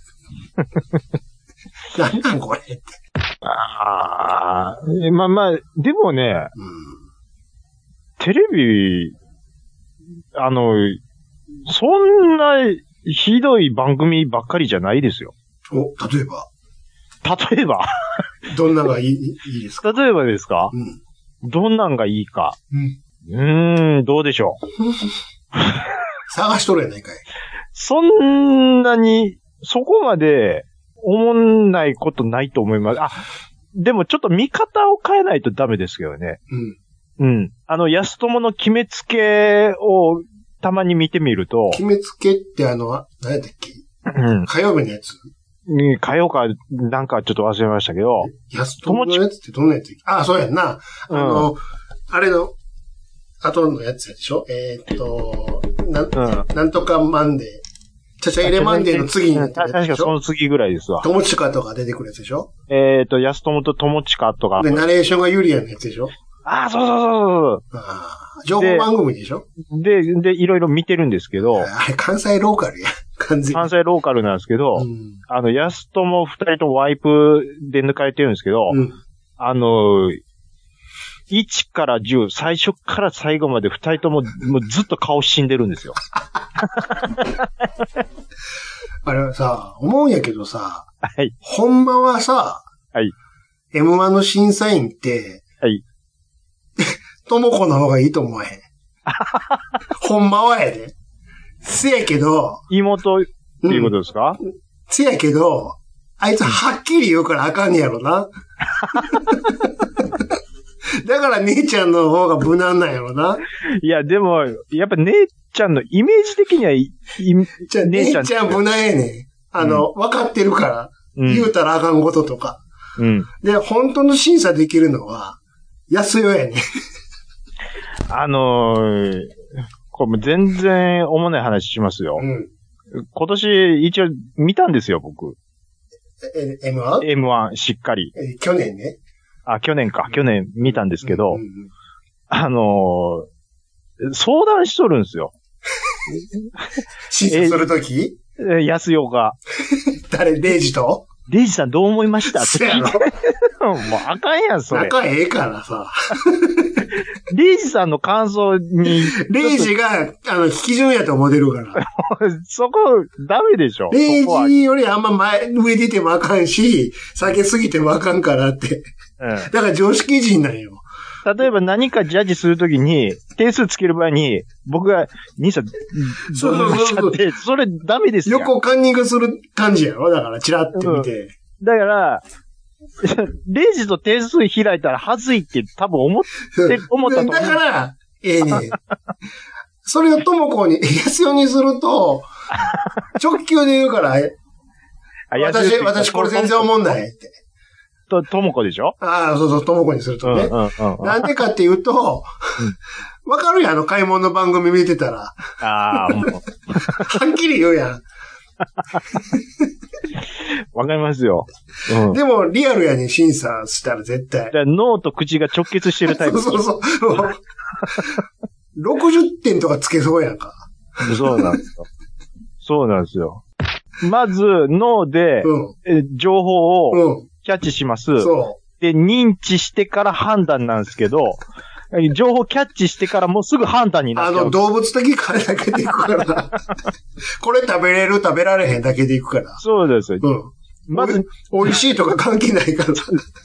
なんなんこれって。 ああ、まあまあ、でもね、うん、テレビ、あの、そんなひどい番組ばっかりじゃないですよ。 お、例えば例えばどんなんがいい、いいですか？ 例えばですか？うん。どんなんがいいか。うん。うーん、どうでしょう。 探しとるやないかい。 そんなに、そこまで、思んないことないと思います。あ、でもちょっと見方を変えないとダメですけどね。うん。うん。あの、安友の決めつけをたまに見てみると。 決めつけってあの、何やったっけ？うん。火曜日のやつ？ 火曜か、なんかちょっと忘れましたけど。 安友のやつってどんなやつ？あ、そうやんな。あの、うん、あれの、後のやつやでしょ？えー、っと、なん、うん、なんとかマンデー。ちゃちゃ入れマンデーの次に。 確かその次ぐらいですわ。 友近とか出てくるやつでしょ？ えっと、安友と友近とか。 で、ナレーションがユリアのやつでしょ？ ああ、そうそうそうそう。 あ情報番組でしょ？ で、で、でいろいろ見てるんですけど。 あれ、関西ローカルや。完全に。 関西ローカルなんですけど、うん、あの、安友二人ともワイプで抜かれてるんですけど、うん、あの、いちからじゅう、最初から最後まで二人とも、もうずっと顔死んでるんですよ。 あれはさ、思うんやけどさ、 はい。 ほんまはさ、 はい。 エムワン の審査員って、 はい。 ともこの方がいいと思わへん。ほんまはやで。せやけど、 妹っていうことですか？うん、 せやけど、あいつはっきり言うからあかんねやろな。だから姉ちゃんの方が無難なんやろな。 いや、でも、やっぱ姉ちゃんのイメージ的には、いじゃあ姉ちゃん無難やねん。 あの、分かってるから、うん、言うたらあかんこととか。 うん。 で、本当の審査できるのは、安代やね。 あのー、これも全然おもない話しますよ。うん。今年一応見たんですよ、僕。 え、エムワン？ エムワン しっかり。 え、去年ね。 あ、去年か。去年見たんですけど、うんうんうん、あのー、相談しとるんですよ。 審査するとき？ え、安代が。 誰、レイジと？ レイジさんどう思いましたって。もうあかんやん、それ。 仲ええからさ。 レイジさんの感想に。 レイジが、あの、引き順やと思ってるから。 そこ、ダメでしょ。 レイジよりあんま前、上出てもあかんし、下げすぎてもあかんからって。うん、だから常識人なんよ。 例えば何かジャッジするときに、点数つける場合に、僕が、兄さん、 そうそうそうそう。 それダメですよ。 横カンニングする感じやろだから、チラッて見て。うん、 だから、レイジと点数開いたらはずいって多分思って、思ったと思う。 だから、ええー、ね。それをともこに、安代にすると、直球で言うから、私、私これ全然思んないって。 と、ともこでしょ？ ああ、そうそう、ともこにするとね。うんうんうんうん、なんでかっていうと、わ、うん、かるやん、あの買い物の番組見てたら。 ああ、もう。はっきり言うやん。 わかりますよ。 うん、でも、リアルやね、審査したら絶対。 だ脳と口が直結してるタイプ。 そうそうそう。ろくじゅってんとかつけそうやんか。 そうなんですよ。そうなんですよ。まず、脳で、うん、情報をキャッチします。うん、そう。で、認知してから判断なんですけど、情報キャッチしてからもうすぐ判断になっちゃう。 あの、動物的感だけでいくから。これ食べれる食べられへんだけでいくから。 そうですよ。 うん。まず、美味しいとか関係ないから。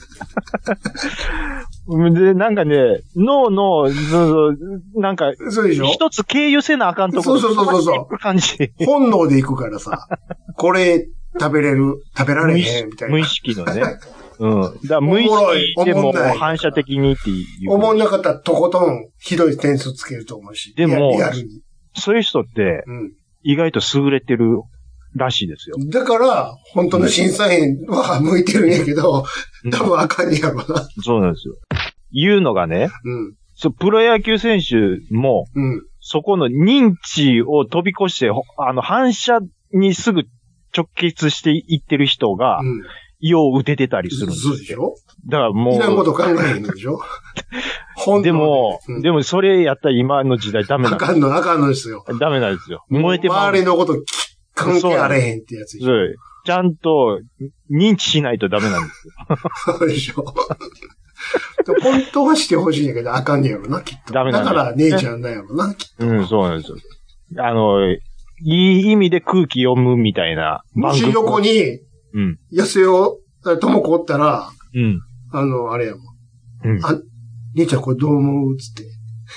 で、なんかね、脳の、なんか、 そうでしょ？ 一つ経由せなあかんところ。 そうそうそうそう。 感じ。 本能でいくからさ。これ食べれる、食べられへんみたいな。 無意識のね。うん。だから無意識でも反射的にっていう。 思んなかったらとことんひどい点数つけると思うし。 でも、そういう人って、意外と優れてるらしいですよ。 だから、本当の審査員は向いてるんやけど、うん、多分あかんやろな。 そうなんですよ。言うのがね、うん、そうプロ野球選手も、うん、そこの認知を飛び越して、あの、反射にすぐ直結していってる人が、うんよう打ててたりするんですよ。 そうでしょ？ だからもう。 いらんこと考えへんのでしょ？本当でも、うん、でもそれやったら今の時代ダメなんですよ。あかんの、あかんのですよ。 ダメなんですよ。燃えて周りのこと関係あれへんってやつでしょ。 ちゃんと認知しないとダメなんですよ。 そうでしょ。本当はしてほしいんやけど、あかんねやろな、きっと。ダメなんだ。だから姉ちゃんだやろな、きっと。 うん、そうなんですよ。あの、いい意味で空気読むみたいな。 もし横に、うん。安代、ともこおったら、うん。あの、あれやもん。うん。あ、兄ちゃんこれどう思うつって。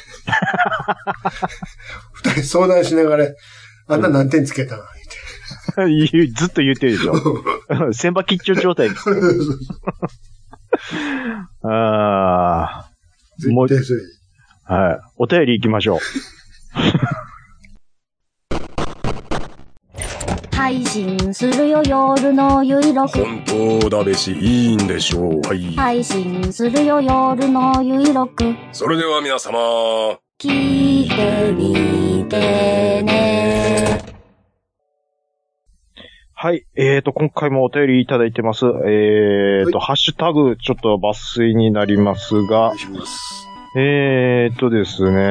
二人相談しながら、あんな何点つけたの言ってずっと言ってるでしょ。千葉吉兆状態。ああ。 絶対それ。 はい。お便り行きましょう。 配信するよ夜のゆいろく本当だべしいいんでしょうはい配信するよ夜のゆいろくそれでは皆様聞いてみてねはい。えーと、今回もお便りいただいてます。えーと、はい、ハッシュタグ、ちょっと抜粋になりますが。お願いします。えーとですね、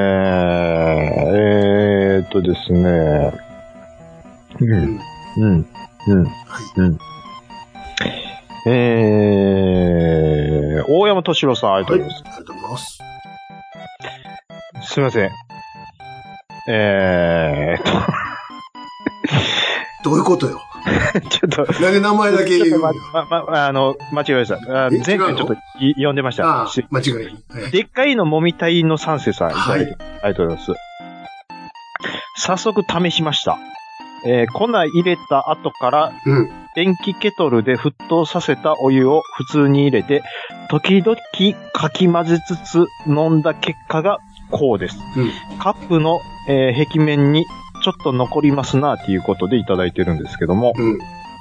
えーとですね、うん。うんうん。うん。はい。うん。えー、大山敏郎さん、ありがとうございます。 はい、ありがとうございます。 すいません。えーと。 どういうことよ。 ちょっと。 なんで名前だけ言うのま、ま、ま、あの、間違えました。前回ちょっと読んでました。 ああ、間違いない。 はい、でっかいのもみたいの三世さん、いただいて、はい、ありがとうございます。早速試しました。えー、粉入れた後から、うん、電気ケトルで沸騰させたお湯を普通に入れて、時々かき混ぜつつ飲んだ結果がこうです。うん、カップの、えー、壁面にちょっと残りますな、ということでいただいてるんですけども、うん、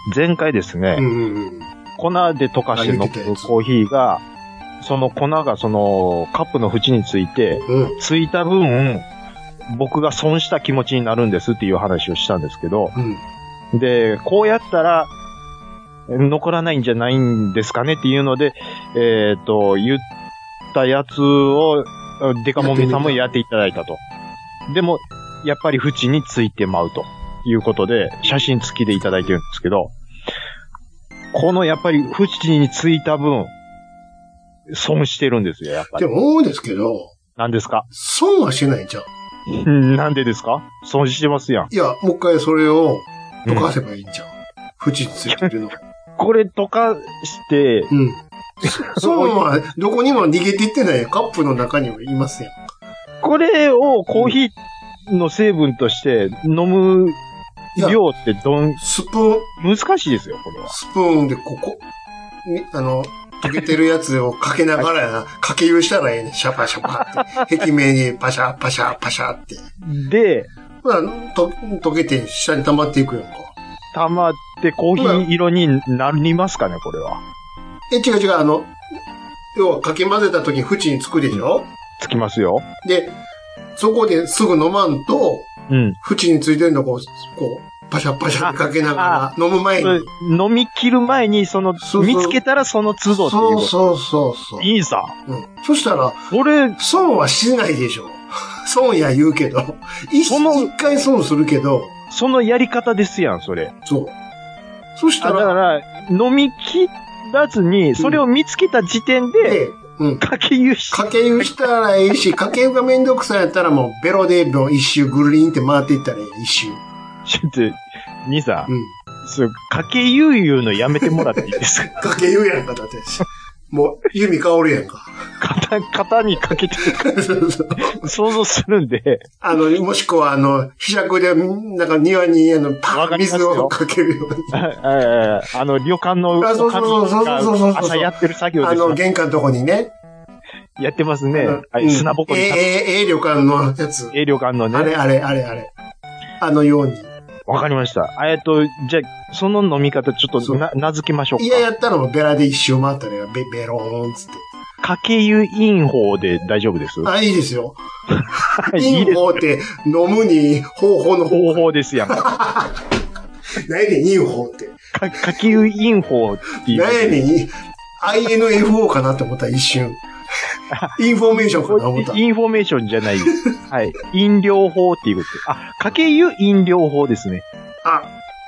前回ですね、 うんうんうん、 粉で溶かして飲むコーヒーが、その粉がそのカップの縁について、うん、ついた分、僕が損した気持ちになるんですっていう話をしたんですけど、うん、で、こうやったら残らないんじゃないんですかねっていうので、えっと、言ったやつをデカモミさんもやっていただいたと。でも、やっぱり縁についてまうということで、写真付きでいただいてるんですけど、このやっぱり縁についた分、損してるんですよ、やっぱり。 でも思うんですけど。 何ですか？ 損はしてないじゃん。なんでですか？損してますやん。 いや、もう一回それを溶かせばいいんじゃん。うん、縁についてるの。これ溶かして、 うん。損はどこにも逃げていってない。カップの中にもいますやん。 これをコーヒーの成分として飲む量ってどん、 スプーン、難しいですよ、これは。 スプーンでここ、あの、溶けてるやつをかけながらやな、かけ湯したらええね。シャパシャパって。壁面にパシャパシャパシャって。 で、 まあ、と溶けて下に溜まっていくやんか。 溜まってコーヒー色になりますかね、これは。 え、違う違う、あの、要はかき混ぜた時に縁につくでしょ？ つきますよ。 で、そこですぐ飲まんと、うん。縁についてるのをこう、こう、パシャパシャってかけながら、飲む前に。 飲み切る前に、その、そうそう見つけたらその都度っていう。 そうそうそうそう。 いいさ。 うん。そしたら、 俺、 損はしないでしょ。損や言うけど。一回損するけど。 そのやり方ですやん、それ。 そう。そしたら。 だから、飲み切らずに、それを見つけた時点で、うん。かけ湯しかけ湯したらいいし、かけ湯がめんどくさいやったらもう、ベロで一周ぐるりんって回っていったらいい、一周。 ちょっと、兄さん。うん。そう、かけ湯言うのやめてもらっていいですか？ かけ湯やんか、だって。もう、弓香るやんか。 肩、肩にかけてる。そうそう。想像するんで。 あの、もしくは、あの、ひしゃくで、なんか庭に、あの、パー水をかけるように。 あの、旅館の、 あ、そうそうそうそうそうそう。 朝やってる作業です。 あの、玄関のとこにね。 やってますね。はい、砂ぼこり。 ええ、ええ旅館のやつ。 ええ旅館のね。 あれ、あれ、あれ、あれ。あのように。 わかりました。えっと、じゃあ、その飲み方ちょっとな、名付けましょうか。 いや、やったらもうベラで一周回ったら、ベ、ベローンつって。 かけ湯飲法で大丈夫です。 あ、いいですよ。飲法って飲むに方法の方。 方法ですやん。 何やねん、飲法って。 か、かけ湯飲法っていう。 何やねん、アイエヌエフオー かなって思った一瞬。インフォメーションかな思った。 インフォメーションじゃないです。はい。飲料法っていうこと。あ、かけ湯飲料法ですね。 あ。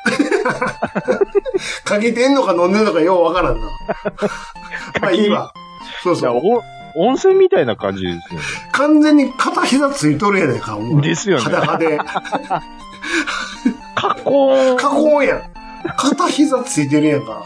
かけてんのか飲んでんのかようわからんな。まあいいわ。そうそう。 温泉みたいな感じですよね。 完全に片膝ついとるやないか、 もう。ですよね。 裸で。 加工。 加工やん。片膝ついてるやんか。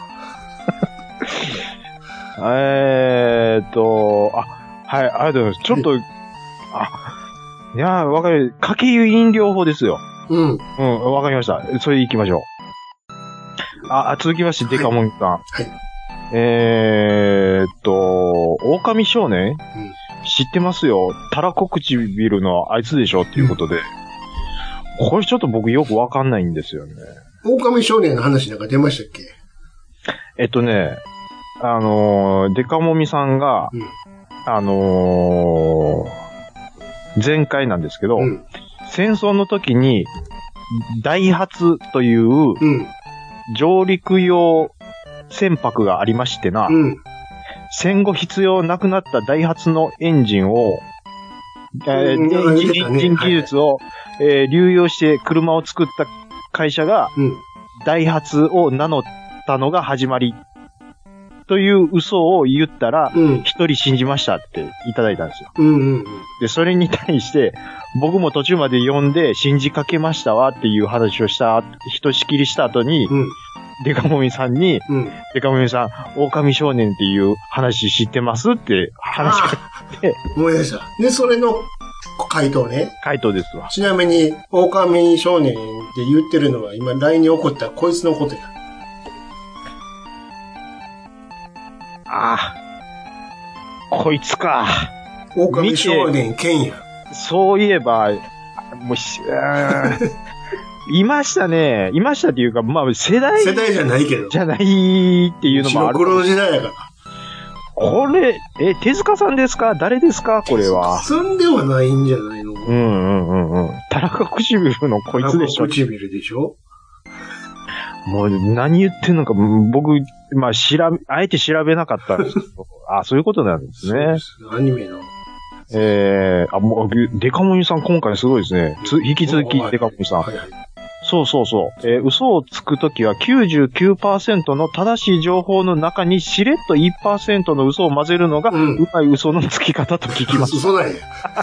えーっと、あ、はい、ありがとうございます。ちょっと、あ、いやー、わかる。かけ湯飲料法ですよ。 うん。 うん、わかりました。それ行きましょう。あ、続きまして、デカモンさん。はい。えーっと、狼少年、うん、知ってますよ。たらこ唇のあいつでしょっていうことで。うん、これちょっと僕よくわかんないんですよね。 狼少年の話なんか出ましたっけ？ えっとね、あのー、デカモミさんが、うん、あのー、前回なんですけど、うん、戦争の時に、ダイハツという、うん、上陸用船舶がありましてな、うん、戦後必要なくなったダイハツのエンジンを、うんえーね、エンジン技術を、はいえー、流用して車を作った会社が、うん、ダイハツを名乗ったのが始まり、という嘘を言ったら、一、うん、人信じましたっていただいたんですよ、 うんうんうん。 で、それに対して、僕も途中まで読んで信じかけましたわっていう話をした、ひとしきりした後に、うん、デカモミさんに、うん、デカモミさん、狼少年っていう話知ってますって話しかけて。 思い出した。で、それの回答ね。 回答ですわ。 ちなみに、狼少年って言ってるのは今 ライン に起こったこいつのことや。 ああ。こいつか。 狼少年剣や。 そういえば、もうし、 いましたね。いましたっていうか、まあ、世代。 世代じゃないけど。 じゃないっていうのもある。 白黒の時代やから。 これ、え、手塚さんですか？誰ですか？これは。 手塚さんではないんじゃないの？ うんうんうんうん。田中唇のこいつでしょ。 田中唇でしょ？ もう何言ってんのか、僕、まあ、調べ、あえて調べなかったんですけど。あ、そういうことなんですね。そうです。 アニメの。 えー、あ、もう、デカモニさん今回すごいですね。つ、引き続きデカモニさん。はいはい、そうそうそう。えー、嘘をつくときは きゅうじゅうきゅうパーセント の正しい情報の中にしれっと いちパーセント の嘘を混ぜるのが、うん、うまい嘘のつき方と聞きます。 嘘なんや。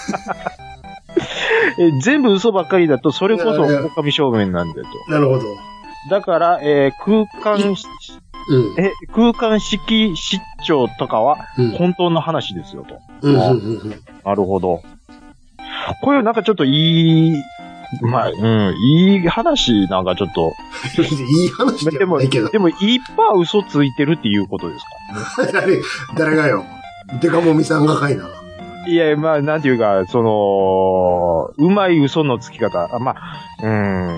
えー、全部嘘ばっかりだと、それこそ狼正面なんでと。 なるほど。 だから、えー、空間、うん、え、空間式失調とかは、本当の話ですよと。 うんうんうんうん、 なるほど。これなんかちょっといい、まあ、うん、いい話なんかちょっと。 いい話でもないけど。 でも、でもいっぱい嘘ついてるっていうことですか？誰、誰がよ。デカモミさんがかいな。 いや、まあ、なんていうか、その、うまい嘘のつき方。あまあ、うん、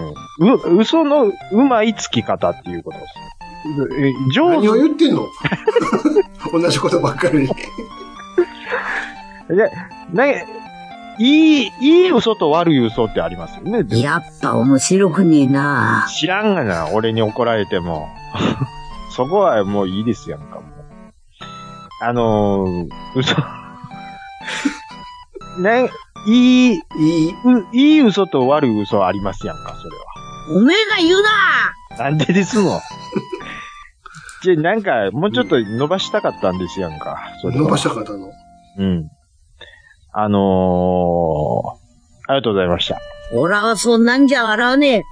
う、嘘のうまいつき方っていうことです。え、上手。 何を言ってんの？同じことばっかり。 で、な、いい、いい嘘と悪い嘘ってありますよね。 やっぱ面白くねえな。 知らんがな、俺に怒られても。そこはもういいですやんか、もう。あのー、嘘。ね、いい、いい、いい嘘と悪い嘘ありますやんか、それは。 おめえが言うな！ なんでですの？じゃ、なんか、もうちょっと伸ばしたかったんですやんか。 それ伸ばしたかったの？ うん。あのー、ありがとうございました。 俺はそんなんじゃ笑わねえ。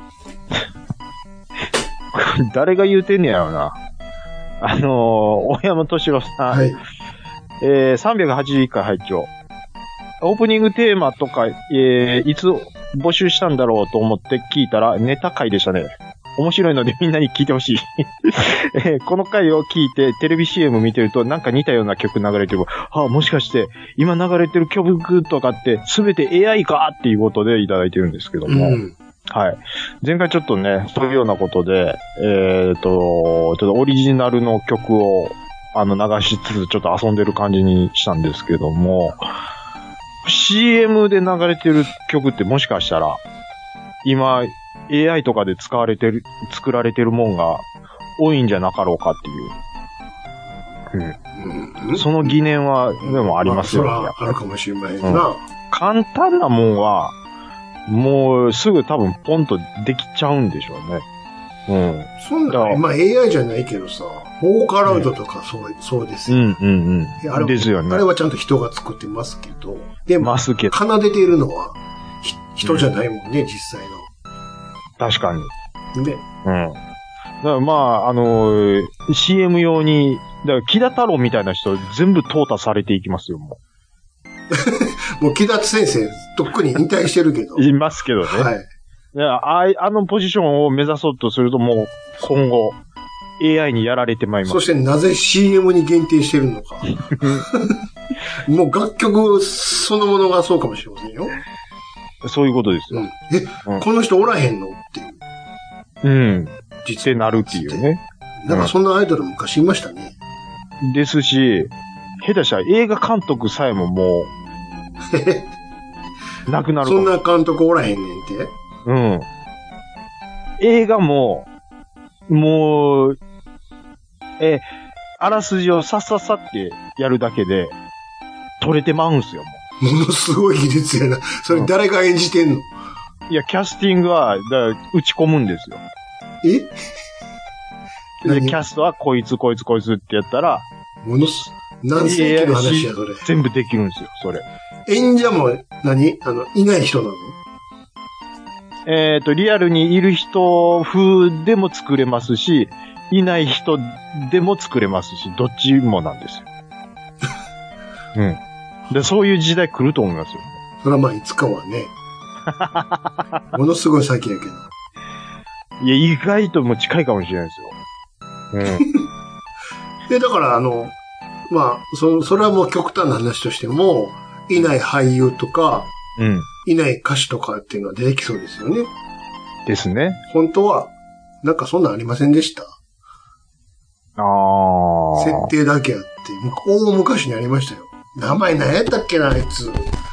誰が言うてんねやろな。あのー、大山敏郎さん。はい。えー、さんびゃくはちじゅういっかい拝聴。オープニングテーマとか、えー、いつ募集したんだろうと思って聞いたらネタ回でしたね。面白いのでみんなに聞いてほしい、えー。この回を聞いてテレビ シーエム 見てるとなんか似たような曲流れてる。あ、もしかして今流れてる曲とかって全て エーアイ かっていうことでいただいてるんですけども。うん、はい。前回ちょっとね、そういうようなことで、えっと、ちょっとオリジナルの曲をあの流しつつちょっと遊んでる感じにしたんですけども、シーエム で流れてる曲ってもしかしたら今エーアイ とかで使われてる、作られてるもんが多いんじゃなかろうかっていう。うん。うん、その疑念は、でもありますよね。 まあ、それはあるかもしれないな、うん。 簡単なもんは、もうすぐ多分ポンとできちゃうんでしょうね。 うん。そんな、まあ エーアイ じゃないけどさ、ボーカロイドとかそう、うん、そうですよ。 うんうんうん。 あれですよね。 あれはちゃんと人が作ってますけど、でも、 ますけど奏でているのは人じゃないもんね、うん、実際の。 確かに。 で、 うん。だからまあ、あのー、シーエム 用に、だから木田太郎みたいな人全部淘汰されていきますよ、もう。もう木田先生、とっくに引退してるけど。 いますけどね。 はい。 いや、あ、あのポジションを目指そうとするともう、今後、エーアイ にやられてまいります。 そしてなぜ シーエム に限定してるのか。もう楽曲そのものがそうかもしれませんよ。 そういうことですよ。 うん、え、うん、この人おらへんのっていう。 うん。実際なるっていうね。 なんかそんなアイドル昔いましたね。 うん、ですし、下手したら映画監督さえももう、なくなる。 そんな監督おらへんねんってうん。映画も、もう、え、あらすじをさっさっさってやるだけで、撮れてまうんすよ、もう。 ものすごい技術やな。それ誰が演じてんの？ いや、キャスティングは、だ打ち込むんですよ。 え？ で、キャストはこいつ、こいつ、こいつってやったら、 ものす、何世紀の話や、それ。 全部できるんですよ、それ。 演者も何、あの、いない人なの？ えっと、リアルにいる人風でも作れますし、いない人でも作れますし、どっちもなんですよ。うん。で、そういう時代来ると思いますよ。 それはまあ、いつかはね。ものすごい先やけど。 いや、意外とも近いかもしれないですよ。 うん。で、だから、あの、まあ、そ、それはもう極端な話としても、いない俳優とか、 うん。 いない歌手とかっていうのは出てきそうですよね。 ですね。 本当は、なんかそんなんありませんでした？ ああ。 設定だけあって、大昔にありましたよ。名前何やったっけな、あいつ。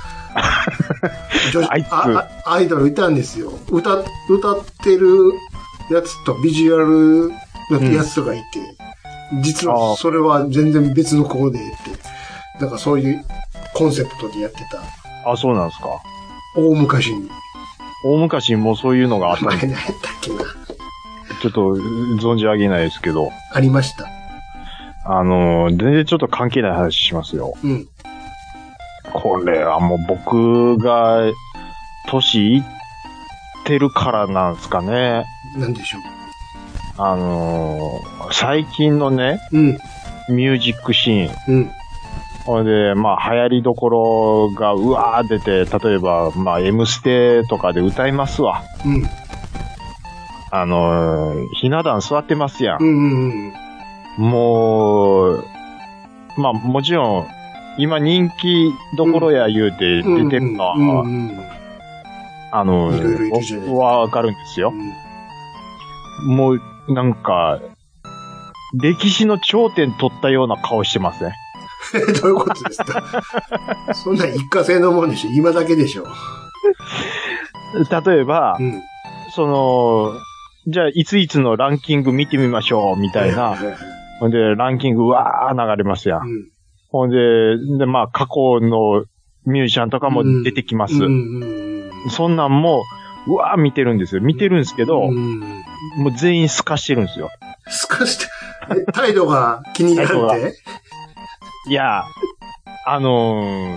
女子あいつああアイドルいたんですよ。歌、歌ってるやつとビジュアルのやつとかいて、うん、実はそれは全然別の子でって、なんかそういうコンセプトでやってた。 あ、そうなんですか。 大昔に。 大昔にもうそういうのがあったんです。 前何やったっけな。 ちょっと存じ上げないですけど。 ありました。 あの、全然ちょっと関係ない話しますよ。 うん。 これはもう僕が年いってるからなんですかね。 なんでしょう。 あのー、最近のね、 うん。 ミュージックシーン。 うん。 ほんで、まあ流行りどころがうわー出て、例えば、まあ M ステとかで歌いますわ。 うん。 あのー、ひな壇座ってますやん。 うんうんうん。もう、まあもちろん、今人気どころや言うて出てるのは、 うんうんうん、 あの、僕はわかるんですよ。うん、もう、なんか、歴史の頂点取ったような顔してますね。 どういうことですか？そんな一過性のもんでしょ？今だけでしょ？ 例えば、うん、その、じゃあ、いついつのランキング見てみましょう、みたいな。ほんで、ランキングわー流れますやん。うん、ほんで、で、まあ、過去のミュージシャンとかも出てきます。うんうんうん、そんなんも、うわー見てるんですよ。見てるんですけど、うん、もう全員透かしてるんですよ。 透かして、態度が気になっていや、あのー、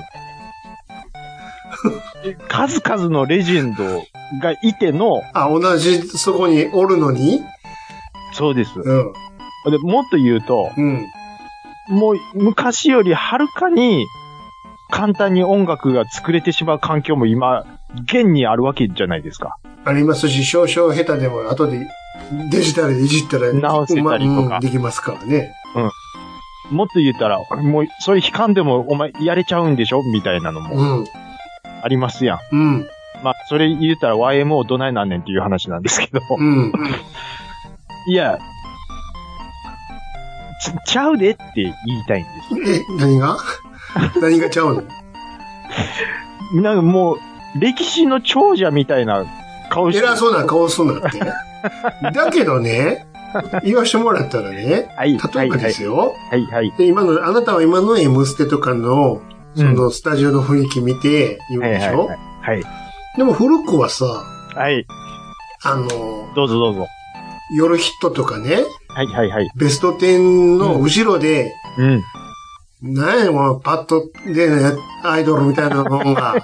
数々のレジェンドがいての、 あ、同じそこにおるのに？ そうです。 うん。 でもっと言うと、うん、もう昔よりはるかに簡単に音楽が作れてしまう環境も今、現にあるわけじゃないですか。 ありますし、少々下手でも後でデジタルでいじったら直せたりとか、 うん、できますからね。 うん。もっと言ったら、もうそれ悲観でもお前やれちゃうんでしょみたいなのもありますやん。 うん。 まあ、それ言ったら ワイエムオー どないなんねんっていう話なんですけど。 うん。 いや、ち、ちゃうでって言いたいんです。 え、何が何がちゃうの？ なんかもう、歴史の長者みたいな顔してる。 偉そうな顔すんなって。だけどね、言わしてもらったらね、 はい、 例えばですよ。 はい、はい。 で、今の、あなたは今の M ステとかの、そのスタジオの雰囲気見て言うでしょ？ はい、はい、はい。 でも古くはさ、 はい。 あの、 どうぞどうぞ。 夜ヒットとかね、 はいはいはい。 ベストじゅうの後ろで、 うん。 何やもうパッドでね、アイドルみたいなのが、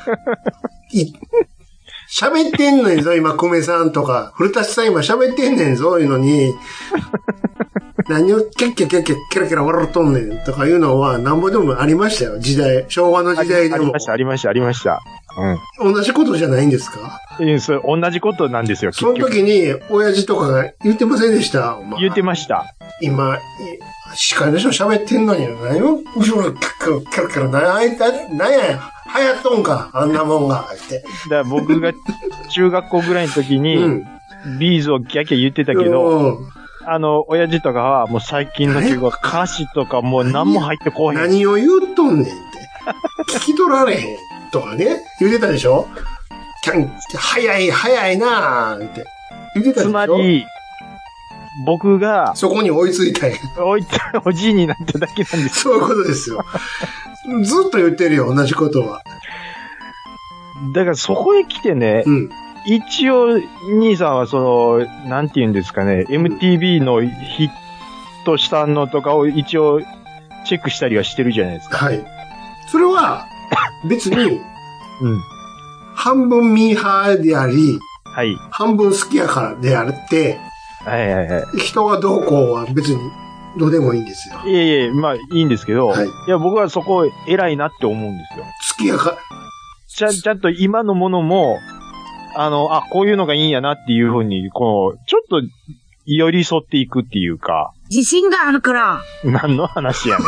喋ってんのにぞ、今、久米さんとか、古舘さん今喋ってんねんぞ、いうのに、何をキャッキャキャッキャキャラキャラ笑っとんねんとかいうのは、なんぼでもありましたよ、時代。昭和の時代でも。 ありました、ありました、ありました。 うん。同じことじゃないんですか？ え、それ同じことなんですよ、 その時に、親父とかが言ってませんでした？ まあ、言ってました。 今、司会の人喋ってんのに、何を後ろキャラキャラキャラ、何や、何や、流行っとんか、あんなもんが、って。 だから僕が中学校ぐらいの時に、うん、ビーズをキャキャ言ってたけど、うん、あの、親父とかは、もう最近の曲は歌詞とかもう何も入ってこへん。 何を言うとんねんって。聞き取られへん。とかね、言ってたでしょ？キャン、早い、早いなーって。言ってたでしょ？ つまり、僕が、 そこに追いついたんや。 追いつ、おじいになっただけなんです。 そういうことですよ。ずっと言ってるよ、同じことは。 だからそこへ来てね、うん、一応、兄さんはその、なんて言うんですかね、エムティービー のヒットしたのとかを一応チェックしたりはしてるじゃないですか。 はい。それは、別に、 うん。 半分ミーハーであり、 はい。 半分好きやからであるって、 はいはいはい。 人がどうこうは別にどうでもいいんですよ。 いえいえ、まあいいんですけど、はい。いや僕はそこ偉いなって思うんですよ。 好きやかちゃん、ちゃんと今のものも、あの、あ、こういうのがいいんやなっていうふうに、こう、ちょっと寄り添っていくっていうか。 自信があるから。 何の話やねん。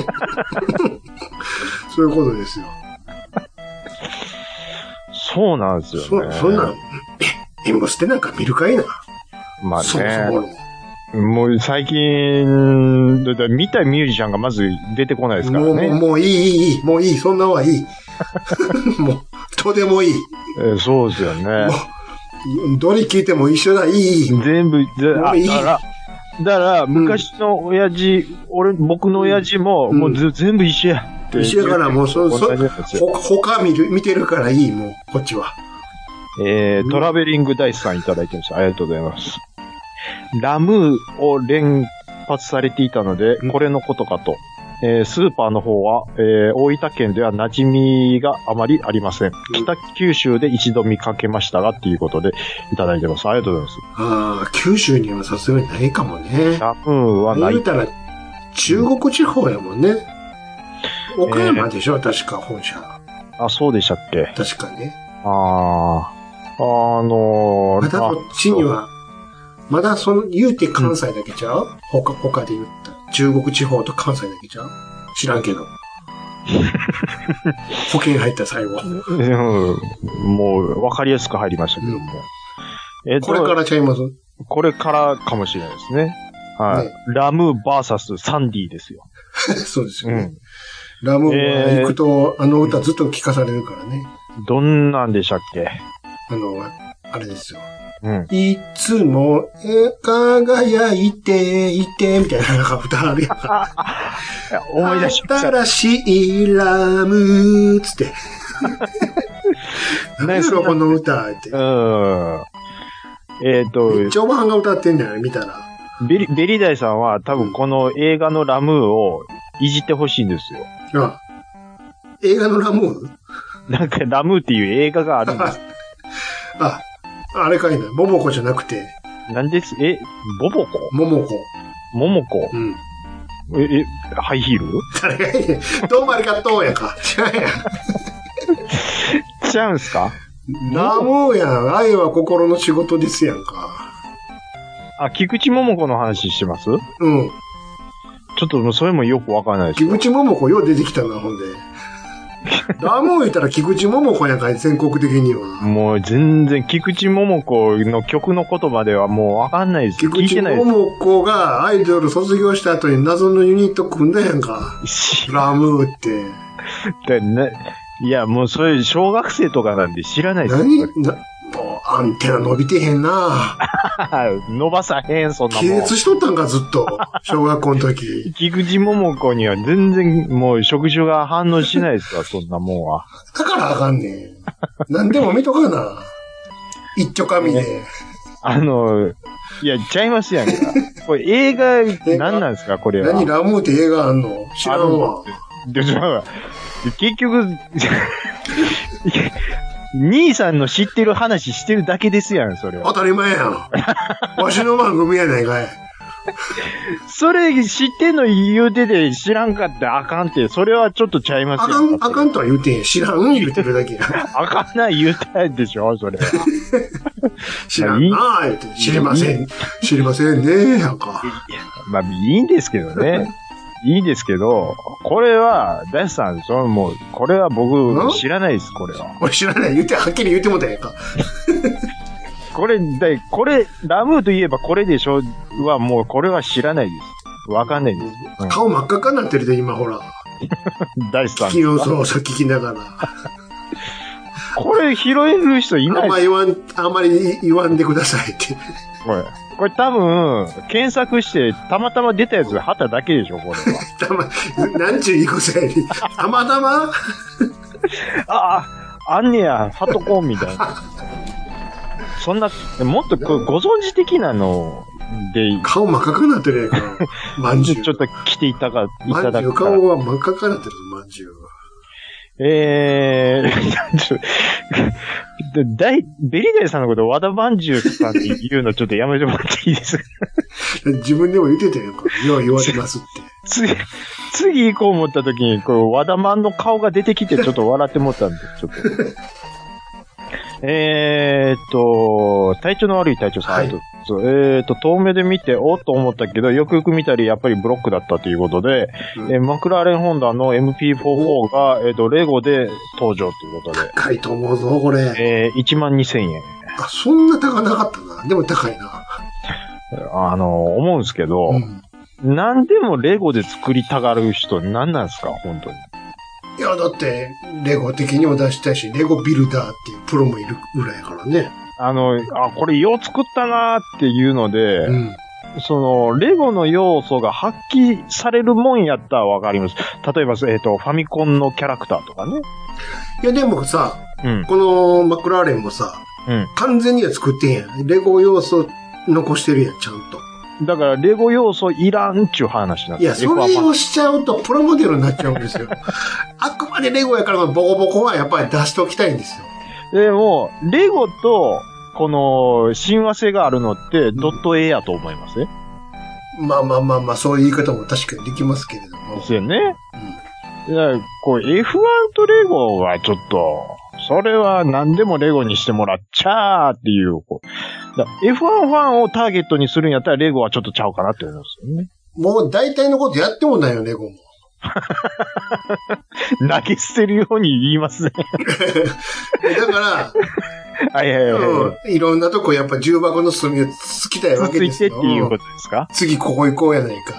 そういうことですよ。 そうなんですよね。 そ、そんな、 M ステなんか見るかいな。 まあね。 そもそもの。 もう最近、だだ見たミュージシャンがまず出てこないですからね。 もう、もういい、いい、いい。もういい。そんな方がいい。もう、とでもいい。 えー、そうですよね。 もう、どれ聞いても一緒だ、いい。 全部、 もういい。 だから、だから昔の親父、うん、俺、僕の親父も、うん、もうず全部一緒やって。 一緒やから、もう、そ、そ、ほ、他見る、見てるからいい、もう、こっちは。 えー、トラベリングダイスさんいただいてました。ありがとうございます。ラムーを連発されていたので、これのことかと。えー、スーパーの方は、えー、大分県では馴染みがあまりありません。北九州で一度見かけましたが、っていうことでいただいてます。ありがとうございます。 ああ、九州にはさすがにないかもね。 ラムーはない。 言うたら、中国地方やもんね。岡山でしょ、えー、確か本社。 あ、そうでしたっけ。 確かね。 ああ、あのー、 またこっちには、まだその、言うて関西だけちゃう、うん、他、他で言った。中国地方と関西だけちゃう知らんけど。保険入った最後。 うん、もう、わかりやすく入りましたけども。 うん、えっと、これからちゃいますこれからかもしれないですね。はい。ね、ラムバーサスサンディですよ。 そうですよね。うん、ラムは行くと、えー、あの歌ずっと聴かされるからね。 どんなんでしたっけ？ あの、あれですよ。 うん、 いつも、え、輝いていて、みたいな、なんか歌あるやんか。 思い出しました。 新しいラムーつって。何やろ、この歌って。 うん。えっと。 めっちゃおばはんが歌ってんじゃない見たら。 ベリ、ベリダイさんは多分この映画のラムーをいじってほしいんですよ。 ああ。映画のラムーなんかラムーっていう映画があるんです。 あ、あれかいな。モモコじゃなくて。 なんです、え、ボボコモモコ。 モモコうん。 え、え、ハイヒール誰がいいねどうもありがとうやか。違うやん。 違うんすかラムーやん。愛は心の仕事ですやんか。 あ、菊池桃子の話してます？うん。ちょっともうそれもよくわからないです。 菊池桃子よう出てきたな、ほんで。ラムー言ったら菊池桃子やんかい、全国的には。 もう全然、菊池桃子の曲の言葉ではもうわかんないです。 菊池桃子がアイドル卒業した後に謎のユニット組んだやんか。ラムーって。 でね、いや、もうそれ小学生とかなんで知らないです。 何なもうアンテナ伸びてへんな伸ばさへん、そんなもん。 気絶しとったんか、ずっと。小学校の時。 菊池桃子には全然もう触手が反応しないですわ、そんなもんは。 だからあかんねん。何でも見とかな。一丁紙で。 あの、いや、ちゃいますやんか。これ映画、何なんですか、これは。 何、ラムーって映画あんの知らんわ。 で、結局、兄さんの知ってる話してるだけですやん、それは。 当たり前やん。わしの番組やないかい。 それ知ってんの言うてて知らんかったらあかんって、それはちょっとちゃいますよ。 あかん、あかんとは言うてん。知らん言うてるだけや。 あかんない言うたんでしょ、それは。 知らんなぁ、言うて。知りません。知りませんね、やんか。 まあ、いいんですけどね。いいですけど、これは、ダイスさん、そのもう、これは僕、知らないです、これは。 俺知らない。言って、はっきり言ってもたやんか。 これ、だこれ、ラムーといえばこれでしょは、もう、これは知らないです。わかんないです。 うん、顔真っ赤っかになってるで、今、ほら。 ダイスさん。 聞きよ、そうそう、聞きながら。 これ、拾える人いない。 あんま言わん、あんまり言わんでくださいって。 これ。これ多分、検索して、たまたま出たやつがはただけでしょ、これは。 たま、なんちゅういいことやに。たまたまああ、あんねや、はとこんみたいな。そんな、もっとご存知的なので。 顔真っ赤くなってるやんか。まんじゅう。 ちょっと来ていたか、いただくか。 顔は真っ赤くなってるぞ、まんじゅう。 えー、だい、ベリダイさんのこと和田まんじゅうさんって言うのちょっとやめてもらっていいですか自分でも言ってたやんか。よう言われますって。 次、次行こう思った時に、こう、和田まんの顔が出てきてちょっと笑ってもったんで、ちょっと。えーっと、体調の悪い隊長さん。はい、えーっと、遠目で見て、おっと思ったけど、よくよく見たり、やっぱりブロックだったということで、うん、えー、マクラーレンホンダの エムピーフォーフォー が、えーっと、レゴで登場ということで。 高いと思うぞ、これ。 えー、いちまんにせんえん。 あ、そんな高なかったな。でも高いな。 あの、思うんですけど、うん、何でもレゴで作りたがる人何なんですか本当に。 いや、だって、レゴ的にも出したいし、レゴビルダーっていうプロもいるぐらいやからね。 あの、あ、これよう作ったなーっていうので、うん、その、レゴの要素が発揮されるもんやったらわかります。例えば、えっと、ファミコンのキャラクターとかね。 いや、でもさ、うん、このマクラーレンもさ、うん、完全には作ってんやん。レゴ要素残してるやん、ちゃんと。 だから、レゴ要素いらんっちゅう話なんですよ。いや、それをしちゃうとプロモデルになっちゃうんですよ。あくまでレゴやからボコボコはやっぱり出しておきたいんですよ。 でも、レゴと、この、親和性があるのって、ドット A やと思いますね。 うん、まあまあまあまあ、そういう言い方も確かにできますけれども。 ですよね。うん。いや、こう、エフワン とレゴはちょっと、それは何でもレゴにしてもらっちゃーっていう、こう。だ エフワン ファンをターゲットにするんやったらレゴはちょっとちゃうかなって思うんですよね。 もう大体のことやってもないよ、レゴも。 投げ捨てるように言いますね。 だから、 はいはいはい、 うん。いろんなとこやっぱ重箱の隅をつきたいわけですよ。 ついてっていうことですか？ 次ここ行こうやないかと。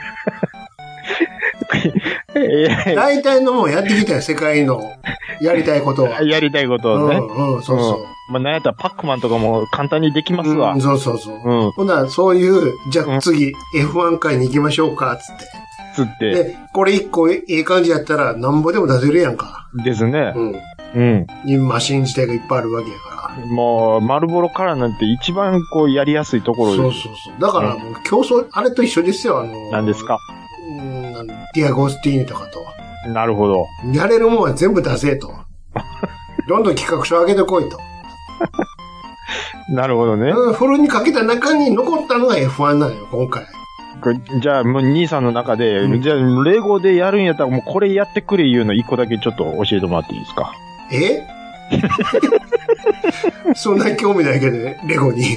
大体のもんやってきたよ、世界のやりたいことは。 やりたいことをね。 うん、うん、そうそう。うん、 まあ、なんやったらパックマンとかも簡単にできますわ。 うん、そうそうそう。うん。ほな、そういう、じゃあ次、エフワン 回に行きましょうか、つって。 つって。 で、これ一個ええ感じやったらなんぼでも出せるやんか。 ですね。 うん。うん。マシン自体がいっぱいあるわけやから。 もう、丸ボロからなんて一番こうやりやすいところです。 そうそうそう。だからもう競争、あれと一緒ですよ、あの。 何ですか？ うん、ディアゴスティーニとかと。 なるほど。 やれるもんは全部出せと。どんどん企画書上げてこいと。 なるほどね。 フルにかけた中に残ったのが エフワン なのよ、今回。 じゃあ、もう兄さんの中で、うん、じゃあ、レゴでやるんやったら、もうこれやってくれ言うの一個だけちょっと教えてもらっていいですか？ えそんな興味ないけどね、レゴに。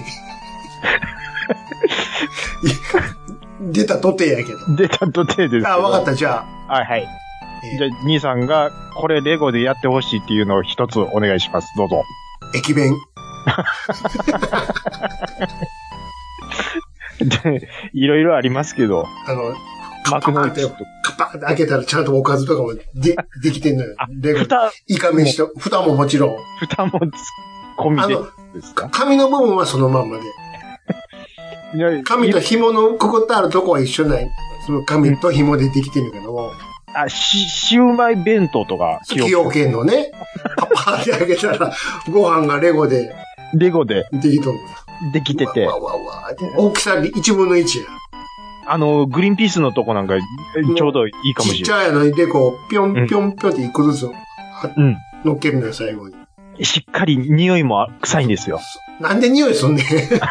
出たとてやけど。 出たとてです。 あ、わかった、じゃあ。はいはい。えー、じゃあ、兄さんが、これレゴでやってほしいっていうのを一つお願いします。どうぞ。 駅弁。 で、いろいろありますけど。 あの、幕の内と。カパーって開けたらちゃんとおかずとかもで、できてんのよ。レゴ。蓋。イカ飯と、蓋ももちろん。 蓋も込みでですか？ 紙の部分はそのまんまで。紙と紐のくくってあるとこは一緒ない。その紙と紐でできてるけども。 あ、し、シウマイ弁当とか。 崎陽軒のね。パパーって開けたら、ご飯がレゴで。 レゴで。 できとる。 できてて。 わわわわ大きさいちぶんのいちや。 あの、グリーンピースのとこなんか、ちょうどいいかもしれない。ちっちゃいのにでこう、ぴょんぴょんぴょんって一個ずつ、うん、乗っけるのよ、最後に。 しっかり匂いも臭いんですよ。 なんで匂いすんねん。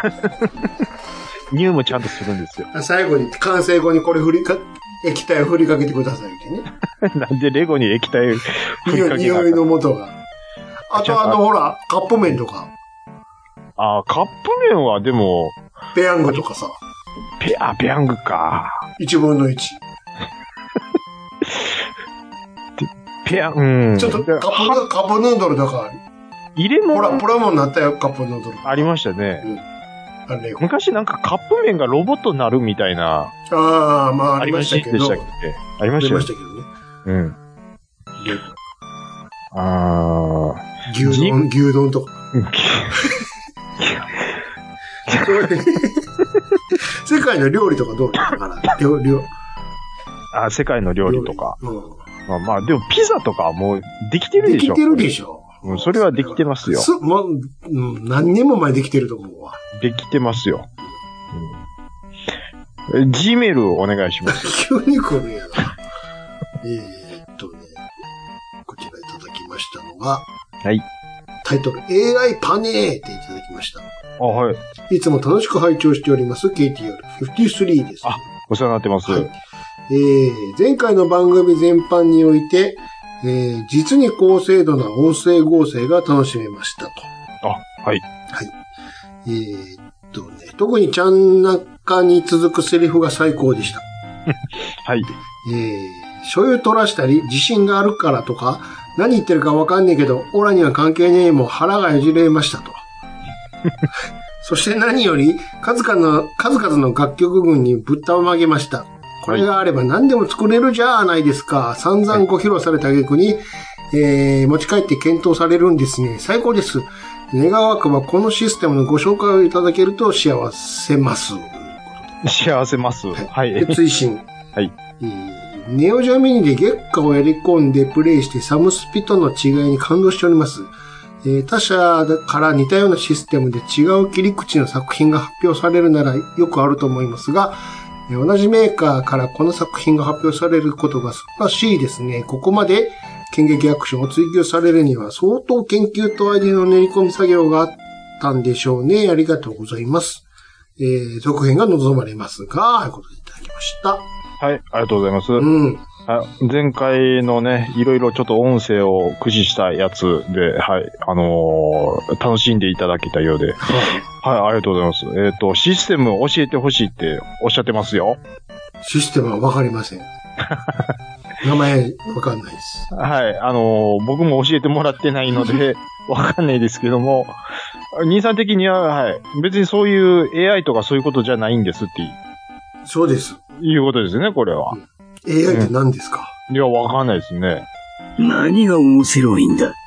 匂いもちゃんとするんですよ。 最後に、完成後にこれ振りか、液体を振りかけてくださいってね。 なんでレゴに液体を振りかけ匂いの元が。あとあの、ほら、カップ麺とか。 ああ、カップ麺はでも。 ペヤングとかさ。 ペ、あ、ペヤングか。 一分の一。 ペヤング、うん。 ちょっとカップ、カップヌードルとか。 入れ物ほら、プラモになったよ、カップヌードル。 ありましたね。 うん。あれ昔なんかカップ麺がロボットになるみたいな。 ああ、まあありましたけど。 ありましたっけ？ありましたよね。ありましたけどね。うん。ああ。 牛丼、牛丼とか。世界の料理とかどうだから料理あ、世界の料理とか。うん、まあまあ、でもピザとかはもうできてるでしょ。 できてるでしょ。 うん、それはできてますよ。 す、もう、うん、何年も前できてると思うわ。 できてますよ。うん、G メールをお願いします。 急に来るやな。えーっとね、こちらいただきましたのが、 はい。 タイトル、エーアイ パネーっていただきました。 あ、はい。 いつも楽しく拝聴しております ケーティーアールフィフティースリー です。 あ、お世話になってます。はい。 えー、前回の番組全般において、えー、実に高精度な音声合成が楽しめましたと。 あ、はい。 はい。えー、っとね、特にちゃん中に続くセリフが最高でした。 はい。 えー、醤油取らしたり、自信があるからとか、何言ってるかわかんねえけど、オラには関係ねえも腹がよじれましたと。 そして何より、数々の、数々の楽曲群にぶったまげました。これがあれば何でも作れるじゃないですか。散々ご披露された挙句に、えー、持ち帰って検討されるんですね。最高です。願わくばこのシステムのご紹介をいただけると幸せます。 幸せます。はい。 で追伸。 はい。 えー、ネオジョミニで月下をやり込んでプレイしてサムスピとの違いに感動しております。えー、他社から似たようなシステムで違う切り口の作品が発表されるならよくあると思いますが、えー、同じメーカーからこの作品が発表されることが素晴らしいですね。ここまで剣撃アクションを追求されるには相当研究とアイデアの練り込み作業があったんでしょうね。ありがとうございます。えー、続編が望まれますが、ということでいただきました。 はい、ありがとうございます。 うん。 前回のね、いろいろちょっと音声を駆使したやつで、はい、あのー、楽しんでいただけたようで、はい、はい、ありがとうございます。えっと、システムを教えてほしいっておっしゃってますよ。 システムはわかりません。名前わかんないです。 はい、あのー、僕も教えてもらってないので、わかんないですけども、兄さん的には、はい、別にそういう エーアイ とかそういうことじゃないんですっていう。 そうです。 いうことですね、これは。うんエーアイ って何ですか、 うん、いや、わかんないですね。 何が面白いんだ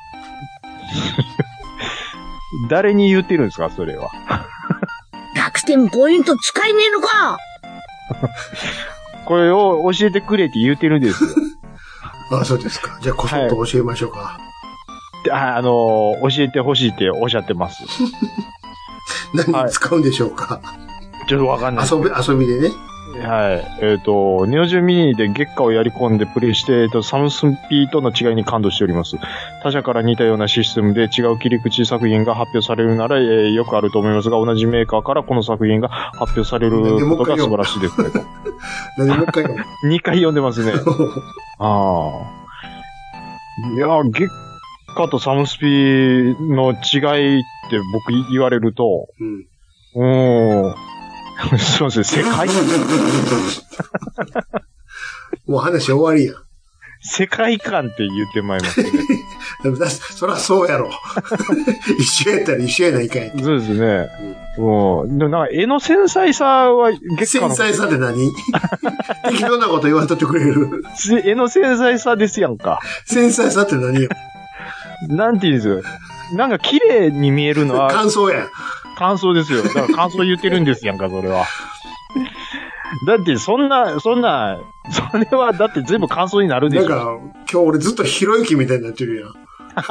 誰に言ってるんですか、それは。 楽天ポイント使えねえのかこれを教えてくれって言ってるんですよ。 あ、そうですか。じゃあ、こそっと教えましょうか。はい、あ、あのー、教えてほしいっておっしゃってます。 何に使うんでしょうか、はい、ちょっとわかんない。 遊び、遊びでね。 はい。えっ、ー、と、ネオジオミニで月下をやり込んでプレイして、えっ、ー、と、サムスピとの違いに感動しております。他社から似たようなシステムで違う切り口作品が発表されるなら、えー、よくあると思いますが、同じメーカーからこの作品が発表されることが素晴らしいですね。 何もう一回読むにかい読んでますね。ああ。いや、月下とサムスピの違いって僕言われると、うん。うんそうですね、世界もう話終わりやん。 世界観って言ってまいりますね。 そりゃそうやろ。一緒やったら一緒やないかい。 そうですね。うん。でもなんか絵の繊細さは月下の。繊細さって何適当なこと言わんとってくれる。 絵の繊細さですやんか。 繊細さって何よ。 なんて言うんですよ。なんか綺麗に見えるのは。 感想やん。 感想ですよ。だから感想言ってるんですやんか、それは。だって、そんな、そんな、それは、だって全部感想になるでしょ。 なんか、今日俺ずっとひろゆきみたいになってるやん。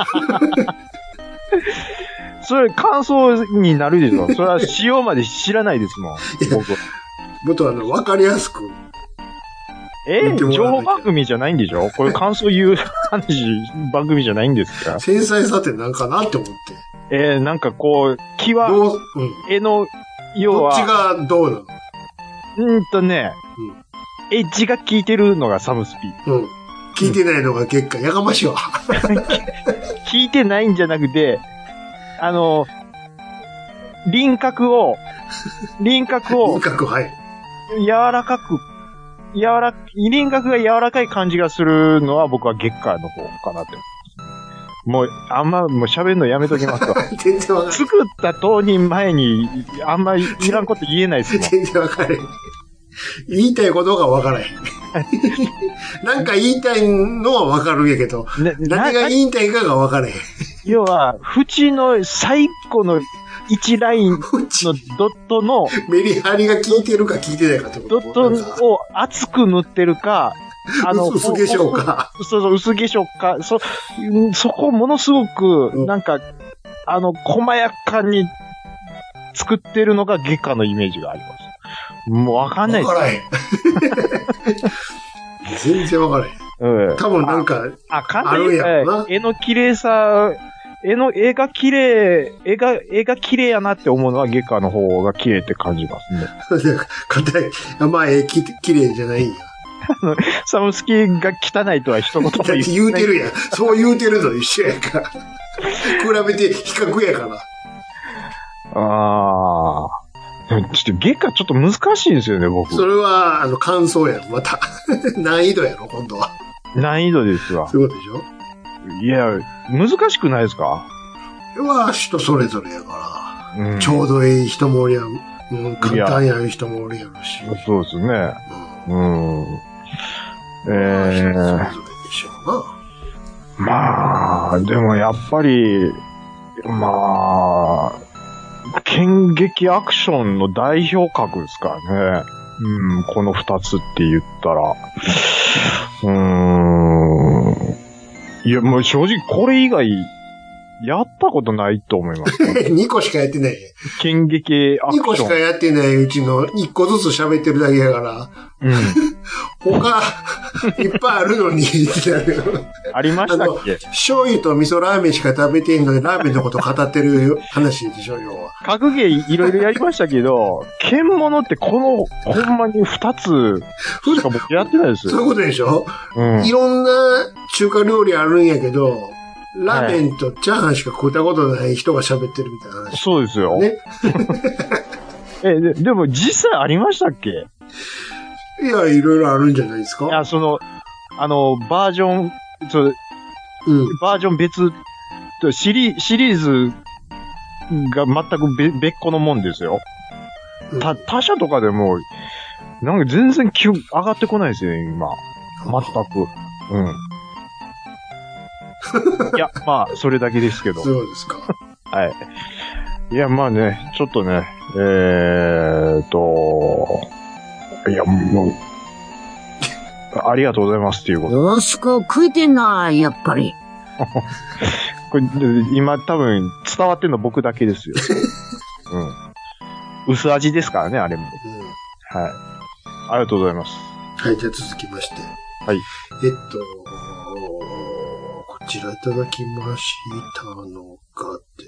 それ、感想になるでしょ。それは、仕様まで知らないですもん。僕。 もっとあの、わかりやすく。 え情報番組じゃないんでしょこれ感想言う話、番組じゃないんですか繊細さってなんかなって思って。 えー、なんかこう、気は、うん、絵の、要は。 どっちがどうなのうんとね、うん、エッジが効いてるのがサムスピ。 うん。効いてないのが月下、やがましいわ。 効いてないんじゃなくて、あの、輪郭を、輪郭を、 輪郭、はい。 柔らかく、柔ら、輪郭が柔らかい感じがするのは僕は月下の方かなって。もう、あんま、もう喋るのやめときますわ。 全然わかんない。 作った当人前に、あんまりいらんこと言えないですもん。 全然わかんない。言いたいことがわからへん。なんか言いたいのはわかるんやけど、何が言いたいかがわからへん。 要は、縁の最後の一ラインのドットの、 メリハリが効いてるか効いてないかってことドットを厚く塗ってるか、 あの、薄化粧か。 そうそう、薄化粧か。そ、そこものすごく、なんか、うん、あの、細やかに作ってるのが月下のイメージがあります。もうわかんないです。 わからへん。全然わからへん。うん。多分なんか、 あ、あるんやろな。絵の綺麗さ、絵の、絵が綺麗、絵が、絵が綺麗やなって思うのは月下の方が綺麗って感じますね。 硬い。まあ、絵き綺麗じゃないんや。 サムスキが汚いとは一言も言う。 言うてるやん。そう言うてるの一緒やから。比べて比較やから。 ああ。ちょっと月下ちょっと難しいんですよね、僕。 それは、あの、感想やろ、また。難易度やろ、今度は。 難易度ですわ。 そういうことでしょ？ いや、難しくないですか？ それは人それぞれやかうん、ちょうどいい人もおりゃ、もう簡単やる人もおるやろし。 そうですね。うん。うん、えー。それぞれでしょうな。まあ、でもやっぱり、まあ、剣撃アクションの代表格ですからね。うん、この二つって言ったら。うーん。いや、もう正直これ以外、やったことないと思います、ね。 にこしかやってない。 剣撃アクション。 にこしかやってないうちのいっこずつ喋ってるだけやから。うん。他、いっぱいあるのに。 ありましたっけ？ 醤油と味噌ラーメンしか食べてんのにラーメンのこと語ってる話でしょ、要は。 格ゲーいろいろやりましたけど、剣物ってこの、ほんまに二つしか僕やってないですよ。 そういうことでしょ？うん。いろんな中華料理あるんやけど、ラーメンとチャーハンしか食ったことない人が喋ってるみたいな話。 そうですよ。ね。えで、でも実際ありましたっけ？ いや、いろいろあるんじゃないですか？ いや、その、あの、バージョン、そう、うん、バージョン別、シリ、シリーズが全く別、別個のもんですよ。うん、た、他社とかでも、なんか全然気上がってこないですよ、今。全く。うん。いや、まあ、それだけですけど。 そうですか。 はい。いや、まあね、ちょっとね、えーと、いや、もう、ありがとうございますっていうこと。 よろしく食いてんな、やっぱり。 これ、今多分伝わってんの僕だけですよ。うん。薄味ですからね、あれも。うん、はい。ありがとうございます。 はい、じゃあ続きまして。はい。えっと、こちらいただきましたのがです。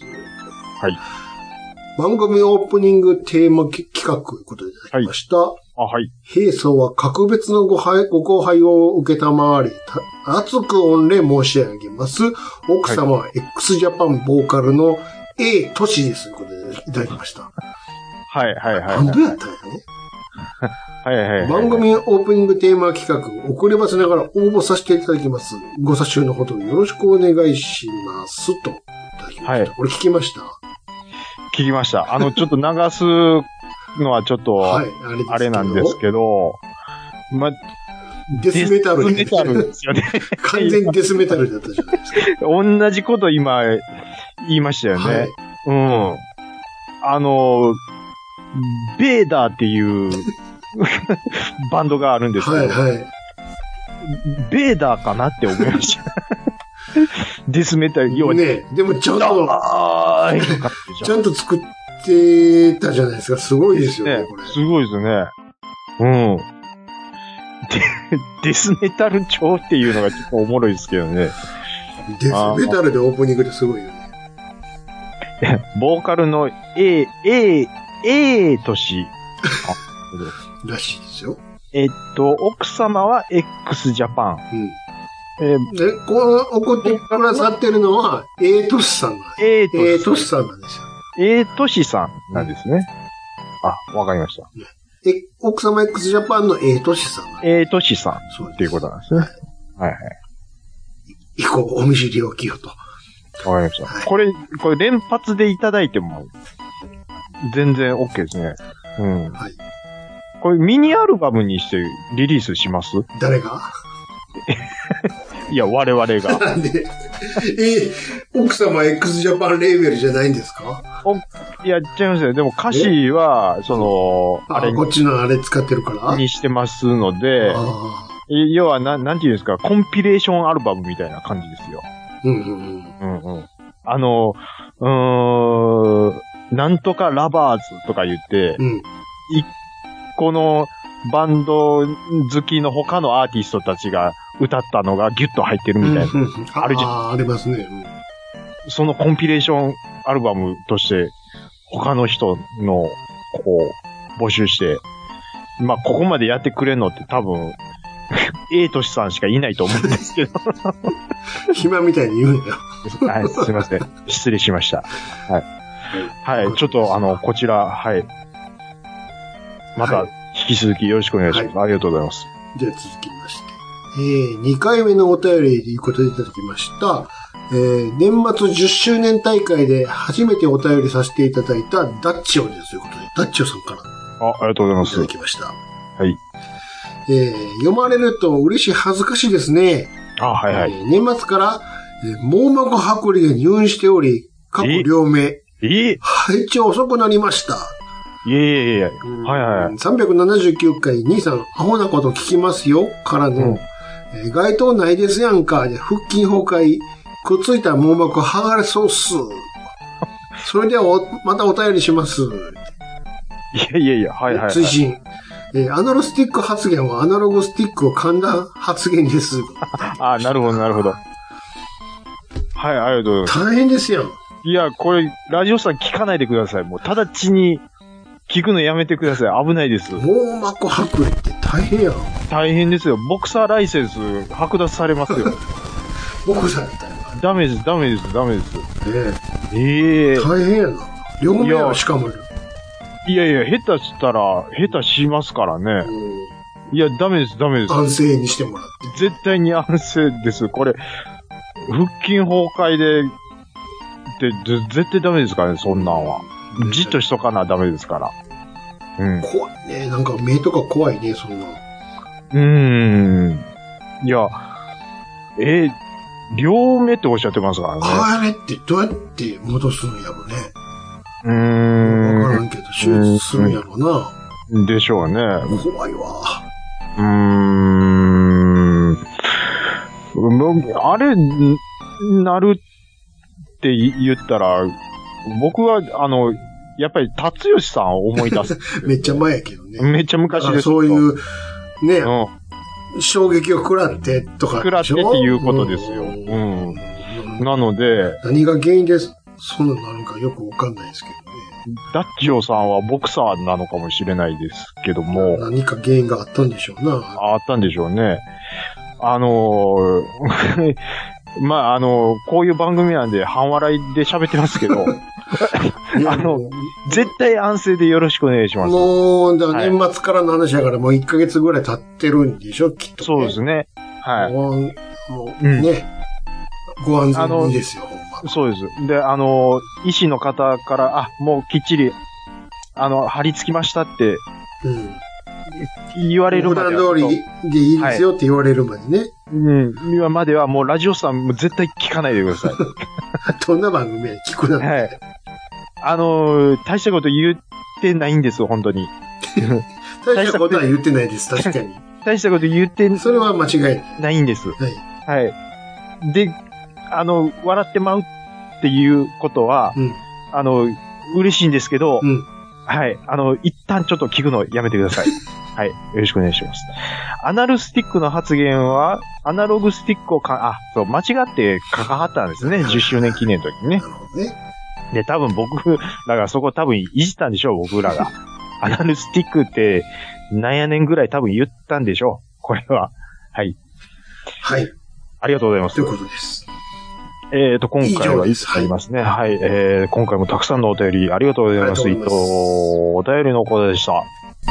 はい。番組オープニングテーマ企画ということでいただきました。はい、あ、はい。平素は格別のご拝、ご高拝を受けたまわり、熱く御礼申し上げます。奥様は x ジャパンボーカルの A トシですということでいただきました。 はい、はい、はい。 バンドやったんやね。はいはいはい。番組オープニングテーマ企画、遅ればせながら応募させていただきます。ご査集のほどよろしくお願いします。と、いただきました。はい。これ聞きました？ 聞きました。あの、ちょっと流すのはちょっと、はい、あれなんですけど、ま、 デスメタル。 デスメタルですよね。 完全にデスメタルだったじゃないですか。 同じこと今、言いましたよね。はい、うん。あの、ベーダーっていうバンドがあるんですけど、はいはい、ベーダーかなって思いました。デスメタル、要はね、でもちゃんと、ちゃんと作ってたじゃないですか。すごいですよね、ねこれ。 すごいですね。うん。デスメタル調っていうのがちょっとおもろいですけどね。 デスメタルでオープニングってすごいよね。 ボーカルの A、A、A とし。 らしいですよ。 えっと、奥様は X ジャパン。うんえー、で、この、送ってくださってるのは、A トシさんなんです。A トシさんなんですよ。 A トシさんなんですね。あ、わかりました。 え、奥様 X ジャパンの A トシさん。 A トシさん。そうっていうことなんですね。はい、はいはい。 以降、お見知りおきよと。 わかりました。はい、これ、これ連発でいただいても、全然 OK ですね。うん。はい。これミニアルバムにしてリリースします？ 誰が？ いや、我々が。 なんでえ、奥様 X ジャパンレーベルじゃないんですか？ お、いや、違いますよ。でも歌詞は、その、 あれ。こっちのあれ使ってるからにしてますので、要は、な、なんていうんですか、コンピレーションアルバムみたいな感じですよ。うんうんうん。うんうん。あの、うーん、なんとかラバーズとか言って、うん、一個のバンド好きの他のアーティストたちが歌ったのがギュッと入ってるみたいな。うんうん、 あるじゃん。あ、ありますね、 うん。そのコンピレーションアルバムとして他の人のこう募集して、まあここまでやってくれんのって多分 A としさんしかいないと思うんですけど。 暇みたいに言うなよ。 はい、すいません。失礼しました。はい。はい、ちょっとあの、こちら、はい。また、引き続きよろしくお願いします。はい、ありがとうございます。 では続きまして。えー、にかいめのお便りということでいただきました。 えー、年末じゅっしゅうねん大会で初めてお便りさせていただいたダッチオですということで、ダッチオさんからあ、ありがとうございます。 いただきました。 はい。 えー、読まれると嬉しい恥ずかしいですね。 あ、はいはい。 えー、年末から、えー、網膜剥離で入院しており、過去両目。ええ配置遅くなりました。 いえいえいえ。はいはい。 さんびゃくななじゅうきゅうかい、兄さん、アホなこと聞きますよ。からの、うんえー、該当ないですやんか。腹筋崩壊、くっついた網膜剥がれそうっす。それではお、またお便りします。 いやいやいや、はいはい、はい。 追伸。えー、アナロスティック発言はアナログスティックを噛んだ発言です。 ああ、なるほど、なるほど。はい、ありがとうございます。 大変ですよ。 いや、これ、ラジオさん聞かないでください。もう、直ちに聞くのやめてください。危ないです。 網膜剥離って大変やん。 大変ですよ。ボクサーライセンス剥奪されますよ。 ボクサーやったよ。 ダメです、ダメです、ダメです。 えええー。 大変やな。両目はしかも。 いやいや、下手したら、下手しますからね。いや、ダメです、ダメです。 安静にしてもらって。 絶対に安静です。これ、腹筋崩壊で、で、絶対ダメですからね、そんなんは。じっとしとかなダメですから。うん。 怖いね。なんか目とか怖いね、そんな。 うーん。いや、えー、両目っておっしゃってますからね。 あれってどうやって戻すんやろね。 うーん。 わからんけど、手術するんやろな。 でしょうね。 怖いわ。 うーん。あれ、なるって言ったら、僕は、あの、やっぱり、達吉さんを思い出す。 めっちゃ前やけどね。 めっちゃ昔です。 そういう、ね、 うん、 衝撃を食らってとか。 食らってっていうことですよ。うん。うん、なので。 何が原因です、そんなのなるかよくわかんないですけどね。 ダッチオさんはボクサーなのかもしれないですけども。 何か原因があったんでしょうな。 あったんでしょうね。あのー、まあ、あのー、こういう番組なんで半笑いで喋ってますけど、あの、絶対安静でよろしくお願いします。 もう、だから年末からの話だからもういっかげつぐらい経ってるんでしょ、きっと、ね。 そうですね。はい。 もう、もうね、うん、ご安全にですよ、ほんま。 そうです。で、あの、医師の方から、あ、もうきっちり、あの、貼り付きましたって、うん、言われるまでは。 普段通りでいいですよって言われるまでね。はい、 うん。今まではもうラジオさんも絶対聞かないでください。 どんな番組や聞くなって。はい。 あのー、大したこと言ってないんです、本当に。 大したことは言ってないです、確かに。 大したこと言ってそれは間違いない。 ないんです。はい。はい。で、あの、笑ってまうっていうことは、うん、あの、嬉しいんですけど、うん、はい。あの、一旦ちょっと聞くのやめてください。はい。よろしくお願いします。アナルスティックの発言は、アナログスティックをか、あ、そう、間違って書かはったんですね。じゅっしゅうねん記念の時にね。なるほどね。で、多分僕、だからそこ多分いじったんでしょう、僕らが。アナルスティックって、なんやねんぐらい多分言ったんでしょう。これは。はい。 はい。 ありがとうございます。 ということです。 えっと、今回は以上ありますね。はい、はい。えー、今回もたくさんのお便りありがとうございます。伊藤、お便りのコーナーでした。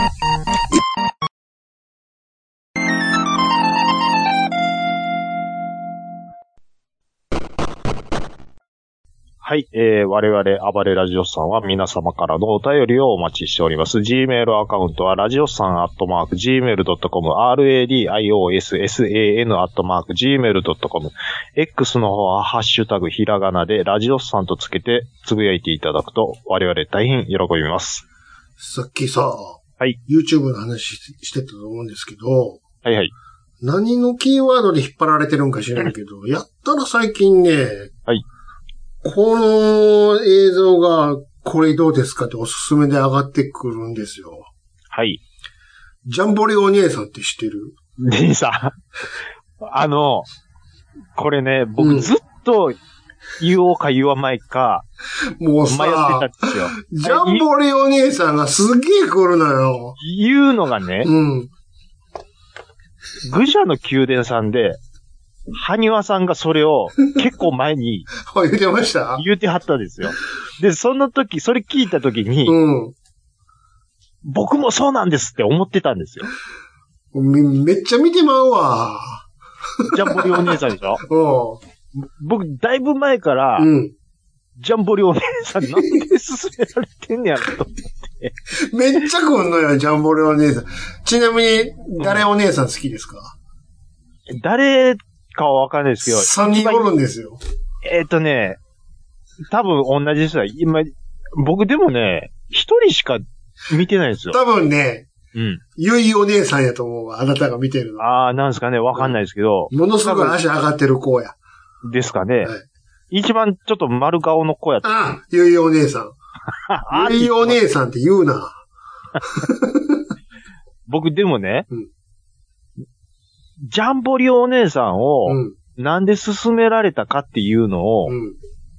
はい、えー、我々、暴れラジオスさんは皆様からのお便りをお待ちしております。Gmail アカウントは、ラジオスさんアットマーク、ジーメールドットコム、ラディオスサン アットマーク、ジーメールドットコム、X の方は、ハッシュタグ、ひらがなで、ラジオスさんとつけて、つぶやいていただくと、我々大変喜びます。 さっきさ、 はい。 YouTube の話してたと思うんですけど、 はいはい。 何のキーワードで引っ張られてるんか知らんけど、やったら最近ね、 はい。 この映像がこれどうですかっておすすめで上がってくるんですよ。 はい。 ジャンボリお姉さんって知ってる？ 兄さん。あの、これね、僕ずっと言おうか言わないか、 もうさ、 迷ってたんですよ。 ジャンボリお姉さんがすげえ来るのよ。 言うのがね、 うん。 愚者の宮殿さんで、ハニワさんがそれを結構前に言ってました言ってはったんですよ。で、その時、それ聞いた時に、 うん、 僕もそうなんですって思ってたんですよ。 め, めっちゃ見てまうわ。 ジャンボリお姉さんでしょ？ うん。 僕、だいぶ前から、うん、ジャンボリお姉さんなんで勧められてんねやろと思って。 めっちゃ来んのよ、ジャンボリお姉さん。ちなみに、誰お姉さん好きですか？ うん、誰かはわかんないですけど。 さんにんおるんですよ。 えっとね、多分同じ人は、今、僕でもね、一人しか見てないんですよ。 多分ね、 うん。 ゆいお姉さんやと思うわ、あなたが見てるの。 ああ、なんですかね、わかんないですけど。 ものすごく足上がってる子や。 ですかね。はい、一番ちょっと丸顔の子やった。 ああ、ゆいお姉さん。ゆいお姉さんって言うな。 僕でもね、うん、ジャンボリお姉さんを、なんで勧められたかっていうのを、うん、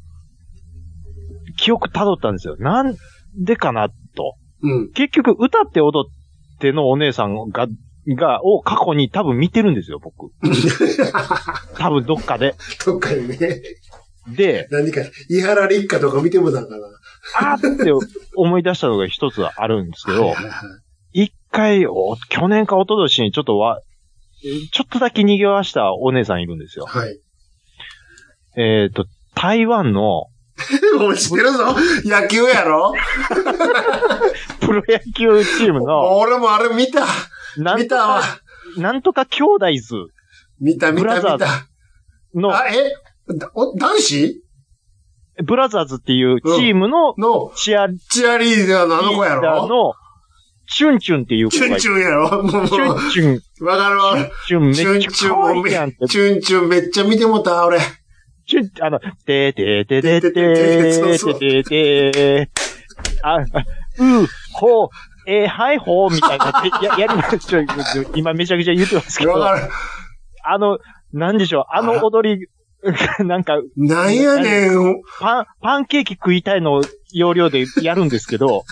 記憶辿ったんですよ。なんでかなと。うん、結局、歌って踊ってのお姉さんが、が、を過去に多分見てるんですよ、僕。多分どっかで。 どっかでね。 で、 何か、伊原立花とか見てもたんかな。 あーって思い出したのが一つあるんですけど、一回、去年か一昨年にちょっとわ、ちょっとだけ賑わしたお姉さんいるんですよ。はい。えっと、台湾の、 もう知ってるぞ野球やろプロ野球チームの。 俺もあれ見た。見たわ。 なんとか兄弟図。 見た見た見た。 の。 あ、えお男子ブラザーズっていうチームの、 の、 チア、 チアリーダーのあの子やろの、チュンチュンっていう子がいる。 チュンチュンやろもうチュンチュン。 わかるわ。 チュンチュンめっちゃ可愛いやんって。 チュンチュンめっちゃ見てもた、俺。 チュン、あの、てーてーてーてーてーてーてーてーあ、う、ほう、えー、はい、ほう、みたいな。や、やります。今めちゃくちゃ言ってますけど。 わかる。 あの、なんでしょう、あの踊り、なんか。 なんやねん。 パン、パンケーキ食いたいの要領でやるんですけど。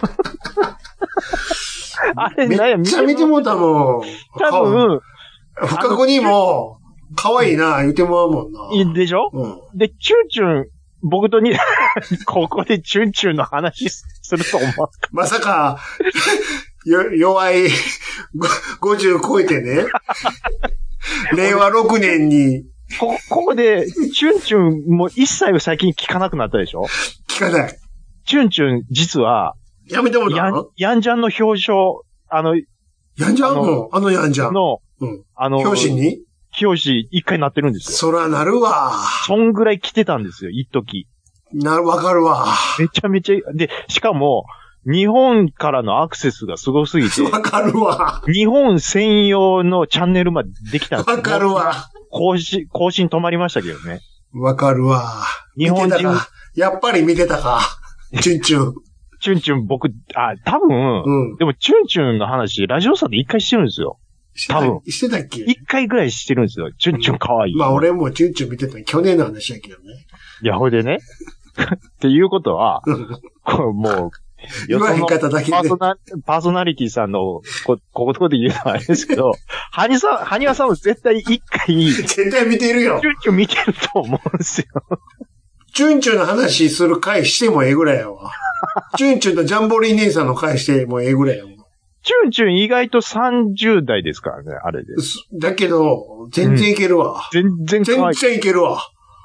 あれ、なんや、 めっちゃ見てもうたもん。 多分、 不覚にも、可愛いな、言ってもらうもんな。 いいでしょ、うん、で、チュンチュン、僕とに、ここでチュンチュンの話すると思うかまさか、よ、弱い、ごじゅう超えてね。れいわろくねんに。 こ、ここで、チュンチュンも一切最近聞かなくなったでしょ聞かない。 チュンチュン、実は、 やめてもらうのヤンジャンの表彰、あの、 ヤンジャンのあのヤンジャンの、うん、あの、 表紙に表紙一回なってるんですよ。 そらなるわ。 そんぐらい来てたんですよ、一時。 なる、わかるわ。 めちゃめちゃ、で、しかも、日本からのアクセスがすごすぎて。 わかるわ。 日本専用のチャンネルまでできたんですよ。 わかるわ。 更新、更新止まりましたけどね。 わかるわ。 日本人。 やっぱり見てたか。チュンチュン。 チュンチュン、僕、あ、多分、うん、でもチュンチュンの話、ラジオさんで一回してるんですよ。多分。 してたっけ一回ぐらいしてるんですよ。チュンチュン可愛い。 まあ俺もチュンチュン見てた去年の話だけどね。 いや、ほいでね。っていうことは、これもう、 言わへん方だけで。 パーソナ、パーソナリティさんの、こ、ここで言うのはあれですけど、ハニさん、ハニワさんも絶対一回、 絶対見てるよ。 チュンチュン見てると思うんですよ。 チュンチュンの話する回してもええぐらいやわ。チュンチュンとジャンボリー姉さんの回してもええぐらいやわ。 チュンチュン意外とさんじゅう代ですからね、あれで。 だけど、全然いけるわ。 うん、全然全然いけるわ。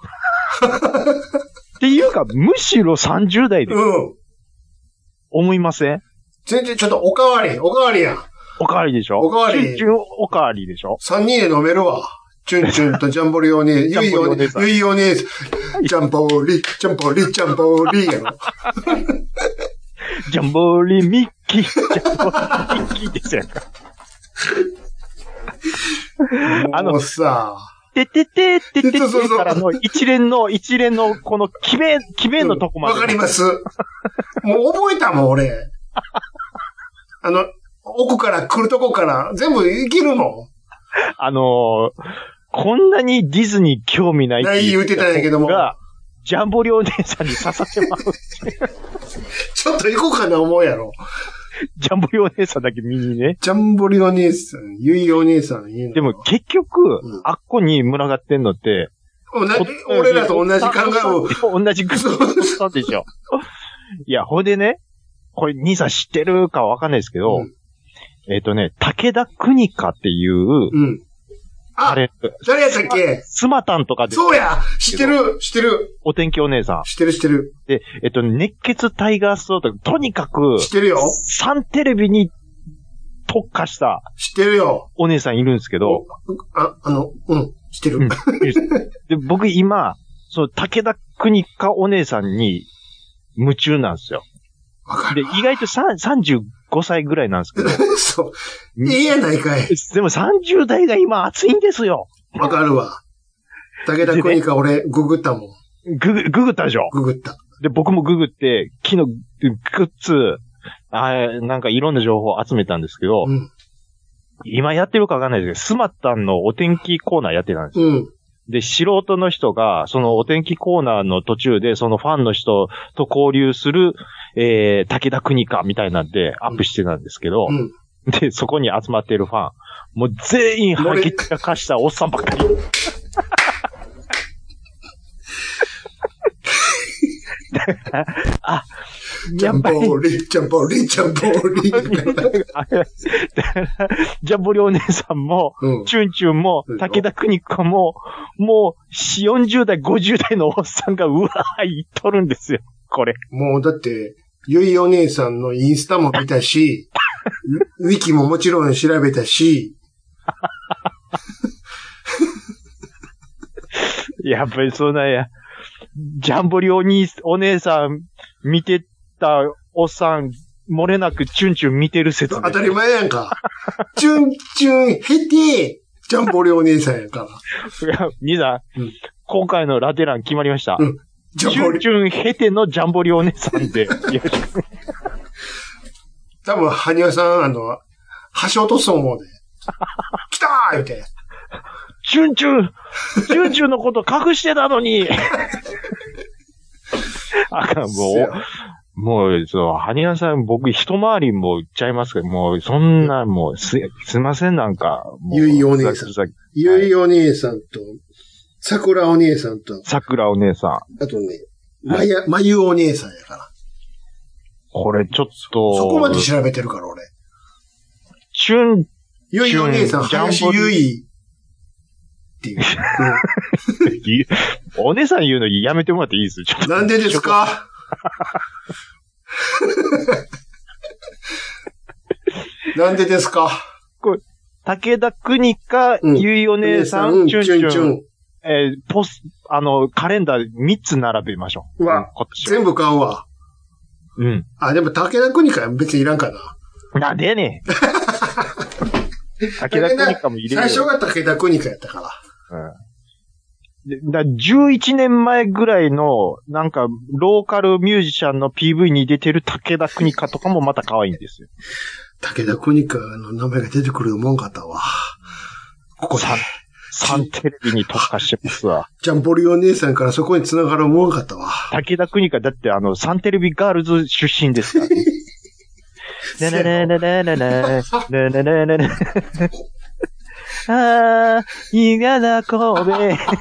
っていうか、むしろさんじゅう代で。うん。思いません？ 全然ちょっとおかわり、おかわりやん。 おかわりでしょ？ おかわり。 チュンチュンおかわりでしょ？ さんにんで飲めるわ。チュンチュンとジャンボリお姉、ゆいお姉、ゆいお姉、ジャンボリ、ジャンボリ、ジャンボリやろ。 ジャンボリミッキー、ジャンボリミッキーですやんか。 あのさ、 ててててててからの一連の、一連のこの決め、決めのとこまで。 わ、うん、かります。もう覚えたもん、俺。あの、奥から来るとこから全部いけるもん。 あのー、こんなにディズニー興味ないってない言うてたんやけども。 が、ジャンボリお姉さんに刺さってまう。 ちょっと行こうかな思うやろ。 ジャンボリお姉さんだけ見にね。 ジャンボリお姉さん、ゆいお姉さんいいの。 でも結局、うん、あっこに群がってんのって、 同じ、俺らと同じ考えを。 同じグループでしょ。いや、ほいでね、これ兄さん知ってるかわかんないですけど、うん、えっとね、武田邦香っていう、うん、 あれ、誰やったっけ？ スマタンとかで。 そうや知ってる知ってるお天気お姉さん。 知ってる知ってる。 で、えっと、熱血タイガースローとか、とにかく、 知ってるよ。 サンテレビに特化した、 知ってるよ。 お姉さんいるんですけど。 あ、あの、うん、知ってる。うん、 で、僕今、その、武田邦香お姉さんに夢中なんですよ。 わかる。 で、意外とさんじゅうごさいぐらいなんですけど。 そう。いいやないかい。 でもさんじゅう代が今熱いんですよ。 わかるわ。武田邦香俺、ググったもん。 ググ、ググったでしょ？ ググった。 で、僕もググって、昨日、グッズ、あなんかいろんな情報を集めたんですけど、うん、今やってるかわかんないですけど、スマッタンのお天気コーナーやってたんですよ。うん、で、素人の人が、そのお天気コーナーの途中で、そのファンの人と交流する、えー、武田邦香みたいなんでアップしてたんですけど、うん、で、そこに集まっているファン、もう全員ハゲ散らかしたおっさんばっかり。あ、 ジャンボーリ、ジャンボーリ、ジャンボーリ。 ジャンボリお姉さんも、うん、チュンチュンも、武田邦子も、もう、よんじゅう代、ごじゅう代のおっさんが、うわー、いっとるんですよ、これ。 もう、だって、ゆいお姉さんのインスタも見たし、ウィキももちろん調べたし、 やっぱりそんなや、ジャンボリおにお姉さん見てたおっさん、漏れなくチュンチュン見てる説、ね。 当たり前やんか。チュンチュンヘテジャンボリお姉さんやんか。 兄さん、うん、今回のラテ欄決まりました。 うん、 ジャンボリチュンチュンヘテのジャンボリお姉さんで。 多分、羽生さん、あの、橋落とすと思うで。来たー言うて。 チュンチュン、チュンチュンのこと隠してたのに。あかん、もう、もう、そう、ハニヤさん、僕一回りも言っちゃいますけど、もう、そんな、もう、す、すいません、なんか。 ゆいお姉さん。ゆいお姉さんと、さくらお姉さんと。 さくらお姉さん。 あとね、まや、まゆお姉さんやから。 これ、ちょっと。 そこまで調べてるから、俺。 チュン、 ゆいお姉さん、林ゆい。っていう。 お姉さん言うのやめてもらっていいですちょっと。 なんでですかなんでですかこれ、武田邦香、うん、ゆいお姉さん、チュンチュン。チュンえー、ポス、あの、カレンダーみっつ並べましょう。 うわ、全部買うわ。 うん。 あ、でも武田邦香別にいらんかな。 なんでやねん。武田邦香も入れる。 最初が武田邦香やったから。 うん。だじゅういちねんまえぐらいの、なんか、ローカルミュージシャンの ピーブイ に出てる武田邦香とかもまた可愛いんですよ。 武田邦香の名前が出てくるもんかったわ。ここで。 サンテレビに特化してますわ。 ジャンボリお姉さんからそこに繋がるもんかったわ。 武田邦香だってあの、サンテレビガールズ出身ですからね。ななななななななななななああ、いがだ神戸。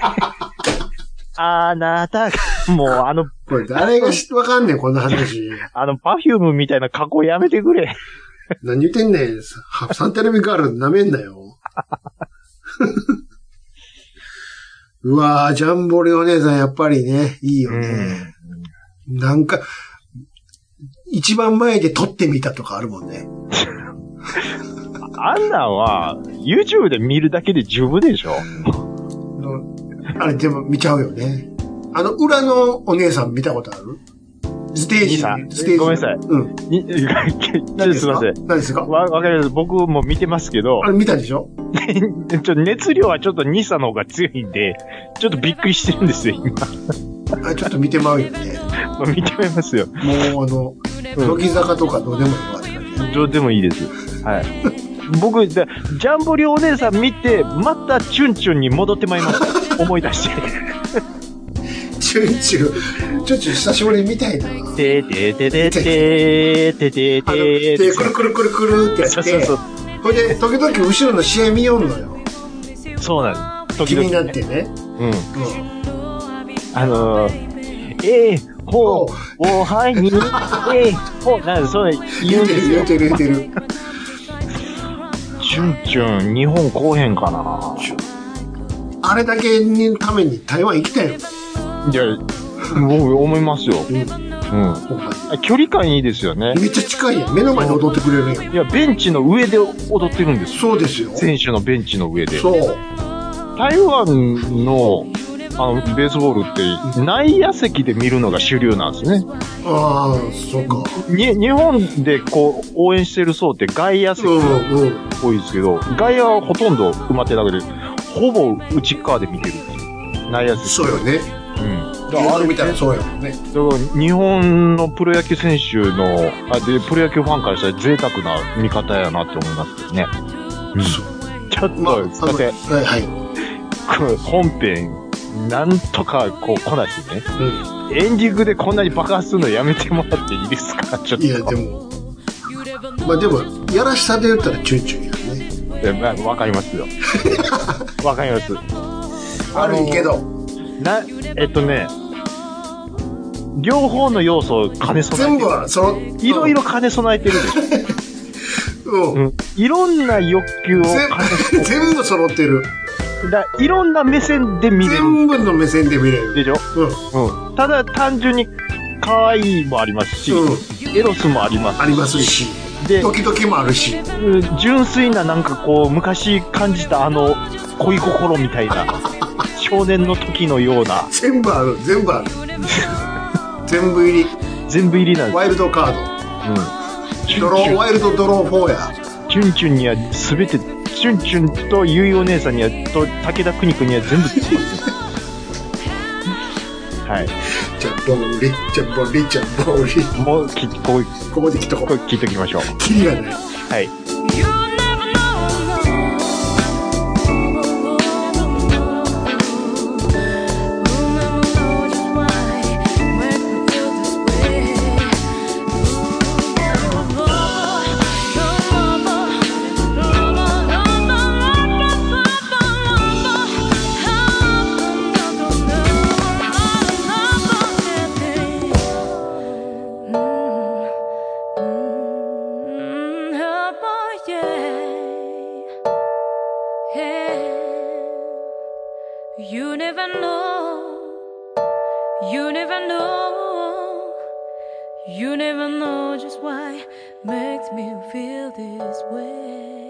あなたが、もうあの、 これ誰が知ってわかんねん、こんな話。 あの、パフュームみたいな加工やめてくれ。 何言ってんねん。サンテレビガール舐めんなよ。うわぁ、ジャンボリお姉さんやっぱりね、いいよね。うん、なんか、一番前で撮ってみたとかあるもんね。 あんなんは、YouTube で見るだけで十分でしょ？ あれでも見ちゃうよね。あの、裏のお姉さん見たことある？ステージ。ステージ。 ごめんなさい。うん。に何すいません。 何ですか？ わ、わかります。僕も見てますけど。 あれ見たでしょ？ ちょっと熱量はちょっとニサの方が強いんで、ちょっとびっくりしてるんですよ、今。 あ、ちょっと見てまうよね。 見てまいりますよ。 もうあの、乃木坂とかどうでもいいわけだね。 どうでもいいです。はい。僕、ジャンボリお姉さん見て、またチュンチュンに戻ってまいりました。思い出して。 チュンチュン、チュンチュン久しぶりに見たいな。 ててててててててててくるくるくるくるってやって。そうそうそう。ほいで、時々後ろの試合見よんのよ。 そうなんです。 気になってね。うん。うん。 あのー、えー、ほう、おはいに、えー、ほう、なんでそう言うんですよ。 言うてる言うてる言うてる。 チュンチュン、日本来へんかな。 あれだけのために台湾行きたいよ。 いや、僕思いますよ。うん。うん。距離感いいですよね。 めっちゃ近いやん。目の前で踊ってくれるやん。 いや、ベンチの上で踊ってるんですよ。 そうですよ。 選手のベンチの上で。そう。 台湾の、あの、ベースボールって、内野席で見るのが主流なんですね。 ああ、そうか。 に、日本でこう、応援してる層って外野席が多いですけど、うんうん、外野はほとんど埋まってるだけで、ほぼ内側で見てる。内野席。 そうよね。うん。だからあれ見たらそうやもんね。だから日本のプロ野球選手の、あ、で、プロ野球ファンからしたら贅沢な見方やなって思いますけどね。うん。ちょっと、まあ、さて、 はいはい。 本編、なんとかこうこなしてね、うん、エンディングでこんなに爆発するのやめてもらっていいですかちょっと。 いや、でも、まあでも、やらしさで言ったらチュンチュンやね。いや、まあ、わかりますよ。わかります。 悪いけど。 な、えっとね、両方の要素を兼ね備えてる。 全部は、その、 いろいろ兼ね備えてるでしょ。うん。うん。いろんな欲求を兼ね備えてる。全部揃ってる。 だいろんな目線で見れる。 全部の目線で見れる。 でしょ。うん。うん。ただ単純に可愛いもありますし、うん、エロスもありますし。 ありますし。で、ドキドキもあるし。 純粋ななんかこう、昔感じたあの、恋心みたいな、少年の時のような。 全部ある、全部ある。全部入り。 全部入りなんです。 ワイルドカード。うん。ドロー、ワイルドドローフォーや。 チュンチュンにはすべて、チュンチュンとゆいお姉さんには、と、武田邦子には全部ついてます。はい。 じゃぼんり、じゃぼんり、じゃぼんり。 もう、き、こう、 ここまで切っとこう。 切っときましょう。 切りがない。 はい。 You never know, you never know, you never know just why makes me feel this way.